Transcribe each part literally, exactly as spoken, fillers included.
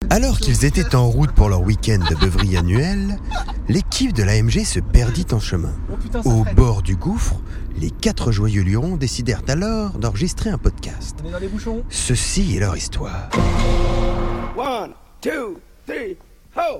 Alors qu'ils étaient en route pour leur week-end de beuverie annuel, l'équipe de l'A M G se perdit en chemin. Oh putain, Au freine. bord du gouffre, les quatre joyeux lurons décidèrent alors d'enregistrer un podcast. On est dans les bouchons. Ceci est leur histoire. One, two, three, ho!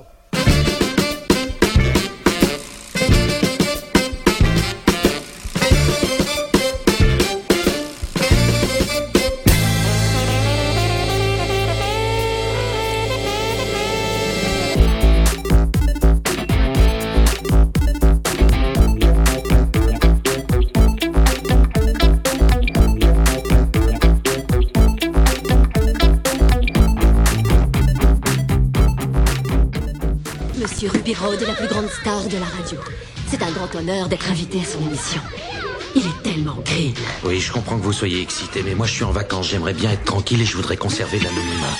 Monsieur Rubiraud, la plus grande star de la radio. C'est un grand honneur d'être invité à son émission. Il est tellement green. Oui, je comprends que vous soyez excité, mais moi je suis en vacances, j'aimerais bien être tranquille et je voudrais conserver l'anonymat.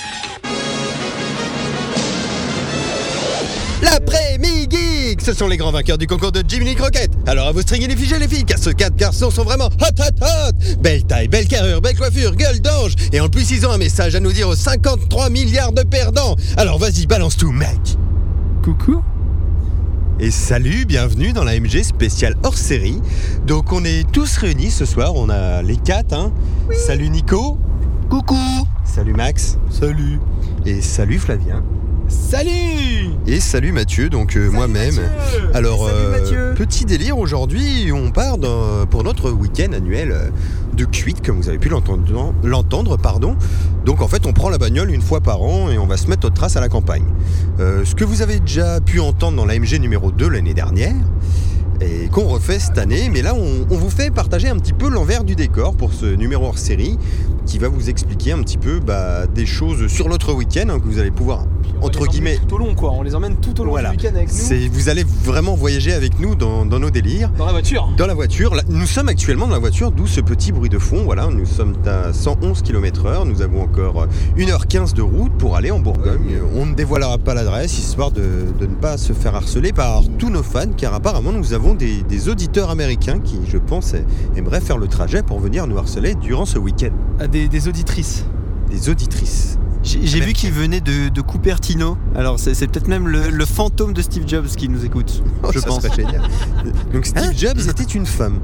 L'après-midi geek, ce sont les grands vainqueurs du concours de Jiminy Croquette. Alors à vous stringuer les figés les filles, car ce quatre garçons sont vraiment hot hot hot. Belle taille, belle carrure, belle coiffure, gueule d'ange. Et en plus ils ont un message à nous dire aux cinquante-trois milliards de perdants. Alors vas-y, balance tout mec. Coucou. Et salut, bienvenue dans la M G spéciale hors série. Donc on est tous réunis ce soir, on a les quatre, hein. Oui. Salut Nico. Coucou. Salut Max. Salut. Et salut Flavien. Salut. Et salut Mathieu, donc euh, salut moi-même. Mathieu. Alors, salut euh, Mathieu. Petit délire aujourd'hui, on part dans, pour notre week-end annuel de cuite, comme vous avez pu l'entendre, l'entendre, pardon. Donc en fait, on prend la bagnole une fois par an et on va se mettre notre trace à la campagne. Euh, ce que vous avez déjà pu entendre dans l'A M G numéro deux l'année dernière, et qu'on refait cette année, mais là on, on vous fait partager un petit peu l'envers du décor pour ce numéro hors série qui va vous expliquer un petit peu bah, des choses sur notre week-end hein, que vous allez pouvoir entre guillemets tout au long quoi, on les emmène tout au long voilà. du week-end avec nous. C'est, vous allez vraiment voyager avec nous dans, dans nos délires. Dans la voiture. Dans la voiture. Là, nous sommes actuellement dans la voiture, d'où ce petit bruit de fond. Voilà, nous sommes à cent onze kilomètres heure. Nous avons encore une heure quinze de route pour aller en Bourgogne. Ouais. On ne dévoilera pas l'adresse, histoire de, de ne pas se faire harceler par tous nos fans, car apparemment nous avons des, des auditeurs américains qui, je pense, aimeraient faire le trajet pour venir nous harceler durant ce week-end. Ah, des, des auditrices. Des auditrices. J'ai, j'ai vu qu'il venait de, de Cupertino. Alors c'est, c'est peut-être même le, le fantôme de Steve Jobs qui nous écoute. Oh, je ça pense. serait génial. Donc Steve hein Jobs était une femme.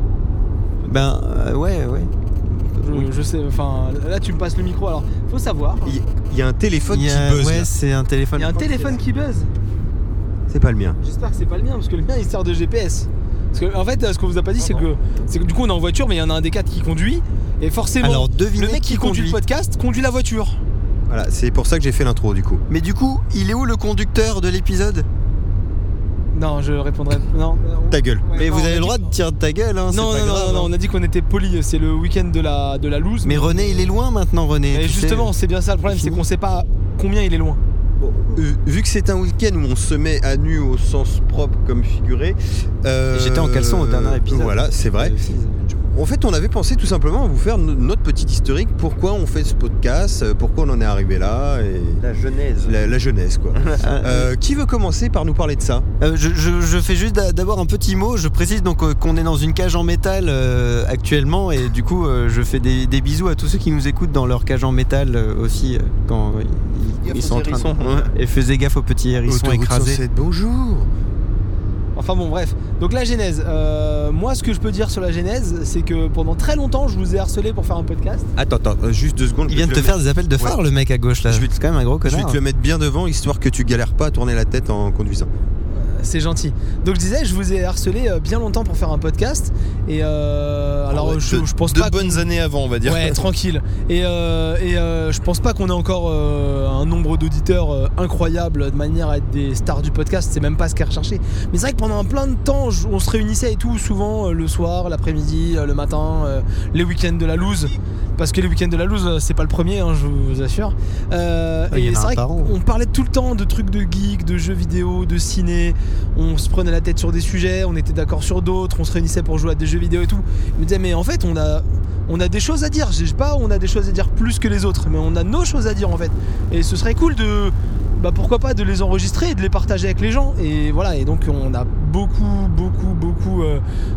Ben euh, ouais ouais. Je, je sais. Enfin là tu me passes le micro. Alors faut savoir. Il y, y a un téléphone y a, qui buzz. Ouais là. c'est un téléphone. Il y a un téléphone qui buzz. C'est pas le mien. J'espère que c'est pas le mien parce que le mien il sert de G P S. Parce que en fait ce qu'on vous a pas dit c'est que, c'est que du coup on est en voiture mais il y en a un des quatre qui conduit et forcément alors, le mec qui, qui conduit le podcast conduit la voiture. Voilà, c'est pour ça que j'ai fait l'intro du coup. Mais du coup, il est où le conducteur de l'épisode ? Non, je répondrai. Non. On... Ta gueule. Ouais, mais non, vous avez le dit... droit de tirer de ta gueule, hein. Non, c'est non, pas grave, non, non, hein. on a dit qu'on était poli. C'est le week-end de la de la loose. Mais René, il est loin maintenant, René. Et justement, sais. c'est bien ça le problème, c'est qu'on sait pas combien il est loin. Bon, euh, vu que c'est un week-end où on se met à nu au sens propre comme figuré. Euh, J'étais en caleçon au dernier épisode. Voilà, c'est vrai. En fait, on avait pensé tout simplement à vous faire notre petit historique, pourquoi on fait ce podcast, pourquoi on en est arrivé là. Et la genèse. La, la genèse, quoi. euh, qui veut commencer par nous parler de ça ? euh, je, je, je fais juste d'abord un petit mot. Je précise donc euh, qu'on est dans une cage en métal euh, actuellement et du coup, euh, je fais des, des bisous à tous ceux qui nous écoutent dans leur cage en métal euh, aussi euh, quand euh, ils, ils sont en train de... Ouais. Et faisez gaffe aux petits hérissons écrasés. cent sept, bonjour. Enfin bon, bref. Donc la genèse. Euh, moi, ce que je peux dire sur la genèse, c'est que pendant très longtemps, je vous ai harcelé pour faire un podcast. Attends, attends, euh, juste deux secondes. Il vient de te faire des appels de phare, ouais. Le mec à gauche là. Je vais, c'est quand même un gros connard. Je vais te le mettre bien devant, histoire que tu galères pas à tourner la tête en conduisant. C'est gentil. Donc je disais, je vous ai harcelé bien longtemps pour faire un podcast. Et euh, alors, oh ouais, je, de, je pense de pas. De bonnes qu'on... années avant, on va dire. Ouais, tranquille. Et, euh, et euh, je pense pas qu'on ait encore euh, un nombre d'auditeurs euh, incroyable de manière à être des stars du podcast. C'est même pas ce qu'est recherché. Mais c'est vrai que pendant plein de temps, on se réunissait et tout, souvent euh, le soir, l'après-midi, euh, le matin, euh, les week-ends de la loose. Parce que les week-ends de la loose, c'est pas le premier, hein, je vous assure. Euh, ouais, et c'est vrai qu'on parlait tout le temps de trucs de geek, de jeux vidéo, de ciné. On se prenait la tête sur des sujets, on était d'accord sur d'autres, on se réunissait pour jouer à des jeux vidéo et tout. Il me disait mais en fait on a, on a des choses à dire. Je sais pas, on a des choses à dire plus que les autres, mais on a nos choses à dire en fait. Et ce serait cool de, bah pourquoi pas de les enregistrer et de les partager avec les gens. Et voilà. Et donc on a beaucoup, beaucoup, beaucoup. Euh,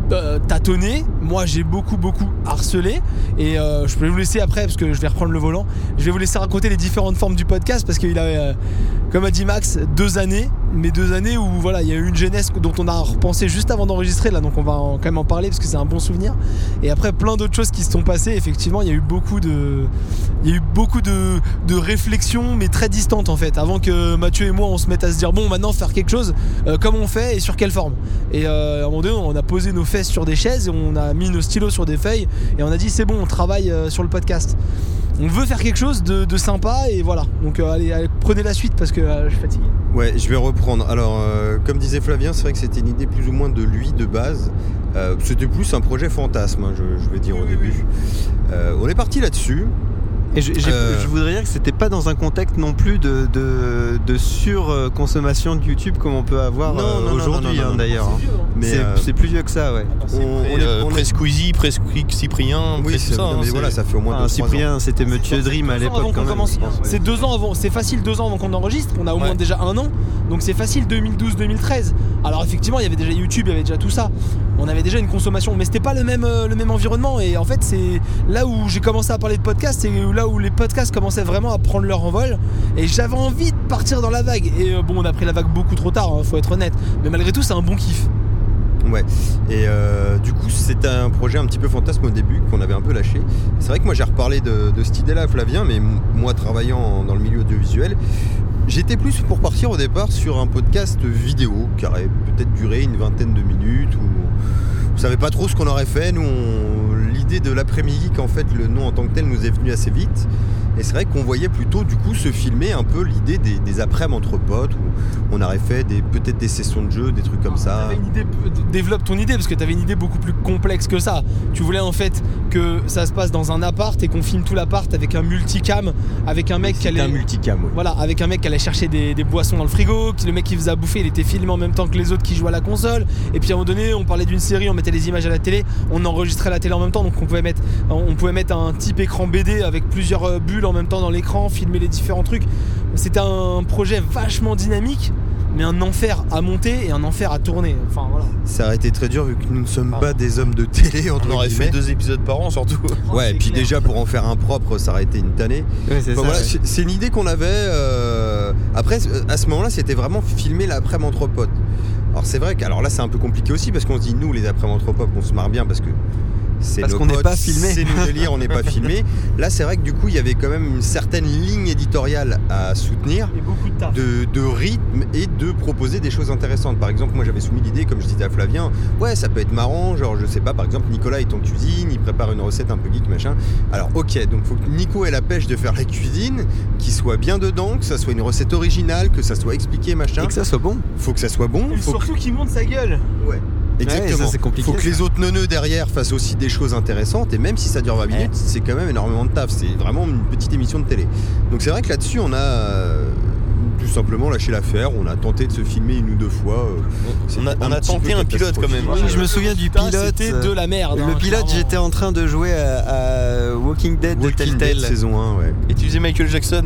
euh, tâtonné. Moi, j'ai beaucoup, beaucoup harcelé. Et euh, je vais vous laisser après, parce que je vais reprendre le volant. Je vais vous laisser raconter les différentes formes du podcast, parce qu'il avait, euh, comme a dit Max, deux années. Mais deux années où voilà, il y a eu une jeunesse dont on a repensé juste avant d'enregistrer. Là, donc on va en, quand même en parler, parce que c'est un bon souvenir. Et après, plein d'autres choses qui se sont passées. Effectivement, il y a eu beaucoup de, il y a eu beaucoup de, de réflexions, mais très distantes en fait. Avant que Mathieu et moi, on se mette à se dire bon, maintenant faire quelque chose, euh, comment on fait et sur quelle forme. Et euh, à un moment donné, on a posé nos fesses sur des chaises et on a mis nos stylos sur des feuilles et on a dit c'est bon, on travaille euh, sur le podcast. On veut faire quelque chose de, de sympa et voilà. Donc euh, allez, allez, prenez la suite parce que euh, je suis fatigué. Ouais, je vais reprendre. Alors, euh, comme disait Flavien, c'est vrai que c'était une idée plus ou moins de lui de base. Euh, c'était plus un projet fantasme, hein, je, je vais dire au début. Euh, on est parti là-dessus. Et je, j'ai- Euh. je voudrais dire que c'était pas dans un contexte non plus de, de, de surconsommation de YouTube comme on peut avoir Non, euh, non, non, aujourd'hui non, non, hein, non. d'ailleurs. hein. Mais, c'est, euh, c'est plus vieux que ça, ouais. on, on est, Euh, on est- Presse Squeezie, Presse Cyprien, Oui, Presse c'est, tout ça. non, hein, mais c'est- voilà, ça fait au moins Ah, deux trois ans. Cyprien, c'était Monsieur Dream à Deux ans avant l'époque qu'on quand même. commence. je pense, ouais. C'est deux ans avant, c'est facile deux ans avant qu'on enregistre. On a au moins Ouais. déjà un an, donc c'est facile deux mille douze deux mille treize. Alors effectivement, il y avait déjà YouTube, il y avait déjà tout ça. On avait déjà une consommation, mais c'était pas le même euh, le même environnement. Et en fait, c'est là où j'ai commencé à parler de podcasts, c'est là où les podcasts commençaient vraiment à prendre leur envol. Et j'avais envie de partir dans la vague. Et euh, bon, on a pris la vague beaucoup trop tard, hein, faut être honnête. Mais malgré tout, c'est un bon kiff. Ouais. Et euh, du coup, c'était un projet un petit peu fantasme au début qu'on avait un peu lâché. C'est vrai que moi, j'ai reparlé de, de cette idée-là à Flavien, mais m- moi, travaillant dans le milieu audiovisuel, j'étais plus pour partir au départ sur un podcast vidéo qui aurait peut-être duré une vingtaine de minutes. Où on savait pas trop ce qu'on aurait fait. Nous, on- l'idée de l'après-midi, qu'en fait, le nom en tant que tel nous est venu assez vite. Et c'est vrai qu'on voyait plutôt du coup se filmer un peu l'idée des, des après-midi entre potes où on aurait fait des, peut-être des sessions de jeu, des trucs comme ça. T'avais une idée, développe ton idée parce que t'avais une idée beaucoup plus complexe que ça. Tu voulais en fait que ça se passe dans un appart et qu'on filme tout l'appart avec un multicam, avec un mec qui C'était allait, un multicam, ouais. voilà, avec un mec qui allait chercher des, des boissons dans le frigo, qui- le mec qui faisait à bouffer, il était filmé en même temps que les autres qui jouaient à la console. Et puis à un moment donné, on parlait d'une série, on mettait les images à la télé, on enregistrait la télé en même temps, donc on pouvait mettre, on pouvait mettre un type écran B D avec plusieurs euh, bulles en même temps dans l'écran, filmer les différents trucs. C'était un projet vachement dynamique, mais un enfer à monter et un enfer à tourner. Enfin voilà. Ça aurait été très dur vu que nous ne sommes Ah. pas des hommes de télé entre On aurait guillemets. fait deux épisodes par an surtout. Ouais, et puis clair. déjà pour en faire un propre, ça aurait été une tannée. Ouais, c'est Enfin, ça, voilà, ouais. c'est- c'est une idée qu'on avait. euh, Après, à ce moment-là, c'était vraiment filmer l'après-midi entre potes. Alors c'est vrai que, alors là, c'est un peu compliqué aussi parce qu'on se dit nous, les après-midi entre potes, on se marre bien parce que c'est Parce nos qu'on n'est potes, pas filmé. c'est nos délires, on n'est pas filmé. Là, c'est vrai que du coup, il y avait quand même une certaine ligne éditoriale à soutenir. Et beaucoup de taf. De, de rythme et de proposer des choses intéressantes. Par exemple, moi j'avais soumis l'idée, comme je disais à Flavien, ouais, ça peut être marrant, genre je sais pas, par exemple, Nicolas est en cuisine, il prépare une recette un peu geek, machin. Alors, ok, donc faut que Nico ait la pêche de faire la cuisine, qu'il soit bien dedans, que ça soit une recette originale, que ça soit expliqué, machin. Et que ça soit bon. Faut que ça soit bon, Et faut que... surtout qu'il monte sa gueule. Ouais. Exactement. Ouais, ça, c'est compliqué, Faut que ça. les autres neuneux derrière fassent aussi des choses intéressantes et même si ça dure vingt minutes, c'est quand même énormément de taf. C'est vraiment une petite émission de télé. Donc c'est vrai que là-dessus, on a euh, tout simplement lâché l'affaire. On a tenté de se filmer une ou deux fois. euh, On a, c'était on a petit tenté peu un pilote quand même. catastrophique. Oui, je me souviens du Putain, pilote. C'était de la merde. Le hein, pilote, clairement. j'étais en train de jouer à, à Walking Dead de Walking Telltale. Dead saison un, ouais. Et tu faisais Michael Jackson.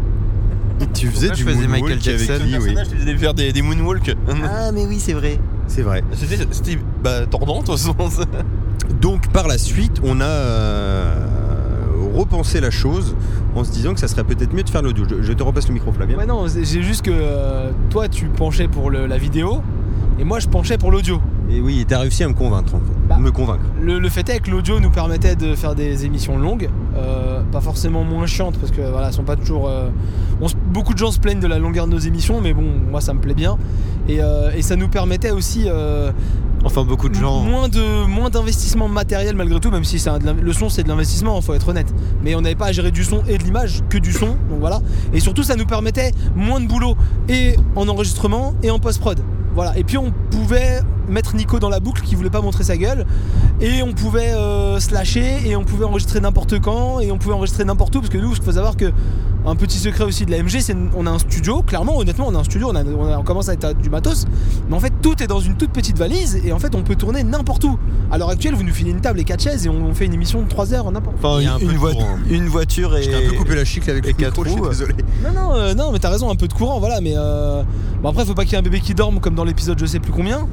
Et tu faisais Pourquoi du je faisais moonwalk Michael avec Jackson lui, oui. personnage, tu faisais faire des, des moonwalks. Ah, mais oui, c'est vrai. C'est vrai. C'était, c'était bah, tordant de toute façon. Donc par la suite, on a euh, repensé la chose en se disant que ça serait peut-être mieux de faire l'audio. Je, je te repasse le micro, Flavien. Ouais, non, c'est- j'ai juste que euh, toi tu penchais pour le- la vidéo et moi je penchais pour l'audio. Et oui, t'as réussi à me convaincre, en fait. Bah. me convaincre. Le, le fait est que l'audio nous permettait de faire des émissions longues, euh, pas forcément moins chiantes parce que voilà, elles sont pas toujours. euh, on se- beaucoup de gens se plaignent de la longueur de nos émissions, mais bon, moi ça me plaît bien. Et, euh, et ça nous permettait aussi euh, Enfin, beaucoup de gens. moins de moins d'investissement matériel malgré tout, même si c'est un de l'in- le son c'est de l'investissement, faut être honnête. Mais on n'avait pas à gérer du son et de l'image, que du son, donc voilà. Et surtout ça nous permettait moins de boulot et en enregistrement et en post-prod. Voilà. Et puis on pouvait mettre Nico dans la boucle qui voulait pas montrer sa gueule et on pouvait euh, se lâcher et on pouvait enregistrer n'importe quand et on pouvait enregistrer n'importe où parce que nous, il faut savoir que un petit secret aussi de la M G, c'est on a un studio, clairement, honnêtement, on a un studio, on, a, on, a- on commence à être à du matos, mais en fait tout est dans une toute petite valise et en fait on peut tourner n'importe où. À l'heure actuelle, vous nous filez une table et quatre chaises et on, on fait une émission de trois heures n'importe où. Enfin, Il y a un peu une, de voi- courant. une voiture et. J'étais un peu coupé la chicle avec et le quatre micro, je suis roues. désolé. Non, non, euh, non, mais t'as raison, un peu de courant, voilà, mais euh, bon, après, faut pas qu'il y ait un bébé qui dorme comme dans l'épisode je sais plus combien.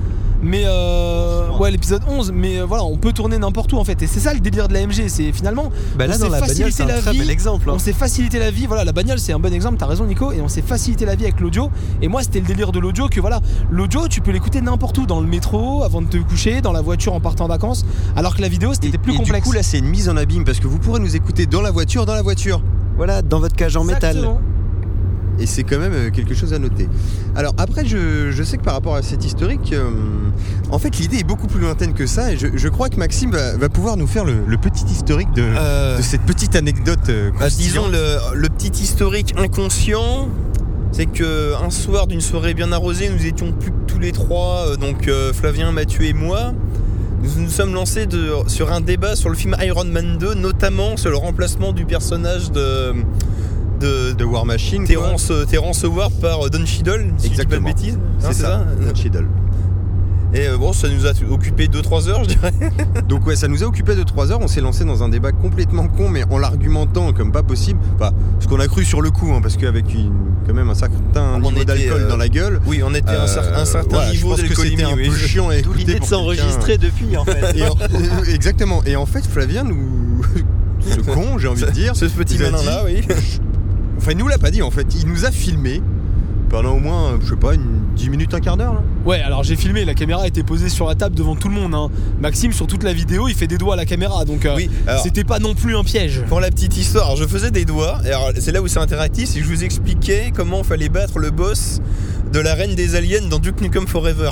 Mais euh, ouais, l'épisode onze. Mais euh, voilà, on peut tourner n'importe où en fait. Et c'est ça le délire de l'A M G. C'est finalement, Bah là on dans s'est la bagnole facilité c'est un la très vie. bel exemple. hein. On s'est facilité la vie. Voilà, la bagnole c'est un bon exemple. T'as raison, Nico. Et on s'est facilité la vie avec l'audio. Et moi, c'était le délire de l'audio que voilà, l'audio, tu peux l'écouter n'importe où, dans le métro, avant de te coucher, dans la voiture en partant en vacances. Alors que la vidéo, c'était Et, plus et complexe. du coup là c'est une mise en abîme parce que vous pourrez nous écouter dans la voiture, dans la voiture. Voilà, dans votre cage en métal. Exactement. Et c'est quand même euh, quelque chose à noter. Alors après, je, je sais que par rapport à cet historique, euh, en fait l'idée est beaucoup plus lointaine que ça. Et je, je crois que Maxime va, va pouvoir nous faire le, le petit historique de, Euh, de cette petite anecdote. euh, bah, disons croustillante. le, le petit historique inconscient, c'est que un soir d'une soirée bien arrosée, nous étions plus que tous les trois, euh, donc euh, Flavien, Mathieu et moi. Nous nous sommes lancés de, sur un débat sur le film Iron Man deux, notamment sur le remplacement du personnage de de, de War Machine. Terrence, Terrence Howard par Don Cheadle, si je dis pas de Exactement. bêtises. Hein, C'est ça, Don Cheadle. Et euh, bon, ça nous a occupé deux trois heures, je dirais. Donc ouais, ça nous a occupé de trois heures. On s'est lancé dans un débat complètement con, mais en l'argumentant comme pas possible. Enfin, ce qu'on a cru sur le coup, hein, parce qu'avec une, quand même un certain On niveau était, d'alcool euh, dans la gueule. Oui, on était un, cer- un certain voilà, niveau je pense que d'alcoolémie. c'était un oui. peu chiant à D'où écouter l'idée de pour s'enregistrer depuis en fait. quelqu'un. Et en- exactement. Et en fait, Flavien nous, ce con, j'ai envie de dire, Ce petit nous a malin dit- là, oui. Enfin, il nous l'a pas dit en fait. Il nous a filmé pendant au moins, je sais pas, une dix minutes, un quart d'heure. Là. Ouais, alors j'ai filmé, la caméra était posée sur la table devant tout le monde. hein. Maxime, sur toute la vidéo, il fait des doigts à la caméra, donc euh, Oui, alors- c'était pas non plus un piège. Pour la petite histoire, alors, je faisais des doigts, et alors, c'est là où c'est interactif, c'est que je vous expliquais comment il fallait battre le boss de la reine des aliens dans Duke Nukem Forever.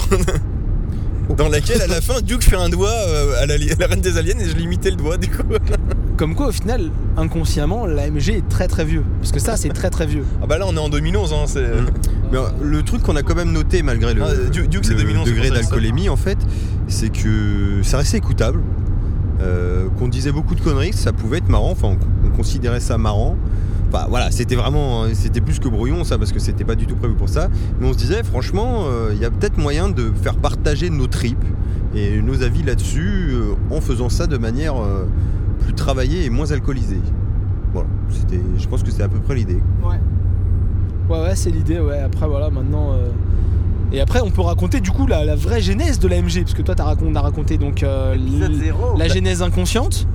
Dans laquelle à la fin Duke fait un doigt euh, à, la, à la reine des aliens et je limitais le doigt du coup. Comme quoi, au final, inconsciemment, l'A M G est très très vieux. Parce que ça, c'est très très vieux. Ah bah là on est en deux mille onze, hein, c'est... Mais euh, le truc qu'on a quand même noté malgré le, Ah, Duke- Duke, c'est le deux mille onze, degré c'est pour ça, d'alcoolémie en fait, c'est que ça restait écoutable, euh, qu'on disait beaucoup de conneries, ça pouvait être marrant, enfin on, on considérait ça marrant. Enfin voilà, c'était vraiment, c'était plus que brouillon ça parce que c'était pas du tout prévu pour ça. Mais on se disait franchement, il euh, y a peut-être moyen de faire partager nos tripes et nos avis là-dessus euh, en faisant ça de manière euh, plus travaillée et moins alcoolisée. Voilà, c'était, je pense que c'était à peu près l'idée. Ouais. Ouais, ouais, c'est l'idée, ouais. Après, voilà, maintenant. euh, Et après, on peut raconter du coup la, la vraie genèse de l'A M G. Parce que toi, t'as raconté, on a raconté donc euh, Épisode l- zéro. la genèse inconsciente,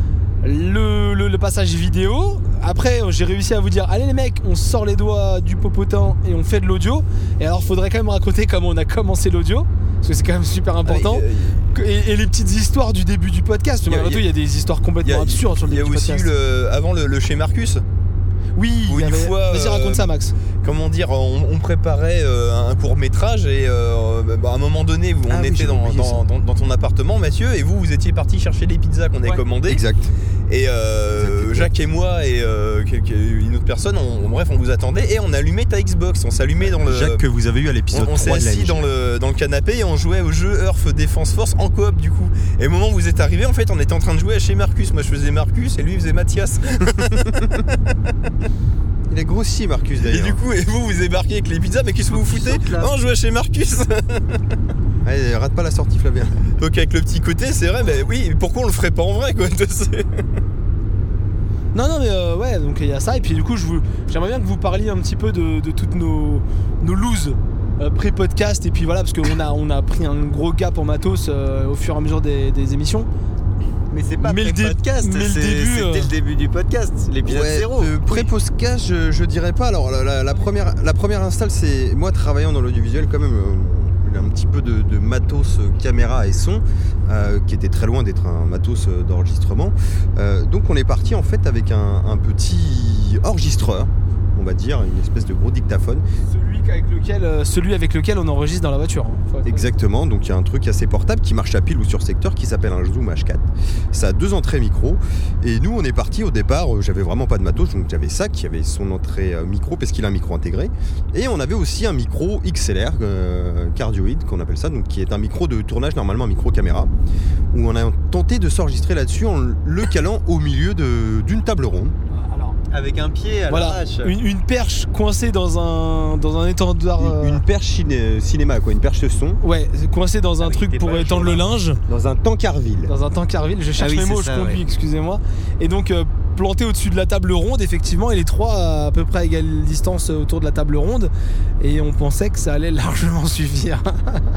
le, le- le passage vidéo. Après, j'ai réussi à vous dire allez, les mecs, on sort les doigts du popotin et on fait de l'audio. Et alors, faudrait quand même raconter comment on a commencé l'audio. Parce que c'est quand même super important. Ah, Et, et les petites histoires du début du podcast. Il y a- Malgré tout, il y a des histoires Il y complètement a, absurdes sur le il y a début du aussi eu podcast. le, avant le, le chez Marcus, Oui, où il y une avait- fois, vas-y, euh, raconte ça, Max. comment dire, on, on préparait euh, un court métrage et euh, bah, à un moment donné où on Ah oui, était j'ai dans, oublié dans, ça. dans- dans ton appartement, Mathieu, et vous vous étiez parti chercher les pizzas qu'on avait Ouais. commandées. Exact. Et euh, Exact. Jacques et moi et euh, quelques- une autre personne, on, bref, on vous attendait et on allumait ta Xbox. On s'allumait dans le. Jacques que vous avez eu à on, l'épisode on s'est trois de la assis M G. dans le, dans le canapé et on jouait au jeu Earth Defense Force en coop du coup. Et au moment où vous êtes arrivé, en fait, on était en train de jouer à chez Marcus. Moi je faisais Marcus et lui il faisait Mathias. Il a grossi Marcus Et d'ailleurs. du coup, et vous vous débarquez avec les pizzas, mais qu'est-ce que vous foutez? sautes, là. Non, on jouait chez Marcus. Allez, rate pas la sortie Flavien. Donc avec le petit côté, c'est vrai, mais oui, pourquoi on le ferait pas en vrai quoi? Non, non, mais euh, ouais, donc il y a ça. Et puis du coup, je vous, j'aimerais bien que vous parliez un petit peu de, de toutes nos, nos looses euh, pré-podcast. Et puis voilà, parce qu'on a, on a pris un gros gap en matos euh, au fur et à mesure des, des émissions. Mais c'est pas Mais le le dé- podcast, mais le c'est- début, c'était euh, le début du podcast, l'épisode Ouais, zéro. euh, Pré-podcast, je, je dirais pas. Alors la, la- la première, la première install, c'est moi travaillant dans l'audiovisuel quand même. euh, un petit peu de, de matos euh, caméra et son euh, qui était très loin d'être un matos euh, d'enregistrement. Euh, donc on est parti en fait avec un, un petit enregistreur, on va dire, une espèce de gros dictaphone. Celui avec lequel, euh, celui avec lequel on enregistre dans la voiture. hein. Faut être- Exactement, donc il y a un truc assez portable qui marche à pile ou sur secteur qui s'appelle un Zoom H quatre. Ça a deux entrées micro et nous on est parti au départ, euh, j'avais vraiment pas de matos, donc j'avais ça qui avait son entrée euh, micro parce qu'il a un micro intégré et on avait aussi un micro X L R euh, cardioïde qu'on appelle ça, donc qui est un micro de tournage, normalement un micro caméra, où on a tenté de s'enregistrer là-dessus en le calant au milieu de- d'une table ronde. Alors, Avec un pied à voilà, l'arrache. une, une perche coincée dans un, dans un étendard. Une, euh, une perche ciné- cinéma, quoi, une perche de son, Ouais, coincée dans un Avec truc des pour pages étendre sur le la- linge. dans un tankerville. Dans un tankerville, je cherche Ah oui, mes c'est mots, ça, je conduis, ouais. excusez-moi. Et donc euh, planté au-dessus de la table ronde, effectivement, et les trois à, à peu près à égale distance autour de la table ronde. Et on pensait que ça allait largement suffire.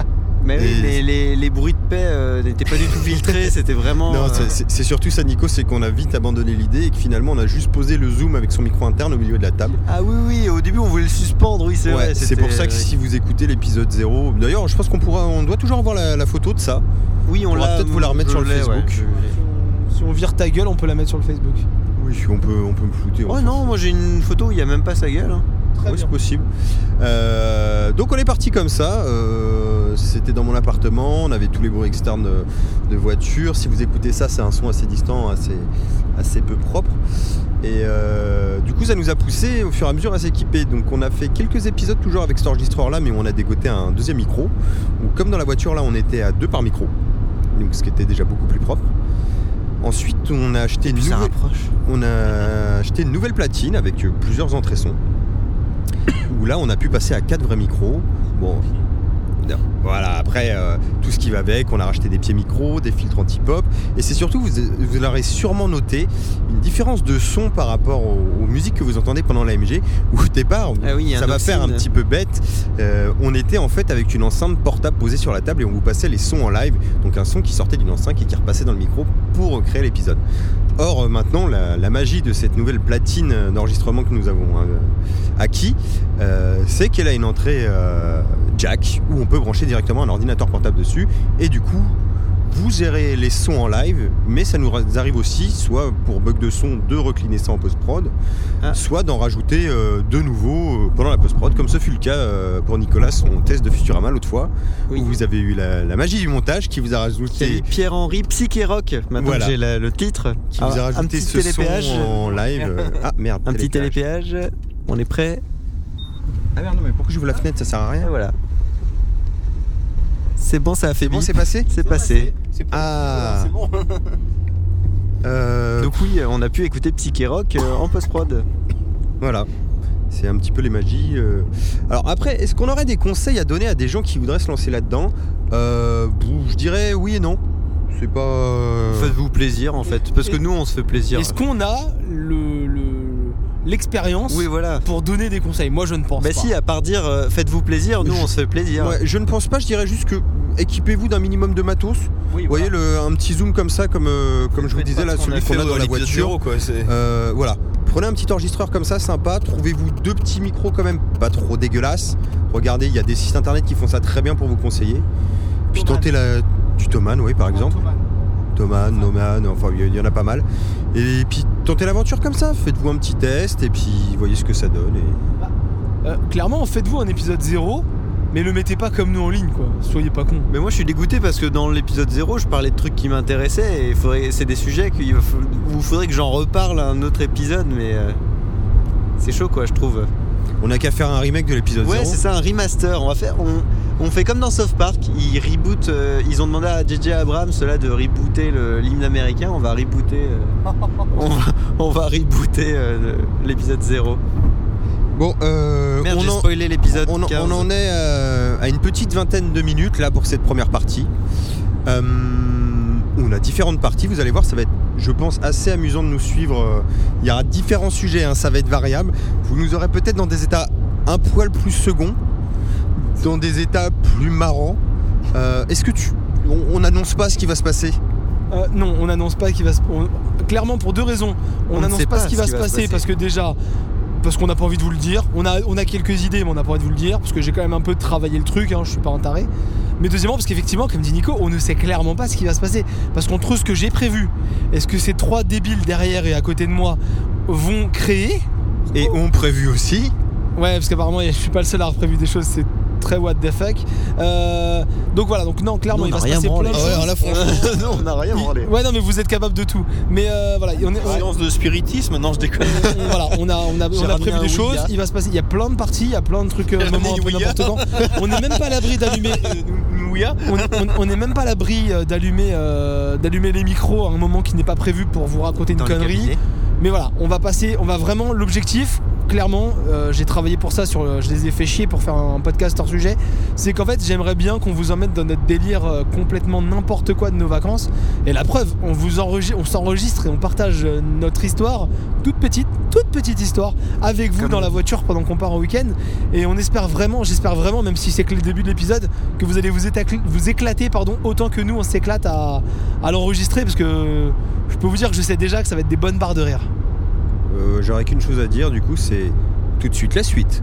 Mais oui, Et- les, les, les bruits de paix euh, n'étaient pas du tout filtrés, c'était vraiment. Non, euh, c'est- c'est c'est surtout ça, Nico, c'est qu'on a vite abandonné l'idée et que finalement on a juste posé le zoom avec son micro interne au milieu de la table. Ah oui, oui, au début on voulait le suspendre, oui, c'est Ouais, vrai. c'est c'était- pour ça que oui. si vous écoutez l'épisode zéro, d'ailleurs, je pense qu'on pourra, on doit toujours avoir la, la photo de ça. Oui, on pourra l'a. peut-être vous la remettre je sur le l'ai, Facebook. ouais, je l'ai. Si on vire ta gueule, on peut la mettre sur le Facebook. Oui, on peut, on peut me flouter. Oh non, moi j'ai une photo où il n'y a même pas sa gueule. hein. Très Oui, bien. c'est possible. Euh, donc on est parti comme ça. euh, C'était dans mon appartement. On avait tous les bruits externes de, de voiture. Si vous écoutez ça, c'est un son assez distant, assez, assez peu propre. Et euh, du coup, ça nous a poussé au fur et à mesure à s'équiper. Donc on a fait quelques épisodes toujours avec cet enregistreur là, mais où on a dégoté un deuxième micro. Où, comme dans la voiture là, on était à deux par micro. Donc ce qui était déjà beaucoup plus propre. Ensuite, on a acheté une Puis ça nouvelle... rapproche. On a acheté une nouvelle platine avec euh, plusieurs entrées son. Où là, on a pu passer à quatre vrais micros. Bon, non, voilà. Après, euh, tout ce qui va avec, on a racheté des pieds micros, des filtres anti-pop. Et c'est surtout, vous, vous l'aurez sûrement noté, une différence de son par rapport aux, aux musiques que vous entendez pendant l'A M G. Où au départ, Ah oui, ça un va faire un Oxine. petit peu bête. Euh, on était en fait avec une enceinte portable posée sur la table et on vous passait les sons en live. Donc un son qui sortait d'une enceinte et qui repassait dans le micro pour créer l'épisode. Or euh, maintenant, la, la magie de cette nouvelle platine d'enregistrement que nous avons euh, acquis, euh, c'est qu'elle a une entrée euh, jack où on peut brancher directement un ordinateur portable dessus et du coup vous gérez les sons en live, mais ça nous arrive aussi, soit pour bug de son, de recliner ça en post-prod, Ah. soit d'en rajouter euh, de nouveau euh, pendant la post-prod, comme ce fut le cas euh, pour Nicolas, son test de Futurama l'autre fois, Oui. où vous avez eu la, la magie du montage qui vous a C'est rajouté, Pierre-Henri Psyché Rock. Maintenant Voilà. que j'ai la- le titre. qui vous a Ah, un rajouté petit ce son télépéage. en live. euh, Ah merde, Un petit télépéage. télépéage. On est prêt. Ah merde, non, mais pourquoi j'ouvre la fenêtre, ça sert à Et rien. voilà. C'est bon, ça a fait C'est bon, bip. c'est passé C'est passé. Ah. C'est bon. Euh, Donc oui, on a pu écouter Psyché Rock euh, en post-prod. Voilà. C'est un petit peu les magies. euh. Alors après, est-ce qu'on aurait des conseils à donner à des gens qui voudraient se lancer là-dedans euh, bon, Je dirais oui et non. C'est pas... euh, Faites-vous plaisir en fait, parce que nous on se fait plaisir. Est-ce qu'on a le, le- l'expérience Oui, voilà. pour donner des conseils? Moi, je ne pense Bah pas. si, à part dire euh, faites-vous plaisir, nous Je- on se fait plaisir. Ouais, je ne pense pas, je dirais juste que équipez-vous d'un minimum de matos. Oui, Vous voyez le, un petit zoom comme ça, comme, euh, comme je vous disais là, celui qu'on a dans la voiture. Quoi, c'est... Euh, voilà. Prenez un petit enregistreur comme ça, sympa. Trouvez-vous deux petits micros quand même, pas trop dégueulasses. Regardez, il y a des sites internet qui font ça très bien pour vous conseiller. Puis Thomann. tentez la Tutoman, oui, par exemple. Thomann, Noman, enfin il y en a pas mal. Et puis tentez l'aventure comme ça, faites-vous un petit test et puis voyez ce que ça donne. Et... Euh, clairement, faites-vous un épisode zéro, mais le mettez pas comme nous en ligne, quoi. Soyez pas cons. Mais moi je suis dégoûté parce que dans l'épisode zéro je parlais de trucs qui m'intéressaient et il faudrait, c'est des sujets qu'il va, où il faudrait que j'en reparle à un autre épisode, mais euh, c'est chaud quoi je trouve. On n'a qu'à faire un remake de l'épisode Ouais, zéro. c'est ça, un remaster. On va faire, on, on fait comme dans South Park. Ils rebootent. euh, ils ont demandé à J J Abrams là de rebooter le- l'hymne américain. On va rebooter. euh, on, va, on va rebooter euh, le- l'épisode zéro. Bon, euh, Merde, on, j'ai en, spoilé l'épisode on en- quinze. on en est euh, à une petite vingtaine de minutes là pour cette première partie. Euh, on a différentes parties, vous allez voir, ça va être, je pense, assez amusant de nous suivre. Euh, Il y aura différents sujets, hein, ça va être variable. Vous nous aurez peut-être dans des états un poil plus seconds, dans des états plus marrants. Euh, Est-ce que tu... On n'annonce pas ce qui va se passer. Euh, non, on n'annonce pas qu'il va se... on- Clairement, pour deux raisons. On On ne n'annonce sait pas, pas ce qui va se passer parce que déjà... Parce qu'on n'a pas envie de vous le dire. On a, on a quelques idées, mais on n'a pas envie de vous le dire. Parce que j'ai quand même un peu travaillé le truc, hein, je suis pas un taré. Mais deuxièmement, parce qu'effectivement, comme dit Nico, on ne sait clairement pas ce qui va se passer. Parce qu'entre ce que j'ai prévu, est-ce que ces trois débiles derrière et à côté de moi vont créer? Et on prévu aussi. Ouais, parce qu'apparemment, je suis pas le seul à avoir prévu des choses, c'est très what the fuck. Euh, donc voilà, donc non, clairement, Nous, il on va a se rien passer branlé. plein de Ah ouais, choses. alors là, franchement, non, on n'a rien branlé. Ouais, non, mais vous êtes capable de tout. Mais euh, voilà, on est, on- Séance de spiritisme, non je déconne. on- voilà, on a, on a, J'ai on a ramené prévu un des choses. Ouija. Il va se passer, il y a plein de parties, il y a plein de trucs, euh, J'ai moments un ramené peu une Ouija. n'importe quand. On n'est même pas à l'abri d'allumer. Nouya. On, on- on est même pas à l'abri euh, d'allumer, euh, d'allumer les micros à un moment qui n'est pas prévu pour vous raconter une Dans le connerie. cabinet. Mais voilà, on va passer, on va vraiment l'objectif clairement, euh, j'ai travaillé pour ça, sur le- je les ai fait chier pour faire un podcast hors sujet. C'est qu'en fait, j'aimerais bien qu'on vous emmène dans notre délire euh, complètement n'importe quoi de nos vacances. Et la preuve, on vous enregistre, on s'enregistre et on partage euh, notre histoire, toute petite, toute petite histoire, avec vous Comme dans la voiture pendant qu'on part en week-end. Et on espère vraiment, j'espère vraiment, même si c'est que le début de l'épisode, que vous allez vous, étacler- vous éclater, pardon, autant que nous on s'éclate à, à l'enregistrer, parce que je peux vous dire que je sais déjà que ça va être des bonnes barres de rire. Euh, J'aurais qu'une chose à dire, du coup, c'est tout de suite la suite.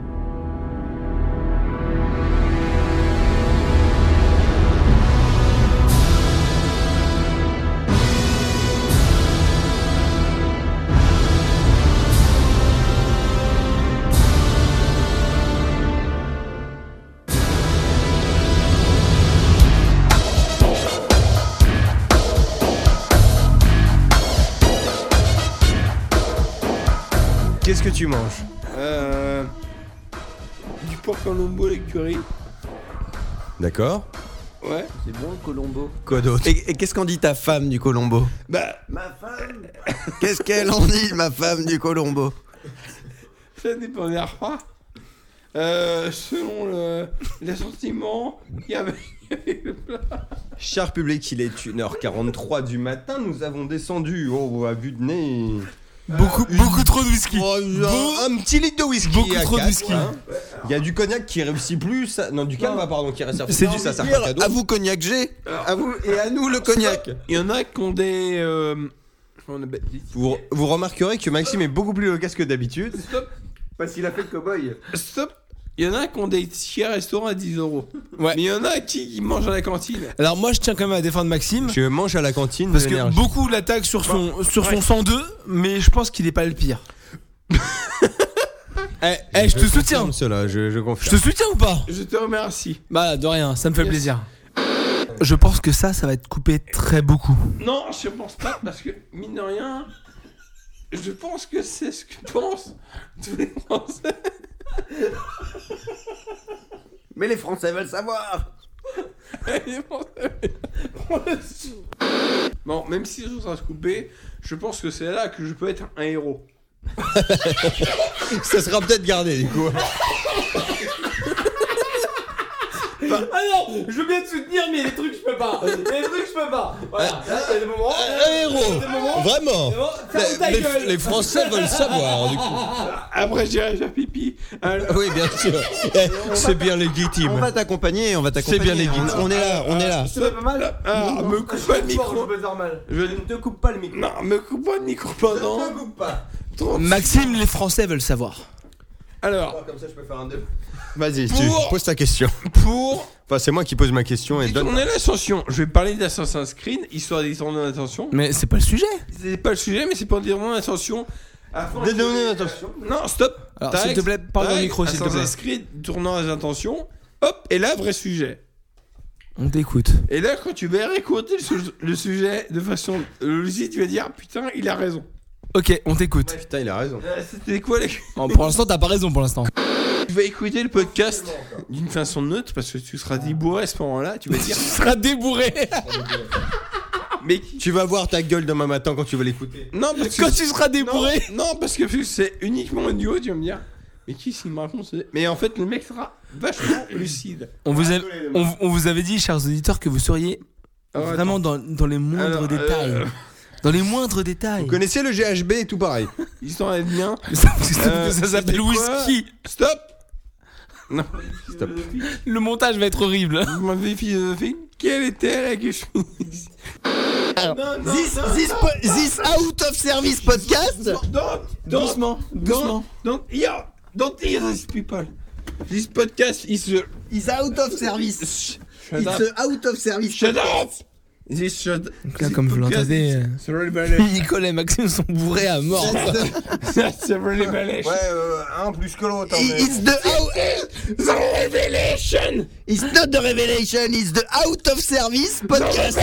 Qu'est-ce que tu manges? Euh. Du porc colombo avec curry. D'accord. Ouais. C'est bon le Colombo. Quoi d'autre? Et, et qu'est-ce qu'en dit ta femme du Colombo? Bah, Ma femme. Qu'est-ce qu'elle en dit, ma femme du Colombo? ça dépend des repas. Euh, selon le, l'assentiment, il y avait, il y avait le plat. Cher public, il est une heure quarante-trois du matin, nous avons descendu, oh, à vue de nez. Beaucoup, beaucoup trop de whisky. Oh, un, un petit litre de whisky. Beaucoup à trop de quatre, whisky. hein. Il y a du cognac qui réussit plus. Ça... Non, du calva, pardon, qui reste C'est plus, du ça sert Dire, pas à cadeau. à vous cognac G, à vous et à nous le cognac. Il y en a qui ont des. Euh, on a baptisé. Vous, vous remarquerez que Maxime est beaucoup plus loquace que d'habitude. Stop. Parce qu'il a fait le cow-boy. Stop. Il y en a qui ont des tickets restaurants à dix euros. Ouais. Mais il y en a qui, qui mangent à la cantine. Alors moi je tiens quand même à défendre Maxime, Je mange à la cantine. parce de que l'énergie. beaucoup l'attaquent sur son, sur son cent deux, mais je pense qu'il est pas le pire. Eh, eh, je te soutiens. confirme Cela, je, je Je confirme. te soutiens ou pas? Je te remercie. Bah de rien, ça me fait Yes. plaisir. Je pense que ça, ça va être coupé très beaucoup. Non, je pense pas parce que, mine de rien, je pense que c'est ce que pensent tous les Français. Mais les Français veulent savoir. Les Français. Bon, même si les choses à se couper, je pense que c'est là que je peux être un héros. Ça sera peut-être gardé du coup. Ah non, je veux bien te soutenir, mais les trucs je peux pas. Les trucs je peux pas. Voilà, là il y a des moments. Un héros, vraiment. Les, les- les Français veulent savoir du coup. Après, j'irai faire pipi. Alors, Oui, bien sûr. Eh, C'est bien légitime. On va t'accompagner, on va t'accompagner. C'est bien légitime. On est là, on est là. Ça va pas mal. ah, me coupe pas le micro. Je ne te coupe pas le micro. Non, me coupe pas le micro pendant. Ne coupe pas. trente Maxime, les Français veulent savoir. Alors, Comme ça, je peux faire un deux. Vas-y, tu Pour- poses ta question. pour Enfin, c'est moi qui pose ma question et donne. on est l'ascension. Je vais parler d'Assassin's Creed, histoire d'étendre l'attention. Mais c'est pas le sujet. C'est pas le sujet, mais c'est pour dire mon attention. Dédonner l'attention. Non, stop. Alors Tac, s'il te plaît, parle dans le tac, micro s'il te plaît. Assassin's Creed, tournant les intentions. Hop, et là, vrai sujet. On t'écoute. Et là, quand tu vas réécouter le, su- le sujet de façon logique, tu vas dire putain, il a raison. Ok, on t'écoute. Putain, il a raison. Euh, C'était quoi les. Bon, pour l'instant, t'as pas raison pour l'instant. Tu vas écouter le podcast d'une façon neutre parce que tu seras débourré à ce moment-là. Tu vas dire. Tu seras débourré. Mais. Tu vas voir ta gueule demain matin quand tu vas l'écouter. Non, parce que. Quand tu seras débourré. Non, non, parce que c'est uniquement audio, tu vas me dire. Mais qui s'il me raconte ce- Mais en fait, le mec sera vachement lucide. On vous, a- on, on vous avait dit, chers auditeurs, que vous seriez Ah ouais, vraiment dans, dans les moindres Alors, détails. euh, Dans les moindres détails. Vous connaissez le G H B et tout pareil. Histoire d'être bien. Ça, Euh, ça s'appelle c'était quoi whisky. Stop. Non. Stop. Le montage va être horrible. Vous m'avez philosophie. Quelle était la question? This, this, po- this out of service podcast. Don't, Doucement, doucement. Don't, yeah, don't hear these people. This podcast is the. Is out of service. Shut It's up. a out of service. Shut up. This shut. Donc là, comme vous l'entendez, euh, C'est really bad. Nicolas et Maxime sont bourrés à mort. That's a really bad. euh, un plus que l'autre. It's the out. The revelation. It's not the revelation. It's the out of service podcast.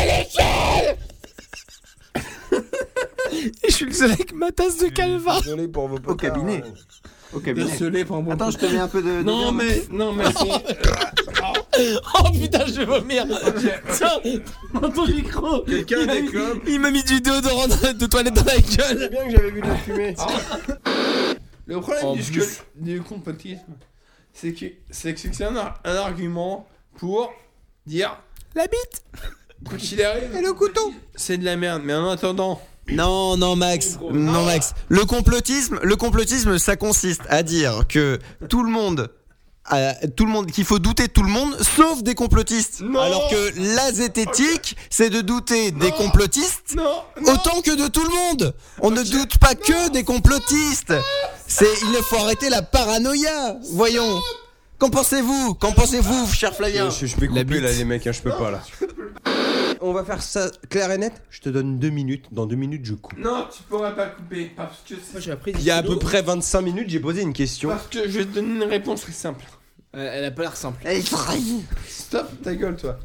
Et je suis le seul avec ma tasse de calva. Désolé pour vos Au cabinet. Au cabinet. Désolé pour un bon. Attends, je te mets un peu de. de Non viande. mais non mais c'est. Oh putain, je vais vomir. Tiens, dans ton micro. Quelqu'un il m'a des mis- clopes. Il m'a mis du déodorant de, de toilette dans la gueule. bien que j'avais vu de la fumée. Le problème En du, plus. squel- du complotisme, c'est que c'est que c'est un, ar- un argument pour dire La bite. considérer Et le couteau. c'est de la merde. Mais en attendant, Non, non, Max. Non, Max. Le complotisme, le complotisme, ça consiste à dire que tout le monde. à tout le monde, qu'il faut douter de tout le monde, sauf des complotistes. Non. Alors que la zététique, c'est de douter des Non. complotistes non, non. autant que de tout le monde. On ne doute pas que des complotistes. C'est, il faut arrêter la paranoïa. Voyons. Qu'en pensez-vous Qu'en pensez-vous, cher Flavien? Je, je vais couper là les mecs, hein, je peux pas là. On va faire ça clair et net. Je te donne deux minutes. Dans deux minutes, je coupe. Non, tu pourras pas couper parce que c'est- j'ai appris. Il y a à peu près vingt-cinq minutes, j'ai posé une question. parce que je vais te donner une réponse très simple. Elle, elle a pas l'air simple. Stop ta gueule, toi.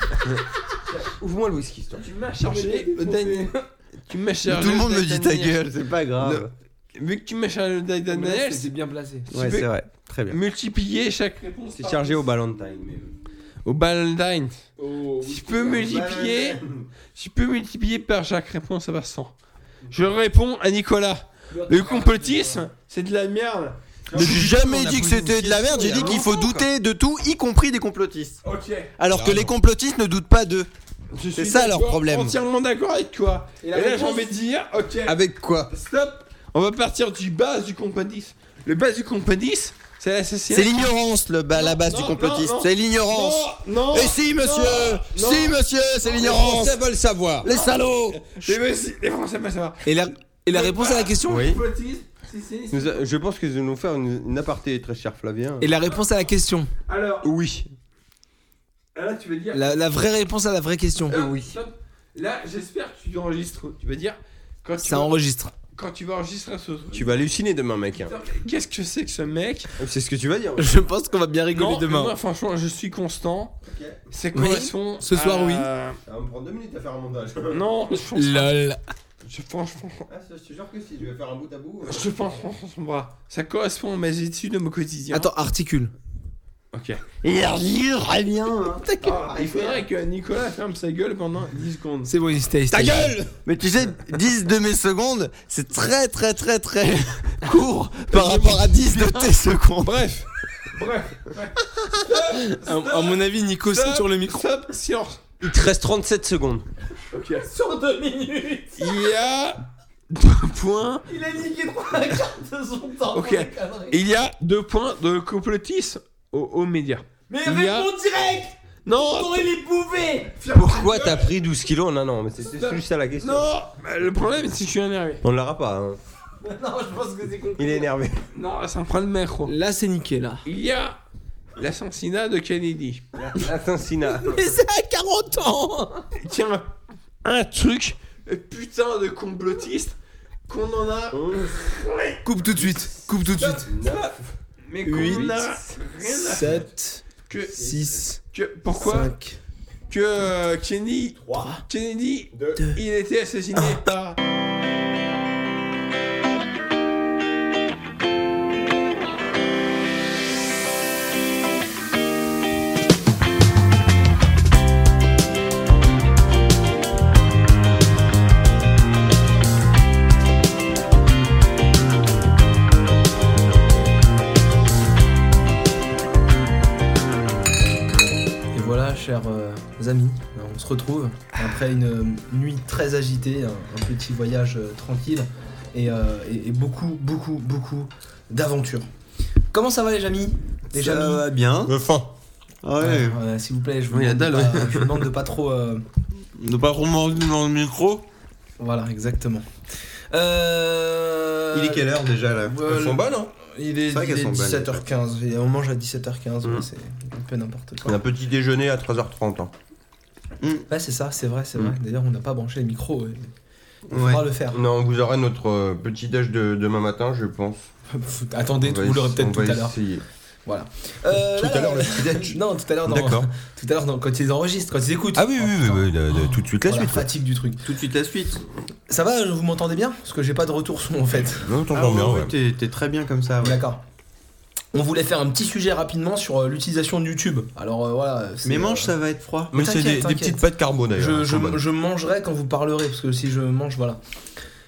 Ouvre-moi le whisky, toi. Tu m'as chargé le Daniel. Tu m'as chargé. Tout le monde Jack me dit ta Daniels. gueule, c'est pas grave. Vu que tu m'as chargé le Jack Daniels, C'est bien placé. Ouais, peux- c'est vrai. Très bien. multiplier chaque réponse. C'est par- chargé au Valentine. Au Valentine. Oh, Tu peux multiplier. Tu peux multiplier par chaque réponse à cent. Je réponds à Nicolas. Le complotisme, c'est de la merde. Mais j'ai jamais dit que c'était de la merde, j'ai dit qu'il faut douter de tout, y compris des complotistes. Ok. Alors que les complotistes ne doutent pas d'eux. Je C'est suis ça, leur d'accord, problème. Entièrement d'accord avec toi. Et, la là, j'ai réponse- envie de dire, ok. Avec quoi? Stop. On va partir du base du complotisme. Le base du complotisme, c'est l'assassinat. C'est l'ignorance, le, ba- la base Non, du non, complotiste. non, C'est l'ignorance. Non, non. Et si, monsieur non, Si, non. monsieur, c'est Les l'ignorance. Français veulent savoir. Les salauds. Les, Français- les Français veulent savoir. Et la, et la réponse à la question Oui. Complotisme, c'est- c'est- Nous a- je pense que nous allons faire une, une aparté, très cher Flavien. Et la réponse à la question. Alors, Oui. là, tu veux dire. La, la vraie réponse à la vraie question. Ah, stop. Là, j'espère que tu enregistres. Tu vas dire. Quand tu, Ça vas, enregistre. quand tu vas enregistrer ce truc. Tu vas halluciner demain, mec. hein. Qu'est-ce que c'est que ce mec? C'est ce que tu vas dire. Je pense qu'on va bien rigoler Non, demain. moi, franchement, je suis constant. C'est Oui. correspond. Ce soir, à- oui. Ça va me prendre deux minutes à faire un montage. Non, je pense. Lol. Je franchement. Ah, ça, je te jure que si, je vais faire un bout à bout. euh. Je pense franchement son bras. Ça correspond à mes études de mon quotidien. Attends, articule. Ok. Et très bien. Ah, il faudrait que Nicolas ferme sa gueule pendant dix secondes. C'est bon, il stay. Ta gueule. Mais tu sais, dix de mes secondes, c'est très très très très court par rapport à dix de tes secondes. Bref. Bref. À, à mon avis, Nico, c'est sur le micro. Stop, silence. Il te reste trente-sept secondes. Ok. Sur deux minutes. Il y a deux points. Il a niqué trois quarts de son temps. Ok. Il y a deux points de complotisme aux, aux médias. Mais Il y a- réponds direct. Non. il est bouffé. Pourquoi t'as pris douze kilos? Non, non, mais c'est c'est juste ça la question. Non. Bah, le problème, c'est que je suis énervé. On l'aura pas. Hein. Non, je pense que c'est con. Il est énervé. Non, ça me prend le micro. Là, c'est niqué, là. Il y a l'assassinat de Kennedy. Assassinat. Mais c'est à quarante ans. Tiens, un truc, putain de complotiste, qu'on en a. Coupe tout de suite. Coupe tout de suite. Mais qu'on Huit, a rien à sept, que, six, que pourquoi cinq. que euh, Kennedy, Kennedy, deux. il était assassiné par. Et voilà, chers euh, amis, on se retrouve après une euh, nuit très agitée, un, un petit voyage euh, tranquille et, euh, et- et beaucoup, beaucoup, beaucoup d'aventures. Comment ça va les amis Les Ça amis va bien. Fin. Ouais. Ouais, ouais, s'il vous plaît, je vous, Oui, la demande, de dalle, pas, je vous demande de pas trop. euh, Ne pas trop manger dans le micro. Voilà, exactement. Euh... Il est quelle heure déjà là Euh, Elles sont bonnes, hein. Il est, C'est vrai il qu'elles est sont bonnes, dix-sept heures quinze. Et on mange à dix-sept heures quinze, Mm. ouais, c'est un peu n'importe On a quoi. un petit déjeuner à treize heures trente. Hein. Ouais, c'est ça, c'est vrai, c'est Mm. vrai. D'ailleurs, on n'a pas branché les micros. et Il Ouais. faudra le faire. Non, vous aurez notre euh, petit déj de demain matin, je pense. Attendez, On va vous l'aurez essa- peut-être on tout va à l'heure. essayer. Voilà. Euh, Tout là, à l'heure, là, le petit déj. Non, tout à l'heure, non. D'accord. Tout à l'heure, non, quand ils enregistrent, quand ils écoutent. Ah oui, oui, oui, putain. oui, de- de- tout de suite la Oh, suite. quoi. fatigue du truc. Tout de suite la suite. Ça va, vous m'entendez bien? Parce que j'ai pas de retour son en fait. Non, t'entends bien, ouais. T'es t'es très bien comme ça. Ouais. D'accord. On voulait faire un petit sujet rapidement sur euh, l'utilisation de YouTube. Alors euh, voilà. c'est, Mes euh, manches, ça va être froid. Mais c'est T'inquiète, des, des t'inquiète. petites pâtes carbo d'ailleurs. Je, elles je, sont bonnes. je mangerai quand vous parlerez, parce que si je mange, voilà.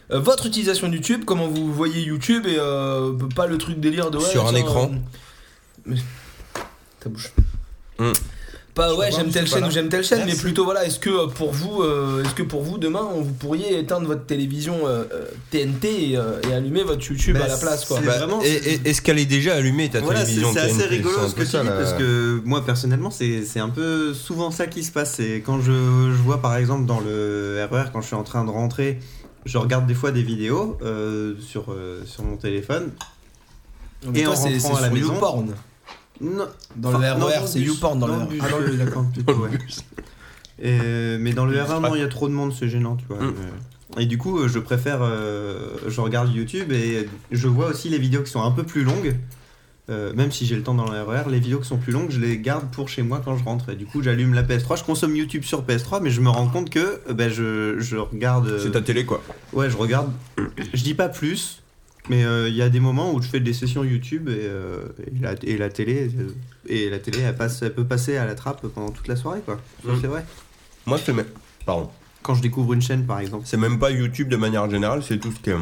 euh, votre utilisation de YouTube, comment vous voyez YouTube et euh, pas le truc délire de ouais, Sur un tiens, écran. euh, mais... Ta bouche. Mm. Pas ouais, vois, j'aime je telle suis chaîne pas ou là. j'aime telle chaîne, Merci. mais plutôt voilà, est-ce que euh, pour vous, euh, est-ce que pour vous demain, vous pourriez éteindre votre télévision euh, euh, T N T et, euh, et allumer votre YouTube Bah, à la place quoi. c'est Bah, vraiment- et, et- est-ce qu'elle est déjà allumée ta Voilà, c'est télévision c'est assez T N T? rigolo C'est un ce peu que tu ça, dis là. parce que moi personnellement c'est c'est un peu souvent ça qui se passe. C'est quand je, je vois par exemple dans le R E R quand je suis en train de rentrer, je regarde des fois des vidéos euh, sur, euh, sur mon téléphone. Mais et toi, en c'est rentrant c'est à la sur maison- YouPorn. Non, Dans le enfin, R E R, non, dans c'est bus. YouPorn dans le R E R. bus, Ah, dans le euh, d'accord, plutôt, ouais. bus. Et, mais dans le R un, non, il y a trop de monde, c'est gênant, tu vois. Mm. Euh, Et du coup, euh, je préfère, euh, je regarde YouTube et je vois aussi les vidéos qui sont un peu plus longues. Euh, même si j'ai le temps dans le R E R, les vidéos qui sont plus longues, je les garde pour chez moi quand je rentre. Et du coup, j'allume la P S trois. Je consomme YouTube sur P S trois, mais je me rends compte que euh, ben, je, je regarde. euh, C'est ta télé quoi. Ouais, je regarde. Je dis pas plus, mais euh, il y a des moments où je fais des sessions YouTube et, euh, et, la, et la télé, euh, et la télé, elle, passe, elle peut passer à la trappe pendant toute la soirée, quoi. Ça, Mm. c'est vrai. Moi c'est même. Pardon. Quand je découvre une chaîne, par exemple. C'est même pas YouTube de manière générale, c'est tout ce qui est. euh,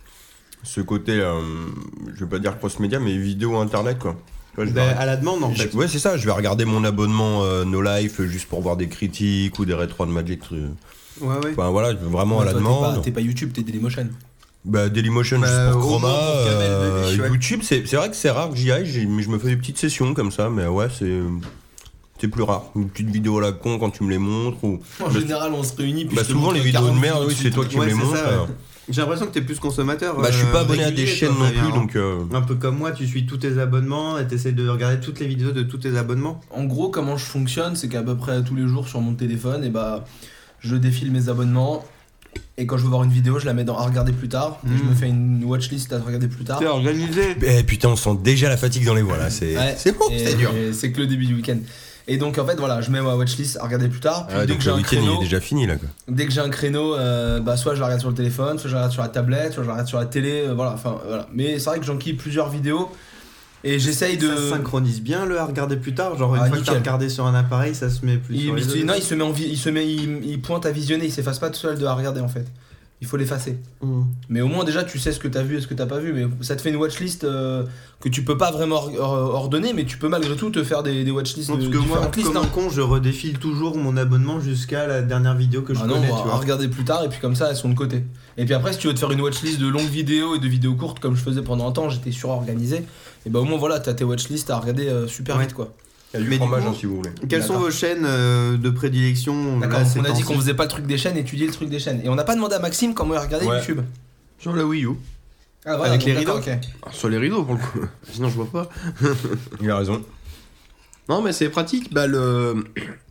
Ce côté, euh, je vais pas dire cross-média, mais vidéo internet quoi. Tu vois, je vais Ben, à la demande, en Je- fait. ouais, c'est ça, je vais regarder mon abonnement euh, No Life juste pour voir des critiques ou des rétros de Magic. truc. Ouais, ouais. Enfin voilà, vraiment à la Toi, t'es demande. pas- T'es pas YouTube, t'es Dailymotion. Bah, Dailymotion Bah, juste pour au Chroma. moins pour Kamel euh, Bebiche, ouais. YouTube, c'est c'est vrai que c'est rare que j'y aille, j'ai- mais je me fais des petites sessions comme ça, mais ouais, c'est. C'est plus rare. Une petite vidéo à la con quand tu me les montres. Ou... En Bah, général, on se réunit. Puis bah, je te souvent montre les vidéos de quarante merde, oui, vidéos c'est toi dessus. qui me Ouais, les c'est montres. ça, euh. ouais. J'ai l'impression que t'es plus consommateur. Bah, je suis pas euh, abonné à des régulier, chaînes toi, non plus, Flavien, hein. donc. euh, Un peu comme moi, tu suis tous tes abonnements et t'essaies de regarder toutes les vidéos de tous tes abonnements. En gros, comment je fonctionne, c'est qu'à peu près tous les jours sur mon téléphone, et bah, je défile mes abonnements. Et quand je veux voir une vidéo, je la mets dans à regarder plus tard. Et je Mm. me fais une watchlist à regarder plus tard. T'es organisé. Eh putain, on sent déjà la fatigue dans les voix là. C'est Ouais. c'est bon, Et- c'est dur. et c'est que le début du week-end. Et donc en fait voilà, je mets ma watchlist à regarder plus tard. Puis Ah, dès donc que j'ai le un week-end il créneau, est déjà fini là quoi. dès que j'ai un créneau, euh, bah soit je la regarde sur le téléphone, soit je la regarde sur la tablette, soit je la regarde sur la télé, euh, voilà. Enfin voilà. Mais c'est vrai que j'enquille plusieurs vidéos et j'essaye de. Ça synchronise bien le à regarder plus tard. Genre une Ah, fois que t'as nickel. regardé sur un appareil, ça se met plus Il, sur les il- autres. non, il se met en vi- il se met, il, il pointe à visionner, il s'efface pas tout seul de à regarder en fait. Il faut l'effacer. Mmh. Mais au moins déjà tu sais ce que t'as vu et ce que t'as pas vu. Mais ça te fait une watchlist euh, que tu peux pas vraiment or- or- ordonner, mais tu peux malgré tout te faire des, des watchlists Non, de parce que moi, différentes listes. comme hein. un con, je redéfile toujours mon abonnement jusqu'à la dernière vidéo que je Ah non, connais, on tu va vois. regarder plus tard et puis comme ça elles sont de côté. Et puis après si tu veux te faire une watchlist de longues vidéos et de vidéos courtes comme je faisais pendant un temps, j'étais surorganisé. Et bah au moins voilà, t'as tes watchlists à regarder euh, super Ouais. vite quoi. Il y a du Mais du fromage coup- hein, si vous voulez. Quelles sont D'accord. vos chaînes euh, de prédilection D'accord, là, ces on a dit temps-ci qu'on faisait pas le truc des chaînes, étudier le truc des chaînes. Et on n'a pas demandé à Maxime comment il regardait Ouais. YouTube. Sur la Wii U. Ah, Avec donc les d'accord, rideaux ok. Ah, sur les rideaux pour le coup. Sinon je vois pas. Il a raison. Non mais c'est pratique. Bah le.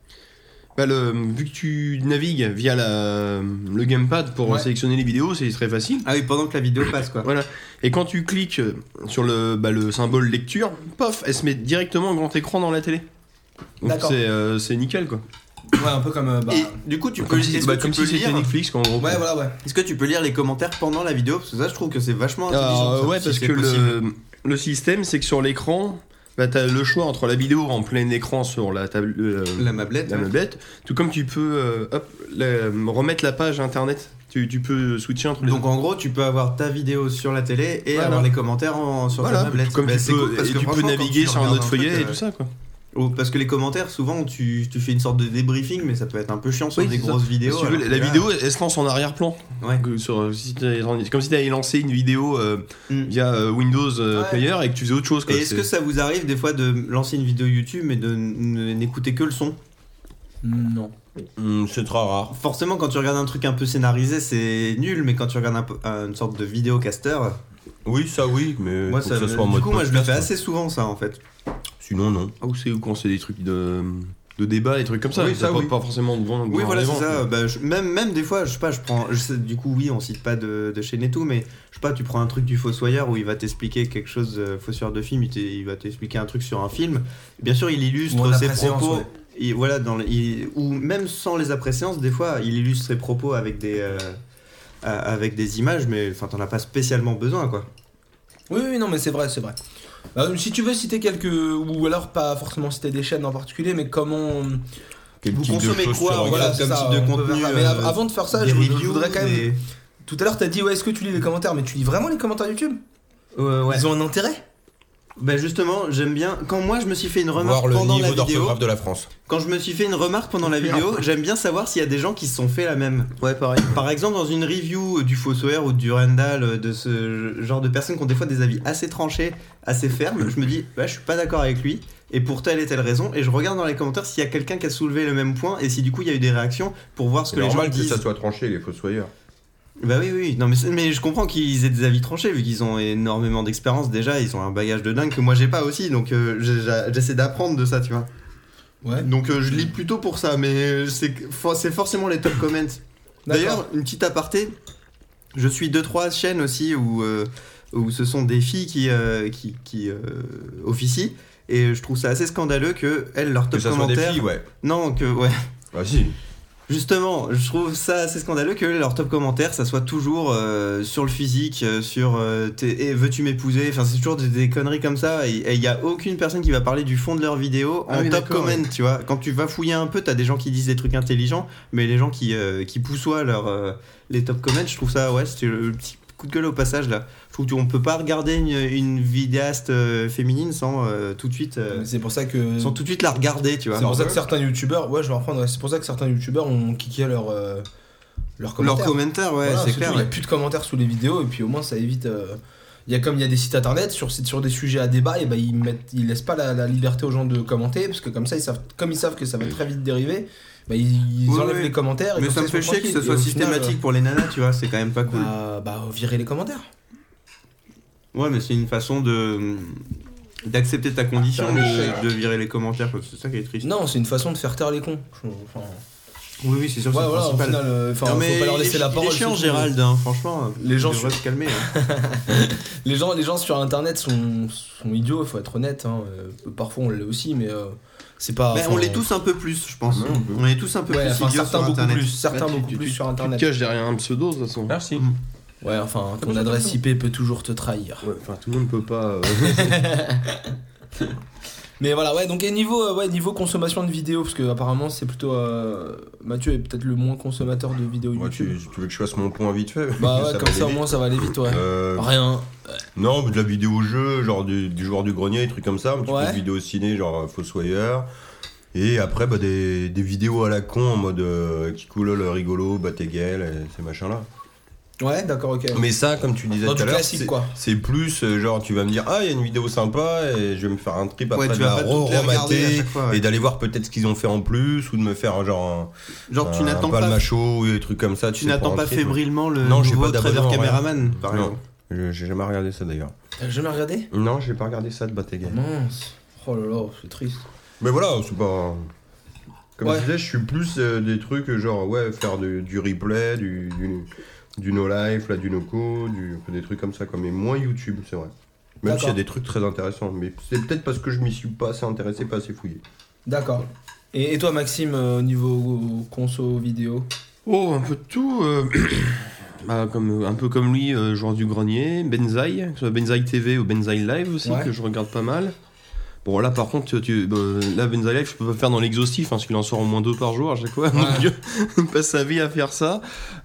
Bah le. Vu que tu navigues via la, le gamepad pour Ouais. sélectionner les vidéos, c'est très facile. Ah oui, pendant que la vidéo passe quoi. Voilà. Et quand tu cliques sur le, bah, le symbole lecture, pof, elle se met directement en grand écran dans la télé. Donc D'accord. c'est euh, c'est nickel quoi. Ouais, un peu comme. euh, bah... Et du coup, tu peux, Comme si, est-ce bah, que comme tu peux si c'était lire Netflix quoi, en gros. Ouais, voilà, ouais. Est-ce que tu peux lire les commentaires pendant la vidéo? Parce que ça, je trouve que c'est vachement intelligent. Alors, ça, ouais, si parce c'est que possible. le, le système, c'est que sur l'écran, bah, t'as le choix entre la vidéo en plein écran sur la table, euh, La mablette. la ouais. tablette, tout comme tu peux euh, hop, la- remettre la page internet. Tu, tu peux switcher entre les Donc en gros, tu peux avoir ta vidéo sur la télé et Voilà. avoir les commentaires en, sur voilà, ta tablette. tout comme Bah, tu c'est peux, cool parce et que tu peux franchement, quand naviguer tu sur un regardes autre truc, feuillet et euh, tout ça quoi. Oh, parce que les commentaires, souvent, tu, tu fais une sorte de débriefing, mais ça peut être un peu chiant sur Oui, des c'est ça. grosses vidéos. Si tu veux, alors la que là- vidéo, elle se lance en arrière-plan. Ouais. Que sur- si t'as- c'est comme si tu avais lancé une vidéo euh, Mm. via euh, Windows euh, Ouais. Player et que tu faisais autre chose. Quoi. Et est-ce C'est- que ça vous arrive des fois de lancer une vidéo YouTube mais de n- n'écouter que le son? Non. Hmm, c'est très rare. Forcément, quand tu regardes un truc un peu scénarisé, c'est nul, mais quand tu regardes un peu, une sorte de vidéocaster, Oui, ça oui, mais moi, faut ça, que ça soit en du mode coup, moi je le podcast, fais quoi. assez souvent, ça en fait. Sinon, non. Ah, ou c'est ou quand c'est des trucs de, de débat, des trucs comme ça. Oui, T'as ça, pas, oui. pas forcément devant. Oui, voilà, c'est ça. Bah, je- même, même des fois, je sais pas, je prends. Je sais, du coup, oui, on cite pas de, de chaîne et tout, mais je sais pas, tu prends un truc du Fossoyeur où il va t'expliquer quelque chose, euh, Fossoyeur de film, il, t'est- il va t'expliquer un truc sur un film. Bien sûr, il Ou illustre en ses après-séance, propos. ouais. Et voilà, dans le- il- ou même sans les après-séances, des fois, il illustre ses propos avec des, euh, euh, avec des images, mais enfin, t'en as pas spécialement besoin, quoi. Oui, oui, non, mais c'est vrai, c'est vrai. Euh, si tu veux citer quelques. Ou alors pas forcément citer des chaînes en particulier, mais comment. Quel Vous type de consommez choses quoi, tu voilà, regardes c'est comme ça, type de on peut contenu, faire ça. Mais av- euh, avant de faire ça, des je, je reviews, voudrais quand même des- Tout à l'heure, t'as dit ouais, est-ce que tu lis les commentaires? Mais tu lis vraiment les commentaires YouTube? Euh, ouais. Ils ont un intérêt? Bah justement, j'aime bien. Quand moi je me suis fait une remarque Voir le pendant la niveau vidéo, d'orthographe de la France. quand je me suis fait une remarque pendant la vidéo, j'aime bien savoir s'il y a des gens qui se sont fait la même. Ouais, pareil. Par exemple, dans une review du Fossoyeur ou du Randall, de ce genre de personnes qui ont des fois des avis assez tranchés, assez fermes, je me dis, bah, je suis pas d'accord avec lui, et pour telle et telle raison, et je regarde dans les commentaires s'il y a quelqu'un qui a soulevé le même point, et si du coup il y a eu des réactions pour voir ce que C'est les gens normal que disent. ça soit tranché, les fossoyeurs. Bah oui, oui, non mais, c'est- mais je comprends qu'ils aient des avis tranchés, vu qu'ils ont énormément d'expérience déjà, ils ont un bagage de dingue que moi j'ai pas aussi, donc euh, j'ai- j'ai- j'essaie d'apprendre de ça, tu vois. Ouais. Donc euh, je lis plutôt pour ça, mais c'est for- c'est forcément les top comments. D'ailleurs, une petite aparté, je suis deux trois chaînes aussi où, euh, où ce sont des filles qui, euh, qui, qui euh, officient, et je trouve ça assez scandaleux que elles, leurs top Que ça soit des commentaires... filles, ouais. Non, que... ouais. Ah si. Justement, je trouve ça assez scandaleux que leur top commentaire, ça soit toujours euh, sur le physique, euh, sur euh, t'es- eh, veux-tu m'épouser, enfin c'est toujours des, des conneries comme ça, et il y a aucune personne qui va parler du fond de leur vidéo Ah en oui, top d'accord, comment, ouais. tu vois. Quand tu vas fouiller un peu, t'as des gens qui disent des trucs intelligents, mais les gens qui, euh, qui poussoient leur, euh, les top comments, je trouve ça, ouais, c'était le petit coup de gueule au passage là. Je trouve qu'on peut pas regarder une, une vidéaste euh, féminine sans euh, tout de suite... euh, C'est pour ça que. sans tout de suite la regarder, tu vois. C'est pour ça que certains youtubeurs, ouais, je vais reprendre. ouais, C'est pour ça que certains youtubeurs ont kické leur euh, leurs commentaires. Leurs commentaires, ouais, Voilà, c'est tout, clair. Il n'y a ouais. plus de commentaires sous les vidéos et puis au moins ça évite. euh, Il y a comme il y a des sites internet sur sur des sujets à débat et ben ils mettent ils laissent pas la, la liberté aux gens de commenter parce que comme ça ils savent comme ils savent que ça va très vite dériver, bah ils, ils Oui, enlèvent oui. les commentaires. Et Mais comme ça me ils fait sont chier que tranquilles. ce soit Et au final, systématique pour les nanas, tu vois, c'est quand même pas euh, cool. Bah, bah virer les commentaires. Ouais, mais c'est une façon de d'accepter ta condition, C'est un échec. de, de virer les commentaires, quoi. C'est ça qui est triste. Non, c'est une façon de faire taire les cons. Je- Enfin, Oui, oui, c'est sûr, ouais, c'est voilà, le au principal. final, euh, enfin, Non, faut mais pas leur il est- laisser la parole. Il est chiant, surtout. Gérald, hein, franchement. Les il gens devrait sur- se calmer. hein. Les gens, les gens sur internet sont, sont idiots, il faut être honnête. Hein. Euh, Parfois on l'est aussi, mais euh, c'est pas. Mais enfin, on l'est tous un peu plus, je pense. Non, on peut. On est tous un peu Ouais, plus enfin, idiots certains sur beaucoup internet. plus, certains Ouais, tu- beaucoup tu- plus tu- sur Tu te internet. caches derrière un pseudo de toute façon. Merci. Ouais, enfin, ton adresse I P peut toujours te trahir. Ouais, enfin, tout le monde peut pas. euh, Mais voilà, ouais, donc et niveau, euh, ouais, niveau consommation de vidéos, parce que apparemment c'est plutôt. euh, Mathieu est peut-être le moins consommateur de vidéos ouais, YouTube. tu, tu veux que je fasse mon point vite fait? Bah ouais, va comme aller ça au vite. moins ça va aller vite, ouais. Euh, Rien. Non, mais de la vidéo jeu, genre du, du joueur du grenier, des trucs comme ça, un petit Ouais. peu de vidéo ciné, genre euh, Fossoyeur. Et après, bah, des, des vidéos à la con en mode euh, qui coule le rigolo, bat tes gueules, et ces machins-là. Ouais, d'accord, ok. Mais ça, comme tu disais Dans tout du à l'heure, classique, c'est- quoi. c'est plus euh, genre tu vas me dire ah il y a une vidéo sympa et je vais me faire un trip après Ouais, tu de vas la pas toutes les regarder à re-remater chaque fois, ouais. et d'aller voir peut-être ce qu'ils ont fait en plus ou de me faire un genre un, Genre, tu un n'attends palma pas, show ou des trucs comme ça. tu sais, pour n'attends un pas trip. fébrilement le Non, j'ai nouveau pas Trader d'abonnement, rien. Caméraman, par Non. exemple. Je- J'ai jamais regardé ça d'ailleurs. T'as jamais regardé? Non, j'ai pas regardé ça de bat tes gueules. Mince. Oh là là, c'est triste. Mais voilà, c'est pas. Comme Ouais. je disais, je suis plus euh, des trucs euh, genre ouais faire du, du replay, du, du, du no life, là, du no co, du, des trucs comme ça quoi. Mais moins YouTube, c'est vrai. Même D'accord. s'il y a des trucs très intéressants, mais c'est peut-être parce que je m'y suis pas assez intéressé, pas assez fouillé. D'accord. Et, et toi, Maxime, euh, au niveau conso vidéo? Oh, un peu de tout. euh, bah, comme, un peu comme lui, euh, joueur du grenier, Benzaï, que ce soit Benzaï T V ou Benzaï Live aussi, Ouais. que je regarde pas mal. Bon, là par contre, tu, bah, là, Benzaï Live, je peux pas faire dans l'exhaustif, hein, parce qu'il en sort au moins deux par jour à chaque fois. Ouais. Donc, il passe sa vie à faire ça.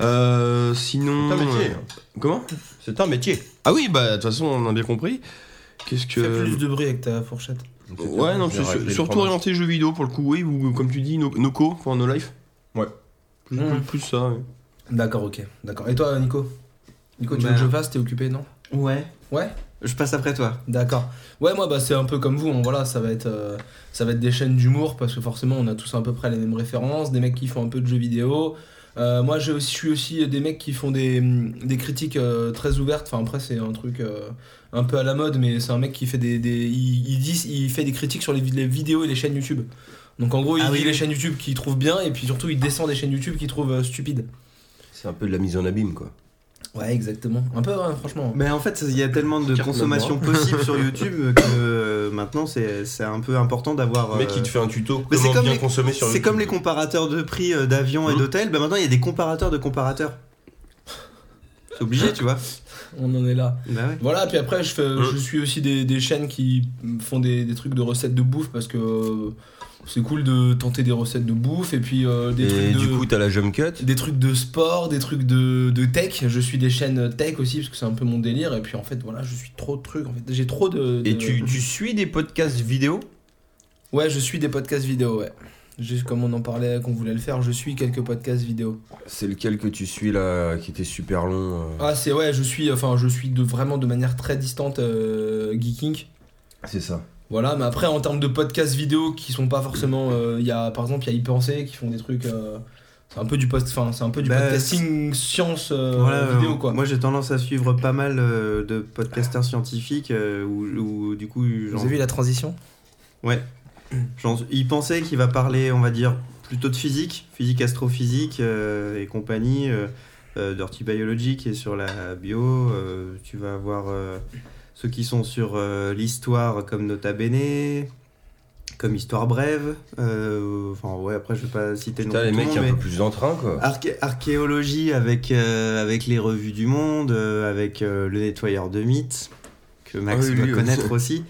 Euh, sinon. C'est un métier. euh, Comment? C'est un métier. Ah oui, bah, de toute façon, on a bien compris. Qu'est-ce que. Fais plus de bruit avec ta fourchette. Ouais, non, Je c'est vais sur- régler le surtout fromage. orienté jeux vidéo pour le coup, oui, ou comme tu dis, no, Noco pour No Life. Ouais. Plus, Mmh. plus, plus ça, ouais. D'accord, ok. D'accord. Et toi, Nico? Nico, tu Bah. veux que je fasse? T'es occupé, non? Ouais. Ouais? Je passe après toi. D'accord. Ouais, moi, bah, c'est un peu comme vous. hein, voilà, ça va être, euh, ça va être des chaînes d'humour parce que forcément, on a tous à peu près les mêmes références. Des mecs qui font un peu de jeux vidéo. Euh, moi, j'ai aussi- je suis aussi des mecs qui font des, des critiques euh, très ouvertes. Enfin, après, c'est un truc euh, un peu à la mode, mais c'est un mec qui fait des, des il, il dit, il fait des critiques sur les, vid- les vidéos et les chaînes YouTube. Donc, en gros, il Ah dit oui, les oui. chaînes YouTube qu'il trouve bien et puis surtout, il descend des chaînes YouTube qu'il trouve euh, stupides. C'est un peu de la mise en abîme quoi. Ouais, exactement. Un peu, ouais, franchement. Mais en fait, il y a tellement de Carte consommation possible sur YouTube que euh, maintenant c'est c'est un peu important d'avoir. Le mec euh, qui te fait un tuto mais c'est comment comme bien les- consommer sur C'est YouTube. comme les comparateurs de prix euh, d'avions et Mmh. d'hôtels. Bah maintenant, il y a des comparateurs de comparateurs. C'est obligé, tu vois. On en est là. Bah ouais. Voilà, puis après, je, fais, je suis aussi des, des chaînes qui font des, des trucs de recettes de bouffe parce que euh, c'est cool de tenter des recettes de bouffe et puis euh, des Et trucs du de, coup, t'as la jump cut. des trucs de sport, des trucs de, de tech. Je suis des chaînes tech aussi parce que c'est un peu mon délire. Et puis en fait, voilà, je suis trop de trucs. En fait, j'ai trop de. de... Et tu, tu suis des podcasts vidéo? Ouais, je suis des podcasts vidéo, ouais. Juste comme on en parlait, qu'on voulait le faire, je suis quelques podcasts vidéo. C'est lequel que tu suis là, qui était super long euh... Ah, c'est ouais, je suis, enfin, je suis de vraiment de manière très distante euh, Geeking. C'est ça. Voilà, mais après en termes de podcasts vidéo qui sont pas forcément, il euh, y a par exemple il y a Y Penser qui font des trucs, euh, c'est un peu du post, enfin c'est un peu du Bah, podcasting science euh, Voilà, vidéo euh, quoi. Moi j'ai tendance à suivre pas mal euh, de podcasters scientifiques euh, où, où, du coup. Vous avez vu la transition? Ouais. Genre, il pensait qu'il va parler, on va dire, plutôt de physique, physique astrophysique euh, et compagnie. Euh, euh, Dirty Biology qui est sur la bio. Euh, tu vas avoir euh, ceux qui sont sur euh, l'histoire comme Nota Bene, comme Histoire Brève. Euh, enfin, ouais, après je vais pas citer non Putain, plus. les tout le mecs monde, un mais peu plus en train quoi. arché- archéologie avec, euh, avec les revues du monde, euh, avec euh, le nettoyeur de mythes, que Max Ah oui, doit lui, connaître ouais. aussi.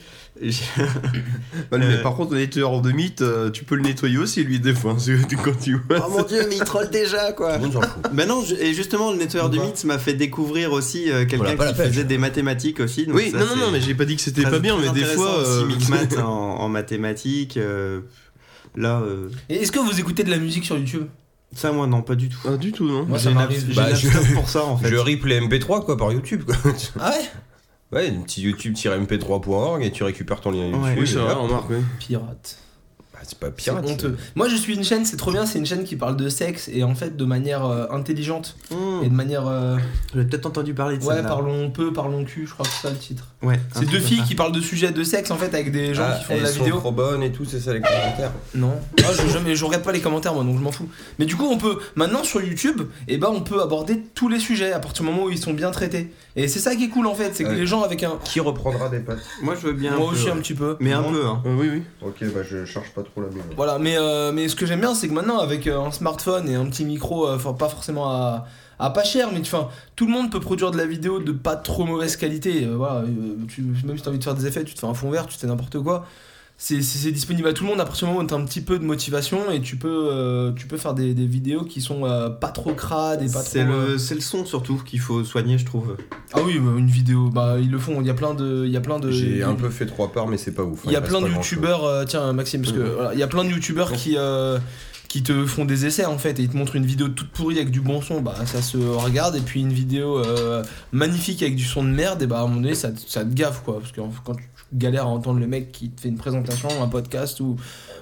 Ouais, mais Euh, par contre, le nettoyeur de mythes, euh, tu peux le nettoyer aussi lui des fois. hein, quand tu vois. Oh mon dieu, mais il troll déjà quoi! Tout le monde s'en fout. Ben non, je- et justement, le nettoyeur de mythes m'a fait découvrir aussi euh, quelqu'un Voilà, pas qui la pêche. faisait des mathématiques aussi. Donc Oui, ça, non, non, c'est non, mais j'ai pas dit que c'était très- pas bien, très mais des intéressant fois. aussi, euh, Micmath en, en mathématiques. euh, là, euh, Et est-ce que vous écoutez de la musique sur YouTube? ça, moi, non, pas du tout. Ah, du tout, non. Moi, J'ai ça une m'arrive. abs- j'ai Bah, une je- absence pour ça en fait. Je rip les M P trois quoi par YouTube quoi. Ah ouais? Ouais, un petit youtube-m p trois point org et tu récupères ton lien YouTube. Ouais. Oui, c'est vrai, remarque, oui. Pirate. Bah, c'est pas C'est pirate. honteux. Moi je suis une chaîne, c'est trop bien, c'est une chaîne qui parle de sexe et en fait de manière euh, intelligente et de manière. euh, J'ai peut-être entendu parler de ça. ouais, parlons peu, parlons cul, je crois que c'est ça le titre. Ouais, un C'est truc deux comme filles ça. qui parlent de sujets de sexe en fait avec des gens Ah, qui font de elles la sont vidéo. trop bonnes et tout, c'est ça les commentaires. Non, ah, je, jamais, je regarde pas les commentaires moi donc je m'en fous. Mais du coup on peut maintenant sur YouTube, et ben on peut aborder tous les sujets à partir du moment où ils sont bien traités. Et c'est ça qui est cool en fait, c'est que Ouais. les gens avec un. Qui reprendra des pattes? Moi, je veux bien. Moi un peu, aussi ouais. un petit peu. Mais un Moi, peu, hein. Oui, oui. Ok, bah je charge pas trop la mienne. Voilà, mais, euh, mais ce que j'aime bien, c'est que maintenant, avec euh, un smartphone et un petit micro, euh, enfin, pas forcément à, à pas cher, mais enfin, tout le monde peut produire de la vidéo de pas trop mauvaise qualité. Euh, voilà, euh, tu, même si t'as envie de faire des effets, tu te fais un fond vert, tu te fais n'importe quoi. C'est, c'est, c'est disponible à tout le monde à partir du moment où t'as un petit peu de motivation et tu peux, euh, tu peux faire des, des vidéos qui sont euh, pas trop crades et pas C'est trop. le, euh, c'est le son surtout qu'il faut soigner, je trouve. Ah oui, bah, une vidéo, bah ils le font, il y a plein de. Il y a plein de J'ai un peu fait trois parts, mais c'est pas ouf. hein, Il y a reste plein de pas grand-chose. youtubeurs, euh, tiens Maxime, parce que Mhm. voilà, il y a plein de youtubeurs qui, euh, qui te font des essais en fait et ils te montrent une vidéo toute pourrie avec du bon son, bah ça se regarde, et puis une vidéo euh, magnifique avec du son de merde, et bah à un moment donné ça, te- ça te gaffe quoi, parce que quand tu galères à entendre le mec qui te fait une présentation, un podcast ou,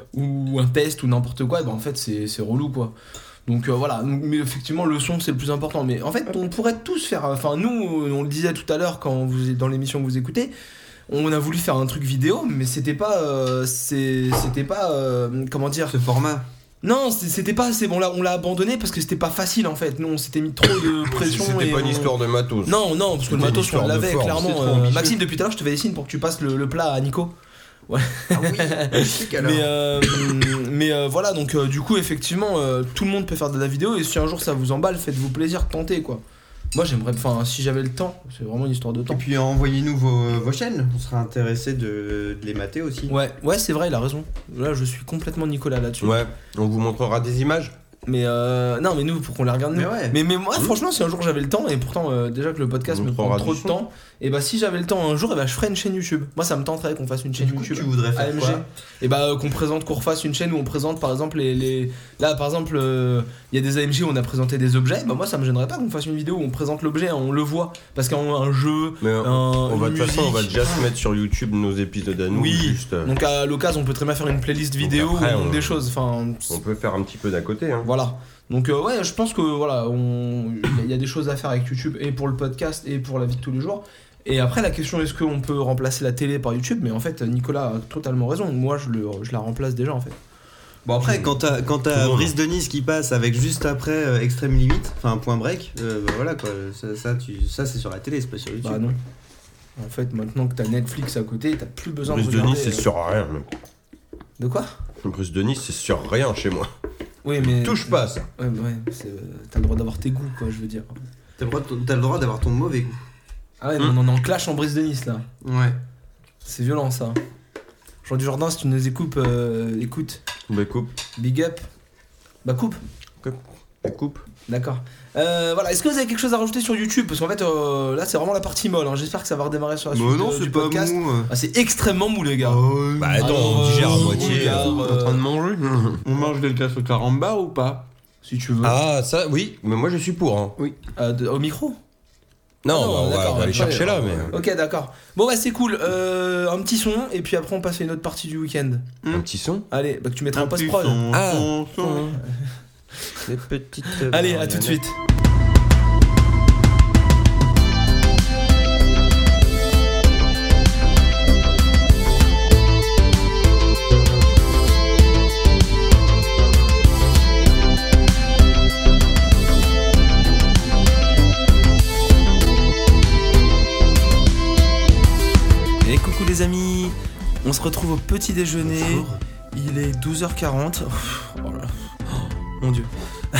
ou un test ou n'importe quoi, bah en fait c'est, c'est relou quoi. Donc euh, voilà, donc, mais effectivement le son c'est le plus important. Mais en fait on pourrait tous faire, enfin nous on le disait tout à l'heure quand vous êtes dans l'émission que vous écoutez, on a voulu faire un truc vidéo mais c'était pas, euh, c'est, c'était pas, euh, comment dire, Ce format. non c'est- c'était pas assez bon là, on l'a abandonné parce que c'était pas facile en fait. Nous on s'était mis trop de pression. C'était et pas on- une histoire de matos. Non non parce que le C'était une matos on histoire de l'avait forme, clairement. c'était trop euh, ambitieux. Maxime depuis tout à l'heure je te fais des signes pour que tu passes le, le plat à Nico. Ah oui, magnifique alors. Mais, euh, mais euh, voilà, donc euh, du coup, effectivement, euh, tout le monde peut faire de la vidéo et si un jour ça vous emballe, faites-vous plaisir, tentez quoi. Moi j'aimerais, enfin, si j'avais le temps, c'est vraiment une histoire de Et temps. puis envoyez-nous vos, vos chaînes, on sera intéressé de, de les mater aussi. Ouais, ouais, c'est vrai, il a raison. Là, je suis complètement Nicolas là-dessus. Ouais, on vous montrera des images. Mais euh, non, mais nous, pour qu'on les regarde nous. Mais ouais. Mais, mais moi, franchement, si un jour j'avais le temps, et pourtant, euh, déjà que le podcast On me prendra prend trop du de son. temps, et bah si j'avais le temps un jour, et bah je ferais une chaîne YouTube. Moi, ça me tenterait qu'on fasse une chaîne Du coup, YouTube. tu voudrais faire A M G. quoi? Et bah euh, qu'on présente, qu'on refasse une chaîne où on présente par exemple les. les... Là, par exemple, euh, il y a des A M G où on a présenté des objets. Bah moi, ça me gênerait pas qu'on fasse une vidéo où on présente l'objet, hein, on le voit. Parce qu'un un jeu, Mais un, on va une de toute façon, on va musique. déjà se mettre sur YouTube nos épisodes à nous. Oui. Juste, euh, Donc à l'occasion, on peut très bien faire une playlist Donc vidéo après, où on montre on- des choses. Enfin, on peut faire un petit peu d'à côté. Hein. voilà. Donc euh, ouais, je pense que voilà, on- il y a des choses à faire avec YouTube et pour le podcast et pour la vie de tous les jours. Et après la question est-ce qu'on peut remplacer la télé par YouTube? Mais en fait Nicolas a totalement raison. Moi je, le, je la remplace déjà en fait. Bon après, quand t'as, quand t'as Tout le monde. Brice de Nice qui passe avec juste après euh, Extrême Limite, enfin Point Break, euh, bah voilà quoi, ça, ça, tu, ça c'est sur la télé, c'est pas sur YouTube. Bah non. En fait maintenant que t'as Netflix à côté, t'as plus besoin Bruce de de regarder. Nice, c'est euh, sur rien. mec. De quoi? Bruce de Nice, c'est sur rien chez moi. Oui mais. Touche pas à ça. Ouais, mais ouais, c'est, euh, t'as le droit d'avoir tes goûts quoi, je veux dire. T'as le droit, de- t'as le droit d'avoir ton mauvais goût. Ah ouais, Hmm. on en clash en Brise de Nice là. Ouais. C'est violent ça. Jean du Jardin, si tu nous écoutes, euh, écoute, Bah coupe. big up. Bah coupe. Coupe. D'accord. Euh, voilà, est-ce que vous avez quelque chose à rajouter sur YouTube? Parce qu'en fait, euh, là c'est vraiment la partie molle. hein. J'espère que ça va redémarrer sur la suite Bah non, euh, c'est du pas podcast. mou. euh. Ah, c'est extrêmement mou, les gars. Bah attends, on Alors, digère à euh, moitié. regarde, euh. T'es en train de euh, manger On mange des glaces au carambar ou pas Si tu veux. Ah ça, oui, mais moi je suis pour. Hein. Euh, de- au micro. Non, Ah non, bah, on va, d'accord, on va aller ouais, chercher là, mais... Ok, d'accord. Bon, bah c'est cool. Euh, un petit son, et puis après on passe à une autre partie du week-end. Un petit son. Allez, bah que tu mettras en Un petit post-prod. son, Ah. son, son. Des petites... Allez, à tout de suite. Et coucou les amis, on se retrouve au petit déjeuner. Il est douze heures quarante. Oh là là. Oh, mon dieu.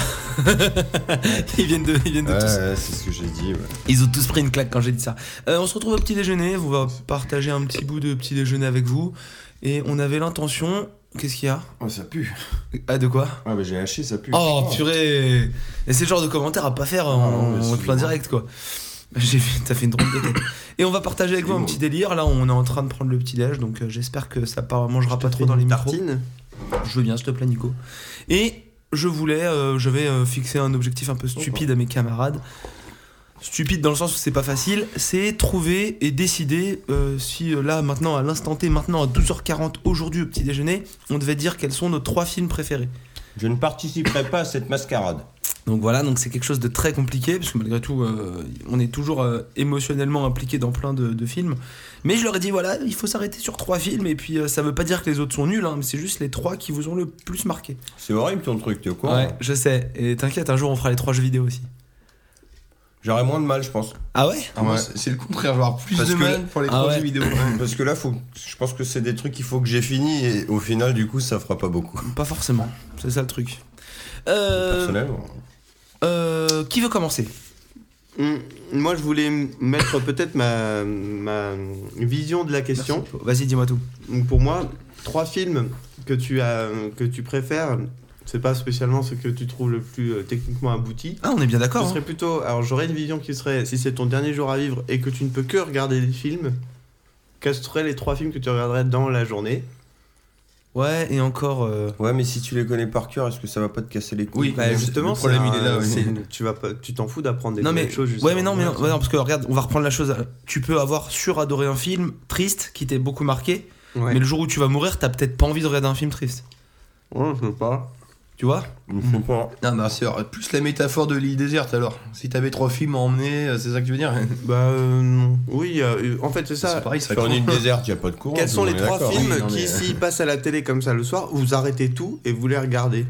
ils viennent de, ils viennent de Ouais, tous. ouais, c'est ce que j'ai dit. Ouais. Ils ont tous pris une claque quand j'ai dit ça. Euh, on se retrouve au petit déjeuner. On va partager un petit bout de petit déjeuner avec vous. Et on avait l'intention. Qu'est-ce qu'il y a? Oh, ça pue. Ah, de quoi? Ah, bah j'ai haché, ça pue. Oh purée. Et c'est le genre de commentaire à pas faire en, non, mais en c'est plein bon. direct quoi. J'ai vu, t'as fait une drôle de tête. Et on va partager avec vous un petit délire. Là, on est en train de prendre le petit déj, donc euh, j'espère que ça pas, mangera pas trop dans les micros. tartines. Je veux bien, s'il te plaît, Nico. Et je voulais, euh, je vais euh, fixer un objectif un peu stupide à mes camarades. Stupide dans le sens où c'est pas facile, c'est trouver et décider euh, si euh, là, maintenant, à l'instant T, maintenant à douze heures quarante, aujourd'hui au petit déjeuner, on devait dire quels sont nos trois films préférés. Je ne participerai pas à cette mascarade. Donc voilà, donc c'est quelque chose de très compliqué, parce que malgré tout, euh, on est toujours euh, émotionnellement impliqué dans plein de, de films. Mais je leur ai dit, voilà, il faut s'arrêter sur trois films, et puis euh, ça veut pas dire que les autres sont nuls, hein, mais c'est juste les trois qui vous ont le plus marqué. C'est horrible ton truc, t'es au courant? Ouais, je sais, et t'inquiète, un jour on fera les trois jeux vidéo aussi. J'aurais moins de mal, je pense. Ah ouais? Ah, moi, Ouais. c'est c'est le contraire, je vais avoir plus Parce de que- mal pour les Ah trois ouais. jeux vidéo. Parce que là, faut... je pense que c'est des trucs qu'il faut que j'ai fini et au final, du coup, ça fera pas beaucoup. Pas forcément, c'est ça le truc. Euh, Personnellement. euh, qui veut commencer? Hum, Moi, je voulais m- mettre peut-être ma, ma vision de la question. Vas-y, dis-moi tout. Donc, pour moi, trois films que tu, as, que tu préfères, c'est pas spécialement ce que tu trouves le plus euh, techniquement abouti. Ah, on est bien Ce d'accord. serait hein. plutôt. Alors, j'aurais une vision qui serait si c'est ton dernier jour à vivre et que tu ne peux que regarder des films, quels seraient les trois films que tu regarderais dans la journée? Ouais, et encore. euh, Ouais, mais si tu les connais par cœur, est-ce que ça va pas te casser les couilles? Oui. Bah, le justement, problème, c'est il est là, un- oui. c'est- tu vas pas, tu t'en fous d'apprendre des Non mais, nouvelles choses. juste ouais mais avant non mais de non, mourir, ouais, non, parce que regarde, on va reprendre la chose. Tu peux avoir suradoré un film triste qui t'ait beaucoup marqué, Ouais. mais le jour où tu vas mourir, t'as peut-être pas envie de regarder un film triste. Ouais, je sais pas. Tu vois? Il me faut pas. Non, bah c'est plus la métaphore de l'île déserte alors. Si t'avais trois films à emmener, euh, c'est ça que tu veux dire? Bah euh, non. Oui, euh, en fait c'est ça. C'est pareil, ça Sur une île déserte, y a pas de courant. Quels tout sont le les monde est trois d'accord. films Oui, non, qui, mais- s'ils passent à la télé comme ça le soir, vous arrêtez tout et vous les regardez?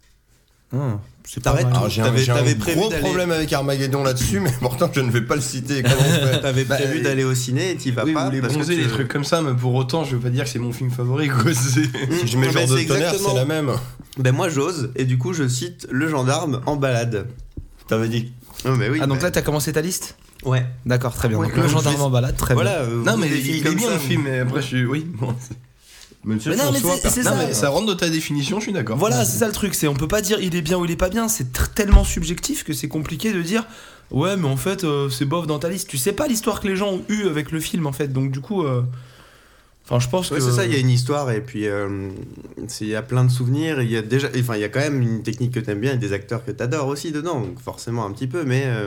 Ah, c'est pas T'arrêtes mal. tout. Alors j'ai un, T'avais- j'ai un t'avais prévu gros d'aller- problème avec Armageddon là-dessus, mais pourtant je ne vais pas le citer. Comment on fait? T'avais Bah, prévu euh, d'aller au ciné et t'y vas Oui, pas ou les parce que bronzés, tu- les trucs comme ça, mais pour autant, je veux pas dire que c'est mon film favori, quoi. C'est- Si je mets Mmh, genre mais de c'est tonnerre, exactement- c'est la même. Ben moi j'ose et du coup je cite Le Gendarme en balade. T'avais dit. Non mais oui. Ah donc bah, là t'as commencé ta liste? ouais. D'accord, très bien. Ouais, Donc le comme gendarme je- en balade, très Voilà. euh, Non, vous, mais des il, films il est comme bien ça, le vous- film, mais après, je suis. Oui, bon. Mais, tu sais, Mais non, mais François, c'est- c'est Non, ça. mais ça rentre dans ta définition, je suis d'accord. Voilà, c'est ça le truc, c'est on peut pas dire il est bien ou il est pas bien, c'est tr- tellement subjectif que c'est compliqué de dire ouais mais en fait euh, c'est bof dans ta liste. Tu sais pas l'histoire que les gens ont eu avec le film en fait, donc du coup, euh, enfin je pense Ouais, que c'est ça, il y a une histoire et puis euh, c'est- il y a plein de souvenirs. Il y a déjà, enfin il y a quand même une technique que t'aimes bien et des acteurs que t'adores aussi dedans, donc forcément un petit peu, mais euh,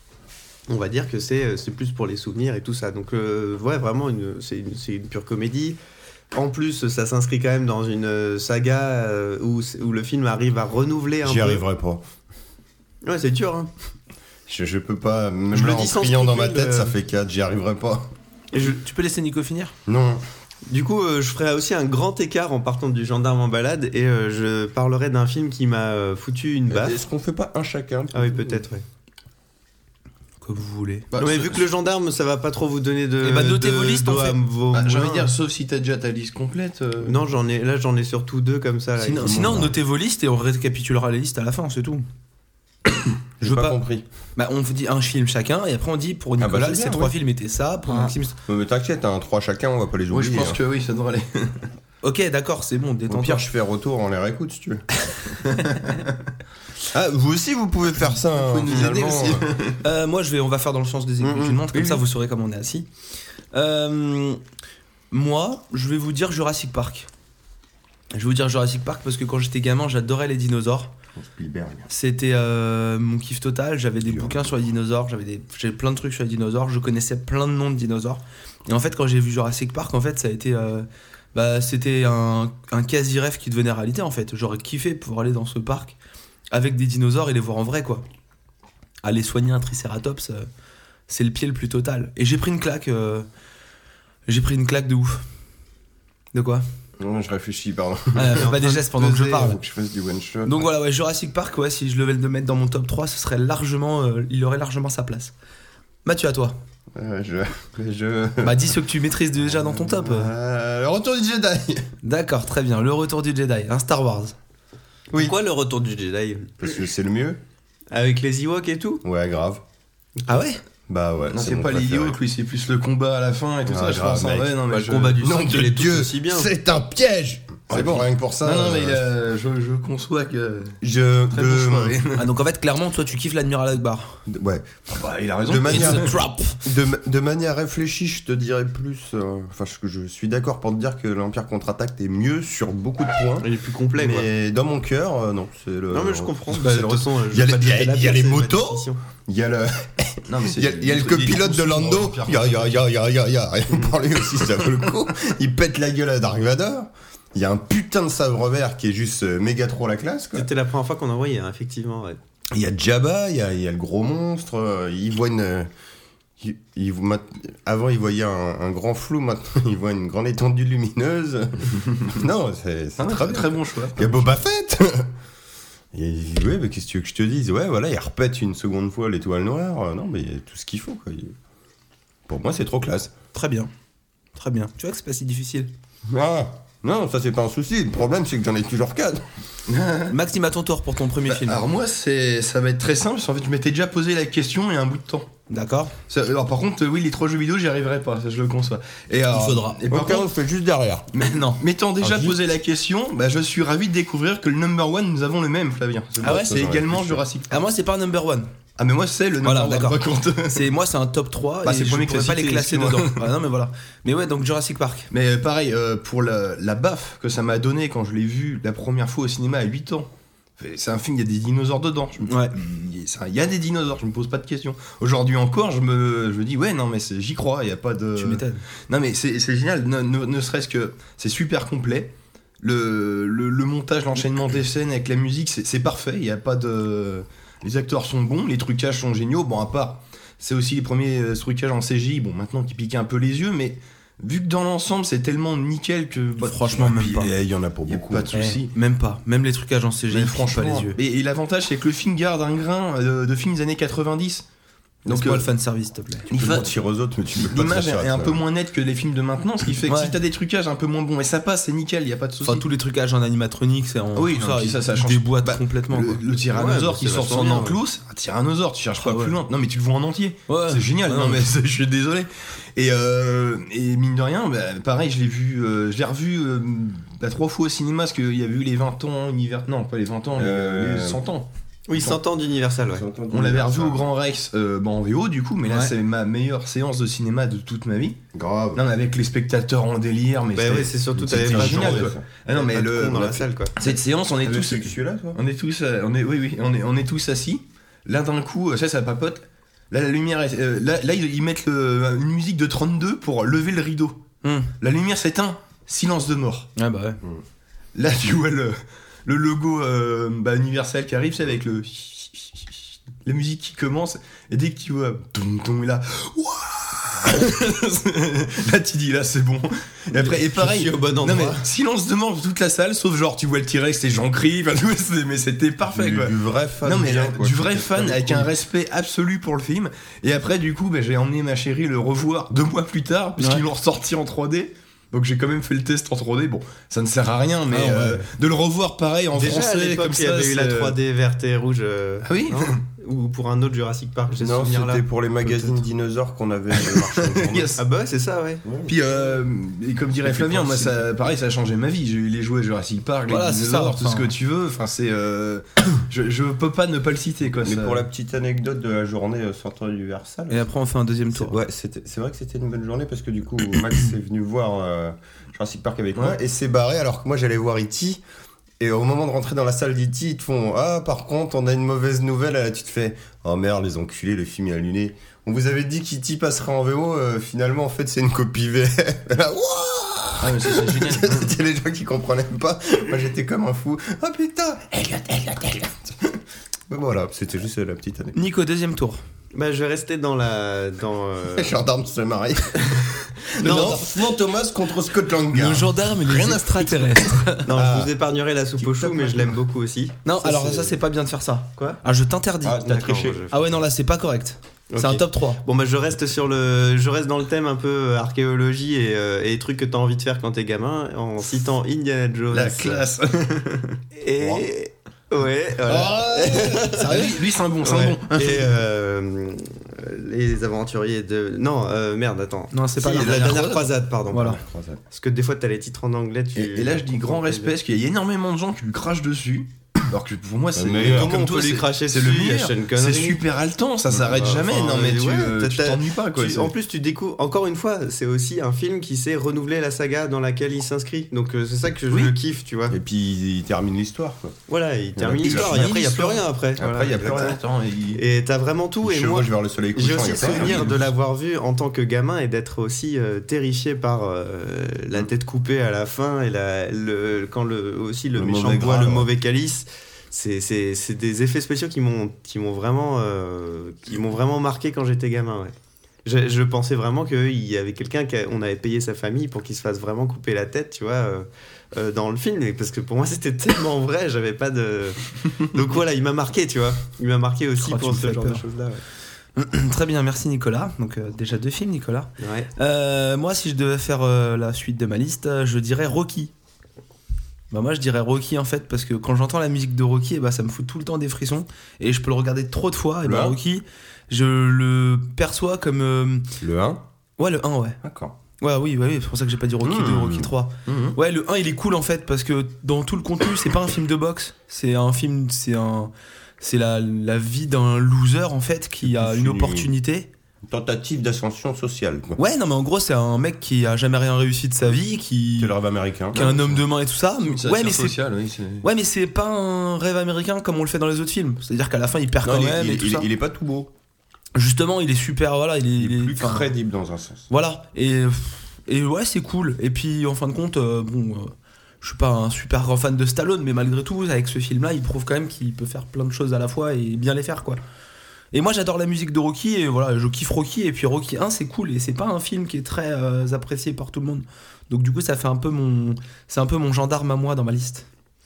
on va dire que c'est c'est plus pour les souvenirs et tout ça. Donc euh, ouais, vraiment une, c'est une, c'est une pure comédie. En plus, ça s'inscrit quand même dans une saga euh, où, où le film arrive à renouveler un j'y peu. arriverai pas. Ouais, c'est dur. Hein. Je, je peux pas. Même Je le là, en dis sans criant dans ma scrupule, tête, euh. ça fait quatre. J'y arriverai pas. Et je, tu peux laisser Nico finir. Non. Du coup, euh, je ferai aussi un grand écart en partant du Gendarme en balade et euh, je parlerai d'un film qui m'a euh, foutu une baffe. Est-ce qu'on fait pas un chacun? Ah oui, peut-être, ouais. Comme vous voulez. Bah, Non, mais sauf- vu que le gendarme, ça va pas trop vous donner de. Eh bah, notez de vos listes, on doigts à fait. vos bah, j'ai envie moulins. de dire, sauf si t'as déjà ta liste complète. euh, Non, j'en ai, là, j'en ai surtout deux comme ça. Là, Sinon, qui- sinon notez vos listes et on récapitulera les listes à la fin, c'est tout. Je Je veux pas pas compris. Bah, on vous dit un film chacun et après on dit pour Ah bah, Nicolas, c'est ces bien, trois ouais. films étaient ça, pour Ah. Maxime. Mais t'inquiète, un trois chacun, on va pas les Oui, oublier. je pense hein. que oui, ça devrait aller. Ok, d'accord, c'est bon, Au détends-toi. pire, je fais retour, on les réécoute si tu veux. Ah, vous aussi, vous pouvez faire ça. hein, pouvez nous aider finalement. aussi. Euh, moi, je vais, on va faire dans le sens des aiguilles Mhm. d'une montre, comme Oui, ça oui. vous saurez comment on est assis. Euh, moi, je vais vous dire Jurassic Park. Je vais vous dire Jurassic Park parce que quand j'étais gamin, j'adorais les dinosaures. Spielberg. C'était euh, mon kiff total. J'avais des bouquins sur les dinosaures, j'avais des, j'avais plein de trucs sur les dinosaures. Je connaissais plein de noms de dinosaures. Et en fait, quand j'ai vu Jurassic Park, en fait, ça a été, euh, bah, c'était un, un quasi rêve qui devenait réalité. En fait, j'aurais kiffé pouvoir aller dans ce parc avec des dinosaures et les voir en vrai, quoi. Aller soigner un tricératops, euh, c'est le pied le plus total. Et j'ai pris une claque. euh, j'ai pris une claque de ouf. De quoi? Non, je réfléchis, pardon. Ah, fais pas des gestes pendant que je parle. Faut que je fasse du one shot. Donc voilà, ouais, Jurassic Park, ouais, si je devais le mettre dans mon top trois, ce serait largement, euh, il aurait largement sa place. Mathieu, à toi. Euh, je. je... Bah dis ce que tu maîtrises déjà dans ton top. Euh, le retour du Jedi. D'accord, très bien. Le retour du Jedi, un Star Wars. Oui. Pourquoi le retour du Jedi? Parce que c'est le mieux. Avec les Ewoks et tout? Ouais, grave. Ah ouais? Bah ouais. Non, c'est mon pas les préféré. Ewoks, lui, c'est plus le combat à la fin et tout Ah, ça, je grave, pense. hein. mec. Ouais, non, mais Bah, le je- combat du Nom sang, de il est tout Dieu, aussi bien. c'est un piège. C'est bon, rien que pour ça. Non, non, mais il euh, a- je, je conçois que. Je. Très de- bon choix, oui. Ah donc en fait, clairement, toi tu kiffes l'Admiral Akbar. de- Ouais. Bah, il a raison. De manière, It's a trap. de, de manière réfléchie, je te dirais plus. euh, Enfin, je, je suis d'accord pour te dire que l'Empire contre-attaque est mieux sur beaucoup de points. Il est plus complet, quoi. Mais dans mon cœur, euh, non. C'est le. Non, mais je comprends. c'est- Bah, c'est de le- toute façon, il y a je les- vais pas il y a- jeter la il y a pierre, les c'est ma motos. décision. Il y a le. Non, mais c'est- Il y a, il y a le il est copilote trop de sombre, Lando. Pierre. Il y a, il y a, il y a, il y a, il y a, il y a rien pour lui aussi, ça vaut le coup. Il pète la gueule à Dark Vador. Il y a un putain de sabre vert qui est juste euh, méga trop la classe, quoi. C'était la première fois qu'on en voyait, hein, effectivement. Ouais. Il y a Jabba, il y a, il y a le gros monstre. euh, Il voit une. euh, il- il- mat- avant, il voyait un, un grand flou, maintenant, il voit une grande étendue lumineuse. Non, c'est c'est Ah, très très, bien. très bon choix. Il y a Boba Fett. Et il dit, ouais, mais qu'est-ce que tu veux que je te dise? Ouais, voilà, il repète une seconde fois l'étoile noire. Euh, Non, mais il y a tout ce qu'il faut, quoi. Il- Pour moi, c'est trop classe. Très bien. Très bien. Tu vois que c'est pas si difficile. Ah, non, ça, c'est pas un souci. Le problème, c'est que j'en ai toujours quatre. Maxime, à ton tour pour ton premier Bah, film. alors moi, c'est, ça va être très simple. En fait, je m'étais déjà posé la question il y a un bout de temps. D'accord. Ça- alors par contre, euh, oui, les trois jeux vidéo, j'y arriverai pas, ça je le conçois. Et alors, faudra. Et par Ok, on contre, fait juste derrière. mais Non. m'étant déjà Ah, posé la question, bah, je suis ravi de découvrir que le number one, nous avons le même, Flavien. C'est Ah bon, ouais, c'est ça, également j'aurais pu Jurassic Park. Ah moi c'est pas un number one. Ah mais moi c'est le number Voilà, one. d'accord. par contre. C'est moi c'est un top trois Bah, et c'est le je premier que pourrais t'as pas les cité, classer excuse-moi. dedans. Ah non mais voilà. Mais ouais donc Jurassic Park. Mais euh, pareil, euh, pour la, la baffe que ça m'a donné quand je l'ai vu la première fois au cinéma à huit ans. C'est un film, il y a des dinosaures dedans. Je me- Ouais. Il y a- ça- il y a des dinosaures, je me pose pas de questions. Aujourd'hui encore, je me, je me dis, ouais, non, mais c'est- j'y crois, il y a pas de. Tu m'étonnes. Non, mais c'est c'est génial, ne, ne- ne serait-ce que c'est super complet. Le, le, le montage, l'enchaînement des scènes avec la musique, c'est c'est parfait, il y a pas de. Les acteurs sont bons, les trucages sont géniaux. Bon, à part, c'est aussi les premiers euh, trucages en C G I, bon, maintenant qui piquaient un peu les yeux, mais vu que dans l'ensemble, c'est tellement nickel que. bah, Franchement, même puis, pas. Et il y en a pour Il y a beaucoup. pas de soucis. Eh, même pas. Même les trucages en C G I Mais ils piquent pas franchement, les yeux. et, et l'avantage c'est que le film garde un grain euh, de, de films des années quatre-vingt-dix. Donc Donc moi euh, le fan service s'il te plaît. Tu peux mentir aux autres, mais tu peux pas te l'image faire est ça, un ça. peu moins nette que les films de maintenant, ce qui fait que Ouais. si t'as des trucages un peu moins bons, mais ça passe, c'est nickel, y a pas de souci. Enfin tous les trucages en animatronique c'est en Ah oui, tout non, ça, puis ça, ils ça change. déboîtent Bah, complètement le, quoi. le tyrannosaure Ouais, qui mais sort c'est son vachement bien, enclos, c'est un tyrannosaure, tu cherches Ah pas ouais. plus loin. Non mais tu le vois en entier. Ouais. C'est génial, Ah non non, mais c'est- je suis désolé. Et, euh, et mine de rien, bah, pareil, je l'ai vu, euh, je l'ai revu euh, bah, trois fois au cinéma parce qu'il y a eu les vingt ans univers, non pas les vingt ans, les- Euh, les cent ans. Oui, cent ans d'Universal, ouais. On l'avait revu au Grand Rex euh, bah, en V O du coup, mais là Ouais. c'est ma meilleure séance de cinéma de toute ma vie. Grave. Non mais avec les spectateurs en délire, mais Bah c'était- ouais, c'est surtout, c'était t'avais pas de génial temps, quoi. ouais. Ah non mais Pas de le con dans la salle, quoi. cette séance on est Avec tous celui-là, toi on est tous euh, on est oui oui on est on est tous assis. Là d'un coup ça ça papote. Là la lumière est- euh, là là ils, ils mettent le- une musique de trente-deux pour lever le rideau. Hmm. La lumière s'éteint, silence de mort. Ah bah ouais. Là tu vois le le logo euh, bah, Universal qui arrive, c'est avec le la musique qui commence et dès que tu vois tom tom et là Ouah là tu dis là c'est bon et après et pareil Je suis au bon non endroit. mais silence de mort de toute la salle sauf genre tu vois le T-Rex les gens crient enfin, tout, c'est- mais c'était parfait Du, quoi du vrai fan. non mais bien, là, quoi. du vrai C'était fan pas avec cool. un respect absolu pour le film et après du coup bah, j'ai emmené ma chérie le revoir deux mois plus tard puisqu'ils Ouais. l'ont ressorti en trois D. Donc j'ai quand même fait le test en trois D. Bon, ça ne sert à rien, mais Ah ouais. euh, de le revoir pareil en Déjà, à français l'époque, comme il y ça. avait eu la c'est- trois D verte et rouge. euh, Ah oui. non ou pour un autre Jurassic Park, j'ai ce Non, souvenir-là. c'était pour les magazines Peut-être. dinosaures qu'on avait marché en journée. Yes. Ah bah ouais, c'est ça, ouais. Puis, euh, et comme dirait Et puis Flavien, pour moi, le ça, pareil, ça a changé ma vie. J'ai eu les jouets Jurassic Park, Voilà, les c'est dinosaures, ça, tout ce enfin. que tu veux. Enfin, c'est, euh, je, je peux pas ne pas le citer, quoi. Mais ça. pour la petite anecdote de la journée euh, Centre Universal. Et après, on fait un deuxième c'est- tour. Ouais, c'était- c'est vrai que c'était une bonne journée parce que du coup, Max est venu voir euh, Jurassic Park avec moi Ouais. et s'est barré alors que moi j'allais voir E T. Et au moment de rentrer dans la salle d'E T, ils te font Ah, par contre, on a une mauvaise nouvelle. Et là, tu te fais Oh merde, les enculés, le film est annulé. On vous avait dit qu'E T passerait en V O. euh, finalement, en fait, c'est une copie V F. Et là, Wouah Ah, mais ça, c'est génial. C'était les gens qui comprenaient pas. Moi, j'étais comme un fou. Oh putain, Elliot, Elliot, Elliot. Ben voilà, c'était juste la petite anecdote. Nico, deuxième tour. Bah, je vais rester dans la. Dans, euh... Les gendarmes se marient. Non, Non, Florent Thomas contre Scott Lang. Le gendarme et les Rien à extraterrestres. non, Ah. je vous épargnerai la soupe au chou, mais je l'aime beaucoup aussi. Non, Ça, alors c'est- ça, c'est pas bien de faire ça. Quoi Ah, je t'interdis. Ah, Ah, t'as D'accord, triché. je- ouais, non, là, c'est pas correct. Ok. C'est un top trois. Bon bah je reste sur le, je reste dans le thème un peu euh, archéologie et, euh, et les trucs que t'as envie de faire quand t'es gamin, en citant Indiana Jones. La classe. Et ouais, voilà. Sérieux, lui, c'est un bon, c'est un Ouais. bon. Et euh, les aventuriers de, non euh, merde attends. Non, c'est pas Si, la la dernière dernière croisade, pardon. Voilà. Parce que des fois t'as les titres en anglais. Tu... Et, et là, je dis grand respect parce qu'il y a énormément de gens qui lui crachent dessus. Alors que pour moi, c'est Le meilleur. Comment comme on toi, peut lui c'est- cracher c'est dessus, le il y a meilleur. Sean Connery. C'est super haletant, ça s'arrête Bah, jamais. enfin, Non, mais tu ouais, euh, t'as- tu t'as- t'ennuies pas, quoi. Tu- c'est- en plus, tu découvres, encore une fois, c'est aussi un film qui sait renouveler la saga dans laquelle il s'inscrit. Donc, euh, c'est ça que je Oui. le kiffe, tu vois. Et puis il termine l'histoire quoi. Voilà, il termine puis, l'histoire il et finit après, il n'y a plus l'histoire. rien après. Après, Voilà. il y a plus rien. Attends, il- Et t'as vraiment tout. Il Et moi, chevauche vers le soleil couchant. j'ai il y aussi a pas rien. souvenir de l'avoir vu en tant que gamin et d'être aussi euh, terrifié par euh, la tête coupée à la fin et la, le, quand le, aussi le, Le méchant mauvais boit gras, le ouais. mauvais calice. C'est, c'est, c'est des effets spéciaux qui m'ont, qui m'ont vraiment, euh, qui m'ont vraiment marqué quand j'étais gamin. Ouais. Je, je pensais vraiment qu'il y avait quelqu'un qu'on avait payé sa famille pour qu'il se fasse vraiment couper la tête, tu vois, euh, euh, dans le film. Et parce que pour moi, c'était tellement vrai, j'avais pas de. Donc voilà, il m'a marqué, tu vois. Il m'a marqué aussi Oh, tu pour me ce fais genre peur. de choses-là. Ouais. Très bien, merci Nicolas. Donc euh, déjà deux films, Nicolas. Ouais. Euh, moi, si je devais faire euh, la suite de ma liste, euh, je dirais Rocky. Bah moi je dirais Rocky en fait parce que quand j'entends la musique de Rocky eh bah, ça me fout tout le temps des frissons et je peux le regarder trop de fois et Le bah, un Rocky je le perçois comme euh, Le un. ouais le un ouais D'accord. ouais oui ouais, oui c'est pour ça que j'ai pas dit Rocky Mmh. deux Rocky trois Mhm. ouais le un il est cool en fait parce que dans tout le contenu c'est pas un film de boxe c'est un film c'est un c'est la, la vie d'un loser en fait qui a plus une une- opportunité. Tentative d'ascension sociale quoi. Ouais non mais en gros c'est un mec qui a jamais rien réussi de sa vie qui, C'est le rêve américain. qui est un homme de main et tout ça C'est ouais un mais c'est social, oui, c'est- Ouais, mais c'est pas un rêve américain comme on le fait dans les autres films. C'est-à-dire qu'à la fin, il perd Non, quand il, est- même il et est- tout il ça. est- il est pas tout beau. Justement, il est super. Voilà, il est, Il est il est- plus enfin, crédible dans un sens. Voilà. Et, et ouais, c'est cool. Et puis, en fin de compte, euh, bon, euh, je suis pas un super grand fan de Stallone, mais malgré tout, avec ce film-là, il prouve quand même qu'il peut faire plein de choses à la fois et bien les faire, quoi. Et moi, j'adore la musique de Rocky et voilà, je kiffe Rocky. Et puis Rocky un, c'est cool et c'est pas un film qui est très euh, apprécié par tout le monde. Donc du coup, ça fait un peu mon, c'est un peu mon gendarme à moi dans ma liste.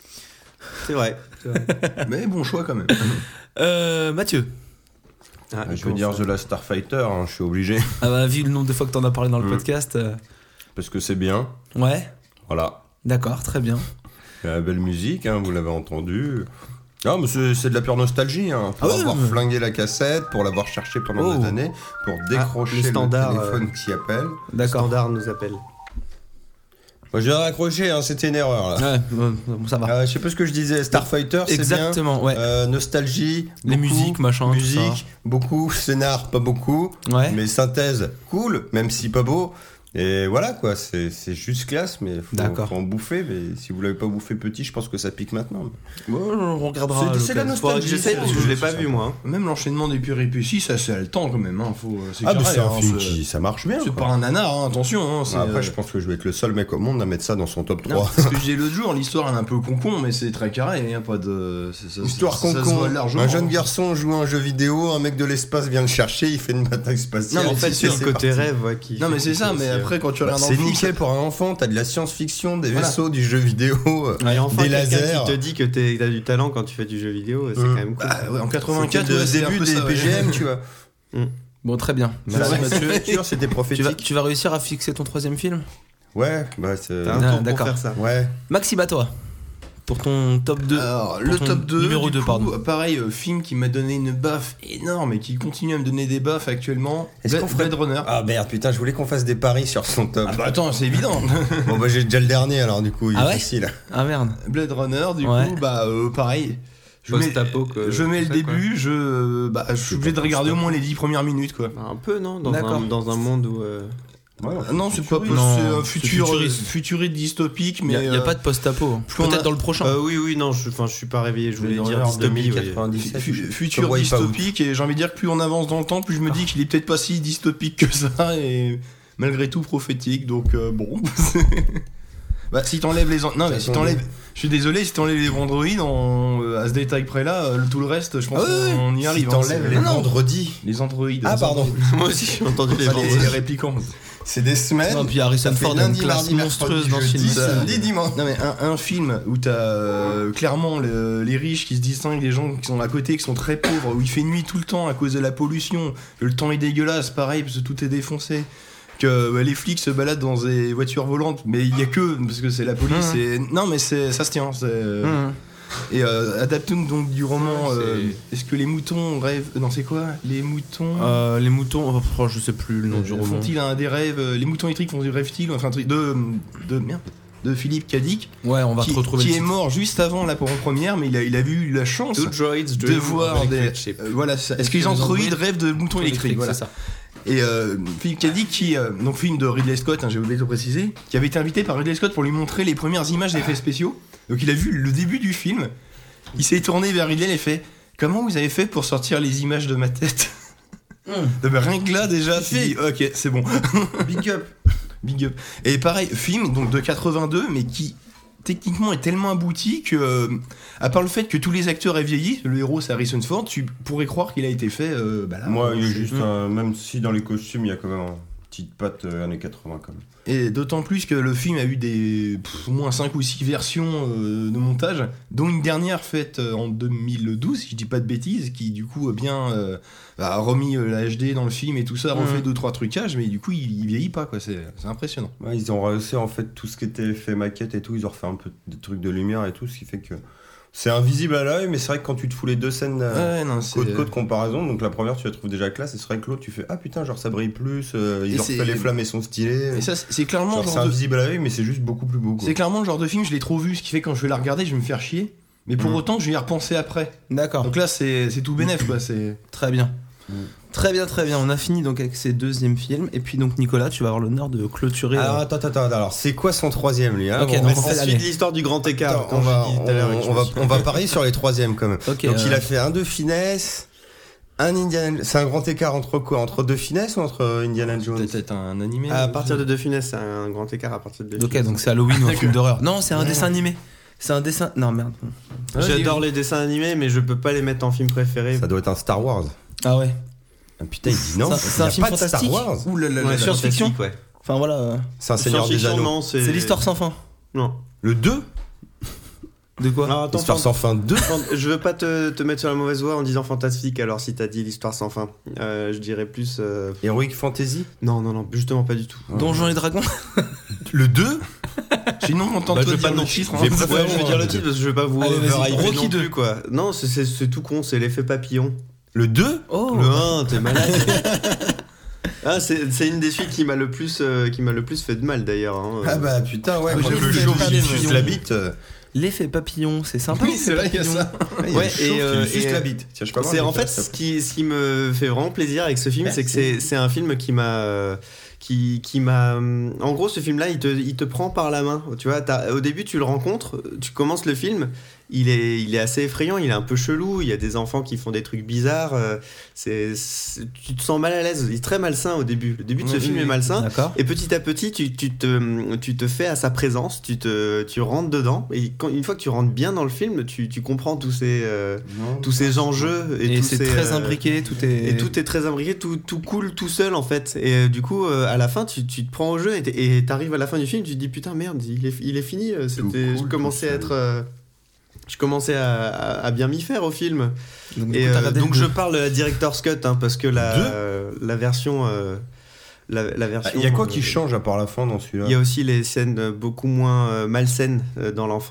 C'est vrai. c'est vrai. Mais bon choix quand même. Euh, Mathieu. Ah, Je peux comment dire ça The Last Starfighter, hein, je suis obligé. Ah bah, vu le nombre de fois que t'en as parlé dans le Mm. podcast. euh, Parce que c'est bien. Ouais. Voilà. D'accord, très bien. Il y a la belle musique, hein, vous l'avez entendu. Non, mais c'est c'est de la pure nostalgie. Hein, pour Ah ouais, avoir mais- flingué la cassette, pour l'avoir cherché pendant Oh. des années, pour décrocher le le, standard, téléphone qui appelle. D'accord. Standard nous appelle. Moi, j'ai raccroché, hein, c'était une erreur. Là. Ouais, bon, bon, ça va. Euh, je sais pas ce que je disais. Starfighter, c'est bien. Exactement, ouais. Euh, nostalgie. Les beaucoup, musiques, machin, tout Musique, beaucoup. Scénar, pas beaucoup. Ouais. Mais synthèse, cool, même si pas beau. Et voilà quoi, c'est c'est juste classe, mais faut, D'accord. faut en bouffer. Mais si vous l'avez pas bouffé petit, je pense que ça pique maintenant. Bon, on regardera. C'est- à c'est la l'occasion. nostalgie. J'essaie parce que je l'ai pas c'est vu ça. moi. Même l'enchaînement des péripéties, ça c'est le temps quand même. Hein. Faut, c'est Ah, mais carré, c'est un hein, film c'est- qui, ça marche bien. C'est quoi. pas un nanar, hein, attention. Hein, c'est, Après, euh, je pense que je vais être le seul mec au monde à mettre ça dans son top non, trois. c'est ce que je disais l'autre jour, l'histoire elle est un peu con-con, mais c'est très carré. Il y a pas de. c'est- ça- Histoire ça- ça se con voit largement, Un jeune hein. garçon joue à un jeu vidéo, un mec de l'espace vient le chercher, il fait une bataille spatiale. Non, mais En fait, c'est c'est sûr, le côté parti. rêve ouais, qui. Non, mais c'est ça, mais aussi, après quand tu Bah, regardes dans c'est le film, nickel pour un enfant, t'as de la science-fiction, des Voilà. vaisseaux, du jeu vidéo, Et enfin, des quelqu'un lasers. qui te dit que t'es- t'as du talent quand tu fais du jeu vidéo, c'est Mm. quand même cool. Bah, ouais, en C'était quatre-vingt-quatre, le ouais, c'est un début peu des ça, ouais. P G M, tu vois. Bon, très bien. Merci Ouais. Mathieu, c'était Tu vas, prophétique. tu vas réussir à fixer ton troisième film Ouais, bah c'est. T'as un Ah, tour d'accord. pour faire ça. Ouais. Maxime, à toi. Pour ton top deux. Alors, pour le ton top deux, numéro du deux, coup, pardon. pareil, euh, film qui m'a donné une baffe énorme et qui continue à me donner des baffes actuellement. Est-ce Blade, qu'on ferait- Blade Runner. Ah merde, putain, je voulais qu'on fasse des paris sur son top. Ah bah attends, c'est évident. Bon bah j'ai déjà le dernier alors du coup il Ah est ouais facile. Ah merde. Blade Runner, du Ouais. coup, bah euh, pareil. Je mets, Post-apo, quoi, je mets le tout ça, début, je, bah, je suis obligé de regarder au moins les dix premières minutes, quoi. Un peu, non, dans D'accord. un, dans un monde où. euh, Ouais, Ah non, c'est pas futuriste. c'est Non, un c'est futur, futuriste. futuriste dystopique, Il mais y a, y a euh, pas de post-apo. plus on Peut-être a- dans le prochain. Euh, oui, oui, non, je, enfin, je suis pas réveillé. Je voulais Blade dire Runner dystopie. deux mille ouais. quatre-vingt-dix-sept. fu- je- futur Comme Wipeout. dystopique, et j'ai envie de dire que plus on avance dans le temps, plus je me dis qu'il est peut-être pas si dystopique que ça, et malgré tout prophétique, donc euh, bon. Bah, si t'enlèves les an- non mais si t'enlèves, je suis désolé, si t'enlèves les androïdes en, euh, à ce détail près là, euh, tout le reste, je pense Ah ouais, qu'on y Si arrive. hein, t'enlèves c'est- les Non, non, vendredis. les androïdes. Ah les pardon. androïdes. Moi aussi, j'ai entendu les Pas les, vendredis. les réplicants. C'est des semaines. Non, puis Harrison ça fait Ford a une lundi, classe mardi, monstrueuse mercredi, dans ce jeudi, film. samedi, dimanche. Non mais un, un film où t'as euh, clairement le- les riches qui se distinguent des gens qui sont à côté, qui sont très pauvres, où il fait nuit tout le temps à cause de la pollution, que le temps est dégueulasse, pareil parce que tout est défoncé, que bah, les flics se baladent dans des voitures volantes, mais il y a que parce que c'est la police. Mmh. Et non mais c'est ça se tient. C'est, euh, Mmh. Et euh, adapté donc du roman. Ouais, c'est- euh, Est-ce que les moutons rêvent Non c'est quoi Les moutons. Euh, les moutons, oh, je sais plus le nom du roman. Font-ils un des rêves euh, Les moutons électriques font du rêve-t-il Enfin un truc de de merde de Philippe Cadic. Ouais, on va qui, te retrouver qui le est titre. mort juste avant la première, mais il a, il a eu la chance Two droids de dream voir of des. electric sheep. euh, voilà, c'est ça. Est-ce que les androïdes rêvent de moutons électriques Voilà. C'est ça. Et euh, Philippe Cadic, qui, euh, donc film de Ridley Scott, hein, j'ai oublié de le préciser, qui avait été invité par Ridley Scott pour lui montrer les premières images d'effets spéciaux. Donc il a vu le début du film, il s'est tourné vers Ridley et fait comment vous avez fait pour sortir les images de ma tête Mmh. Non, mais rien que là déjà, tu dis ok, c'est bon. Big up. Big up. Et pareil, film donc de quatre-vingt-deux, mais qui techniquement est tellement abouti que, euh, à part le fait que tous les acteurs aient vieilli, le héros c'est Harrison Ford, tu pourrais croire qu'il a été fait. Euh, bah là, Moi, il y a je- juste Mm. un- même si dans les costumes, il y a quand même une petite patte euh, années quatre-vingts quand même. Et d'autant plus que le film a eu des pff, au moins cinq ou six versions euh, de montage, dont une dernière faite euh, en deux mille douze, si je dis pas de bêtises, qui du coup a bien euh, a remis euh, la H D dans le film et tout ça, refait Mhm. deux trois trucages, mais du coup il, il vieillit pas quoi, c'est c'est impressionnant. Ouais, ils ont réussi en fait tout ce qui était fait maquette et tout, ils ont refait un peu des trucs de lumière et tout, ce qui fait que c'est invisible à l'œil, mais c'est vrai que quand tu te fous les deux scènes euh, Ouais, non, c'est- côte côte comparaison, donc la première tu la trouves déjà classe, et c'est vrai que l'autre tu fais ah putain genre ça brille plus, euh, ils Et ont c'est- refait les flammes et sont stylées. Et ça c'est c'est clairement Genre, le c'est genre de- invisible à l'œil, mais c'est juste beaucoup plus beau. quoi. c'est clairement le genre de film je l'ai trop vu, ce qui fait que quand je vais la regarder je vais me faire chier, mais pour Mhm. autant je vais y repenser après. D'accord. Donc là c'est c'est tout bénef quoi, c'est Très bien. Très bien, très bien. On a fini donc avec ces deuxièmes films. Et puis donc Nicolas, tu vas avoir l'honneur de clôturer. Alors euh, attends, attends, attends, alors c'est quoi son troisième lui hein Ok, on, donc va, on fait C'est la suite l'année. l'histoire du grand écart. attends, quand on, va, je dis tout à l'heure et que je on, me va, suis- on va parier sur les troisièmes quand même. Ok. Donc euh, il a fait un de finesse, un Indiana. C'est un grand écart entre quoi? Entre deux finesses ou entre Indiana Jones? peut-être un animé. À partir de deux finesses, c'est un grand écart à partir de deux Ok, finesses. donc c'est Halloween ou un film d'horreur. Non, c'est un dessin animé. C'est un dessin. Non, merde. J'adore les dessins animés, mais je peux pas les mettre en film préféré. Ça doit être un Star Wars. Ah ouais. Ah, putain, il dit non. C'est un- il c'est y un a film pas de Star fantastique. Wars. Ouh là là là Ouais, là. science-fiction. fantastique, ouais. Enfin voilà. euh, C'est un Seigneur des Science-fiction, Anneaux. non, c'est C'est l'histoire sans fin. Non. Le deux? De quoi Alors, attends, L'histoire fan- sans fin deux? fan- je veux pas te, te mettre sur la mauvaise voie en disant fantastique, alors si t'as dit l'histoire sans fin. Euh, je dirais plus. euh, Heroic Fantasy? Non, non, non, justement pas du tout. Donjons et Dragons. Le deux? Sinon on tente Bah, je de veux dire pas le non. chiffre. J'ai hein. préféré- ouais, je vais dire le titre parce que je veux pas vous Allez, vas-y. overhyper Rocky non deux. plus, quoi. Non, c'est- c'est c'est tout con, c'est l'effet papillon. Le deux? Oh. Le un, t'es malade. Ah, c'est c'est une des suites qui m'a le plus euh, qui m'a le plus fait de mal d'ailleurs. hein. Ah bah putain, ouais, Ah, moi j'ai le vu chaud le qui me papillon. suce la bite. euh, L'effet papillon, c'est sympa. Oui, c'est vrai qu'il y a ça. il y a Ouais, le chaud et, qui euh, me suce et, la euh, bite. Tiens, je peux C'est en fait ce qui, ce qui me fait vraiment plaisir avec ce film, c'est que c'est c'est un film qui m'a euh, qui, qui m'a en gros ce film là il te, il te prend par la main, tu vois, t'as- au début tu le rencontres, tu commences le film, il est, il est assez effrayant, il est un peu chelou, il y a des enfants qui font des trucs bizarres, euh, c'est, c'est- tu te sens mal à l'aise, il est très malsain au début, le début de ce Oui, film oui, est malsain. D'accord. Et petit à petit, tu, tu, te, tu te fais à sa présence, tu, te, tu rentres dedans, et quand, une fois que tu rentres bien dans le film, tu, tu comprends tous ces, euh, tous ces enjeux. Et, Et tous c'est ces, très euh, imbriqué, tout est. Et tout est très imbriqué, tout, tout coule tout seul en fait. Et euh, du coup, euh, à la fin, tu, tu te prends au jeu et t'es- et t'arrives à la fin du film, tu te dis putain merde, il est, il est fini. euh, C'était, coule je commençais à tout être. seul. euh, je commençais à, à- à bien m'y faire au film. Donc, du Et coup, t'as euh, regardé donc le je deux. parle de la Director's Cut hein, parce que la, Deux euh, la version. euh, la, la Ah, version. il y a quoi euh, qui change à part la fin dans celui-là? Il y a aussi les scènes beaucoup moins euh, malsaines euh, dans l'enfance.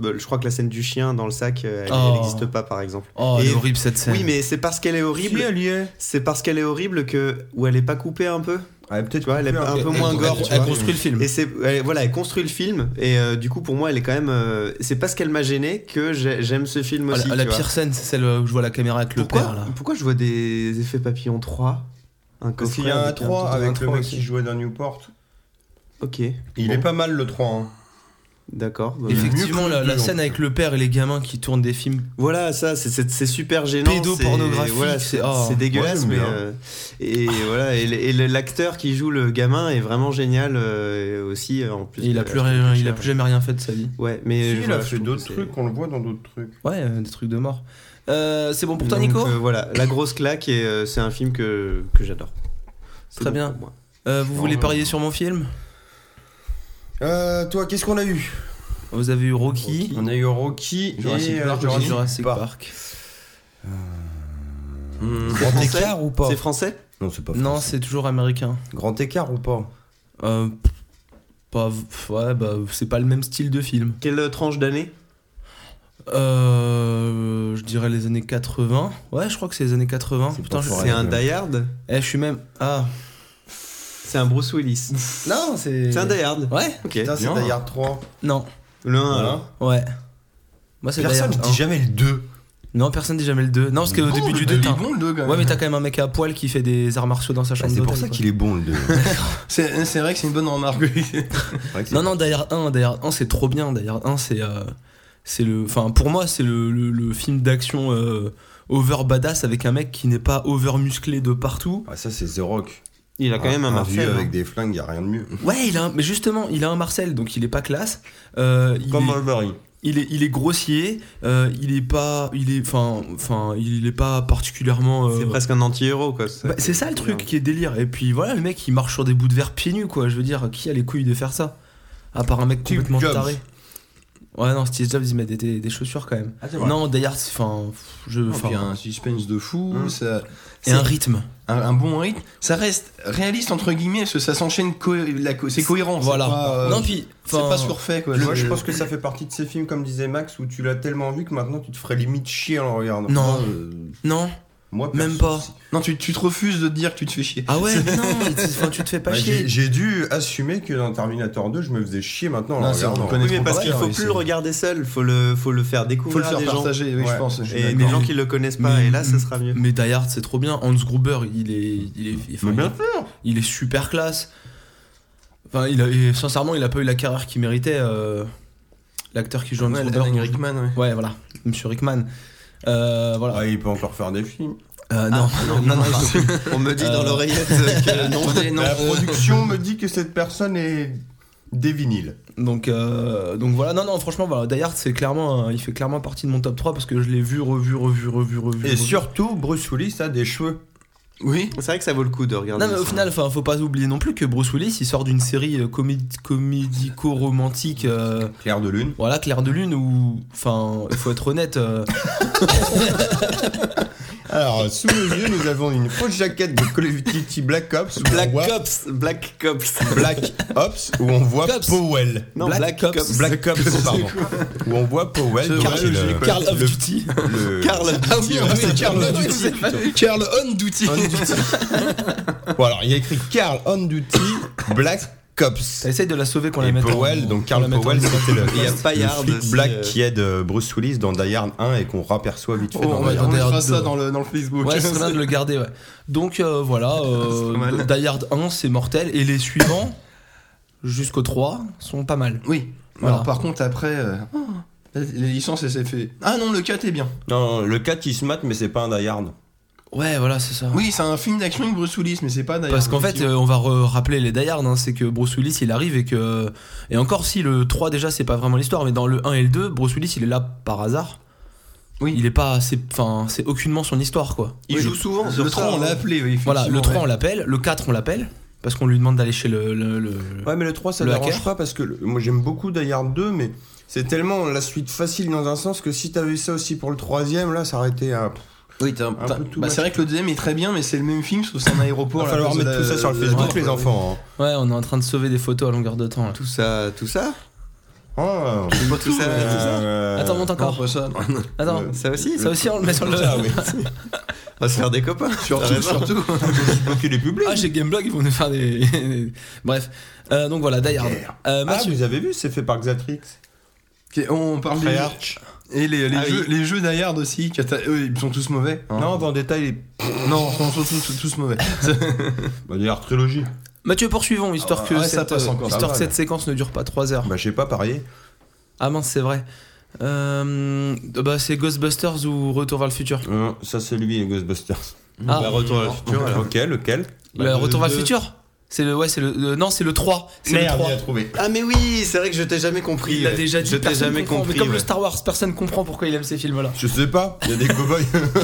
bah, je crois que la scène du chien dans le sac, euh, elle Oh. n'existe pas par exemple. Oh, elle Et- est horrible cette scène. Oui, mais c'est parce qu'elle est horrible. Si, elle y est. C'est parce qu'elle est horrible que où elle est pas coupée un peu. Ouais, peut-être Tu vois, elle est coupée un peu Elle- moins elle- gore. elle- tu elle vois. construit le film. Et c'est elle- voilà, elle construit le film et euh, du coup pour moi elle est quand même. euh, c'est parce qu'elle m'a gêné que j'ai- j'aime ce film Ah, aussi. la, la tu vois. pire scène, c'est celle où je vois la caméra avec le Pourquoi, père là. pourquoi je vois des effets papillons trois un Parce qu'il y coffret a un avec trois petit- avec le trois mec aussi. qui jouait dans Newport. Ok. Il Bon, est pas mal le trois. Hein. D'accord. bah, Effectivement, mieux que la, le la deux, en scène avec le père et les gamins qui tournent des films. Voilà, ça, c'est- c'est c'est super gênant. Pédopornographique, c'est- Voilà, c'est- c'est oh. c'est dégueulasse, Moi, mais. j'aime bien. euh, et voilà, et, le- et le- l'acteur qui joue le gamin est vraiment génial euh, aussi, euh, en plus. Et il de a plus, l'acheter rien- plus il a cher. plus jamais rien fait de sa vie. Ouais, mais. Si, je- il voilà, a je fait trouve d'autres que c'est- trucs, on le voit dans d'autres trucs. Ouais, euh, des trucs de mort. Euh, c'est bon pour toi, Donc, Nico euh, Voilà, La Grosse Claque, et euh, c'est un film que, que j'adore. C'est Très bon bien. pour moi. Euh, Vous voulez Non, parier sur mon film Euh, toi, qu'est-ce qu'on a eu? Vous avez eu Rocky, On a eu Rocky Jurassic et euh, Park, Jurassic Jurassic Park. Park. Hmm, C'est Grand français écart ou pas? C'est français Non, c'est pas Non, français. c'est toujours américain. Grand écart ou pas? Euh, pas, ouais, bah, c'est pas le même style de film. Quelle tranche d'année? Euh, je dirais les années quatre-vingts. Ouais, je crois que c'est les années quatre-vingts. Putain, je... C'est un Die Hard? Eh, je suis même. Ah. C'est un Bruce Willis. Non, c'est. C'est un Die Hard? Ouais. Ok. Putain, c'est bien. Die Hard trois. Non. Le un, Voilà. alors. Ouais. Moi, c'est Die Personne Hard ne un. dit jamais le deux. Non, personne dit jamais le deux. Non, parce qu'au Oh, début le du deux, deux, il est t'as. bon, le deux, quand même. Ouais, mais t'as quand même un mec à poil qui fait des arts martiaux dans sa Bah, chambre c'est pour d'hôtel, ça quoi. qu'il est bon le deux. C'est c'est vrai que c'est une bonne remarque. Non, non, Die Hard un, Die Hard un, c'est trop bien. Die Hard un, c'est. euh, c'est le. Enfin, pour moi, c'est le, le, le film d'action euh, over badass avec un mec qui n'est pas over musclé de partout. Ah, ça, c'est The Rock. Il a quand même un vieux Marcel. avec hein. des flingues, y a rien de mieux. Ouais, il a un- mais justement, il a un Marcel, donc il est pas classe. Euh, il Comme est- Wolverine. Il est, il est grossier, euh, il est pas, il est, enfin, enfin, il est pas particulièrement. euh, C'est presque un anti-héros, quoi. bah, c'est ça le truc qui est délire. Et puis voilà, le mec il marche sur des bouts de verre pieds nus, quoi. Je veux dire, qui a les couilles de faire ça? À part un mec Steve complètement Jobs. taré. Ouais, non, Steve Jobs il met des, des, des chaussures quand même. Ah, c'est vrai. Non, d'ailleurs, c'est- enfin, je, Et enfin, puis un suspense de fou, Hum. ça, et un rythme. un, un bon rythme. Ça reste réaliste entre guillemets, parce que ça s'enchaîne, co- la co- c'est cohérent. c'est Voilà. pas, euh, non, puis, c'est enfin, pas surfait quoi. Moi, je C'est- pense que ça fait partie de ces films, comme disait Max, où tu l'as tellement vu que maintenant tu te ferais limite chier en le regardant. Non. Moi, euh, non, moi, même perso, pas. si. Non, tu, tu te refuses de te dire que tu te fais chier. Ah ouais, mais non, mais tu- enfin, tu te fais pas Bah, chier. j'ai j'ai dû assumer que dans Terminator deux, je me faisais chier maintenant en Non, le c'est- on regardant. connaît Oui, mais trop parce pas, qu'il faut ouais, plus c'est- le regarder seul, faut le, faut le faire Faut le découvrir faire à des gens. partager, oui, Ouais. je pense. je suis Et d'accord. des gens qui le connaissent pas, Mais- et là, ça sera mieux. Mais Die Hard, c'est trop bien. Hans Gruber, il est, il est, enfin, Mais bien il, il est super classe. Enfin, il a, et sincèrement, il a pas eu la carrière qu'il méritait. euh, L'acteur qui joue Hans Ouais, Gruber. Alan donc- Rickman, ouais. Ouais, voilà, Monsieur Rickman. Euh, voilà. Ah, il peut encore faire des films. Euh, non, non, non, non, On me dit Euh, dans l'oreillette que non. Attendez, non, La euh, production me dit que cette personne est des vinyles. Donc, euh, donc voilà, non, non, franchement, voilà, Die Hard, c'est clairement, euh, il fait clairement partie de mon top trois parce que je l'ai vu, revu, revu, revu, revu. Et revu. surtout, Bruce Willis a des cheveux. Oui. C'est vrai que ça vaut le coup de regarder. Non mais au ça. final, enfin, faut pas oublier non plus que Bruce Willis, il sort d'une série euh, comédi- comédico-romantique, euh, Clair de lune. voilà, Clair de lune, où, enfin, il faut être honnête. euh, Alors, sous nos yeux, nous avons une fausse jaquette de Call of Duty Black Ops. Où Black on voit Cops, Black Cops. Black Ops, où on voit Cops. Powell. Non, Black Black, Cops. Cops. Black Ops, pardon. Où on voit Powell. C'est donc vrai, c'est le- logique. Carl of le- Duty. le- Carl of Ah Duty, oui, ouais. oui, c'est Carl on Duty. Carl on Duty. On Duty. Bon, alors, il y a écrit Carl on Duty, Black Cops. T'essayes de la sauver qu'on la Et mette en- Powell, donc qu'on Carl la mette en Powell, image. c'était le, Il y a le Bayard flic aussi, black euh. qui aide euh, Bruce Willis dans Die Hard un et qu'on raperçoit vite fait Oh, dans on va Die On Hard. Die Hard mettra ça deux. dans le, dans le Facebook. Ouais, c'est bien de le garder, ouais. Donc euh, voilà, euh, C'est pas mal. Die Hard un, c'est mortel, et les suivants, jusqu'au trois, sont pas mal. Oui. Voilà. Alors par contre après, euh, oh, les licences, elles s'est fait. Ah non, le quatre est bien. Non, le quatre il se mate, mais c'est pas un Die Hard. Ouais, voilà, c'est ça. Oui, c'est un film d'action avec Bruce Willis, mais c'est pas d'ailleurs. Parce qu'en fait, euh, on va re- rappeler les Die Hard, hein, c'est que Bruce Willis il arrive et que. Et encore si le trois déjà c'est pas vraiment l'histoire, mais dans le un et le deux, Bruce Willis il est là par hasard. Oui. Il est pas. C'est, enfin, c'est aucunement son histoire quoi. Il Oui, joue souvent sur le ça, trois, on l'a hein. appelé, oui. Voilà, le effectivement, trois ouais. on l'appelle, le quatre on l'appelle, parce qu'on lui demande d'aller chez le. le- le- Ouais, mais le trois, ça Le dérange hacker. pas parce que le- moi j'aime beaucoup Die Hard deux, mais c'est tellement la suite facile dans un sens que si t'avais eu ça aussi pour le troisième, là ça aurait été un. Oui, t'as- Un t'as- peu too bah, much. c'est vrai que le deuxième est très bien, mais c'est le même film, sauf que c'est un aéroport. Il va à la falloir place de mettre la- tout ça sur le de la- Facebook, ouais, les ouais. enfants. hein. Ouais, on est en train de sauver des photos à longueur de temps là. Tout ça, tout ça. Ah, C'est pas tout ça. euh, Attends, monte encore. pas ça. Attends, euh, Ça aussi, ça aussi on le met sur le. Ah oui. On va se faire des copains. Surtout, surtout. Donc il est public. Ah, chez Gameblog, ils vont nous faire des. Bref. Euh, donc voilà, Die Hard. Euh, Ah, Mathieu. vous avez vu, c'est fait par Xatrix. Ok, on parle des Treyarch. et les, les Ah jeux, oui. les jeux Die Hard aussi. cata- Eux, ils sont tous mauvais. hein. Non, dans le détail, il est. non, ils sont tous, tous mauvais. Bah, d'ailleurs, trilogie. Mathieu, poursuivons, histoire Ah, que, ouais, ça cette, passe euh, encore, ça histoire va, que cette là. séquence ne dure pas trois heures. Bah, je sais pas, parier. Ah mince, c'est vrai. Euh, bah, c'est Ghostbusters ou Retour vers le futur. Non, ça, c'est lui, les Ghostbusters. Ah. Bah, Retour à le futur, alors. Ok, lequel Le Bah, Retour vers le deux. futur. C'est le ouais, c'est le euh, non, c'est le trois. C'est le Merde, trois. il a trouvé. Ah mais oui, c'est vrai que je t'ai jamais compris. Il l'a déjà dit, Je t'ai personne jamais comprend, compris. mais comme ouais. le Star Wars, personne comprend pourquoi il aime ces films-là. Je sais pas, il y a des cow-boys.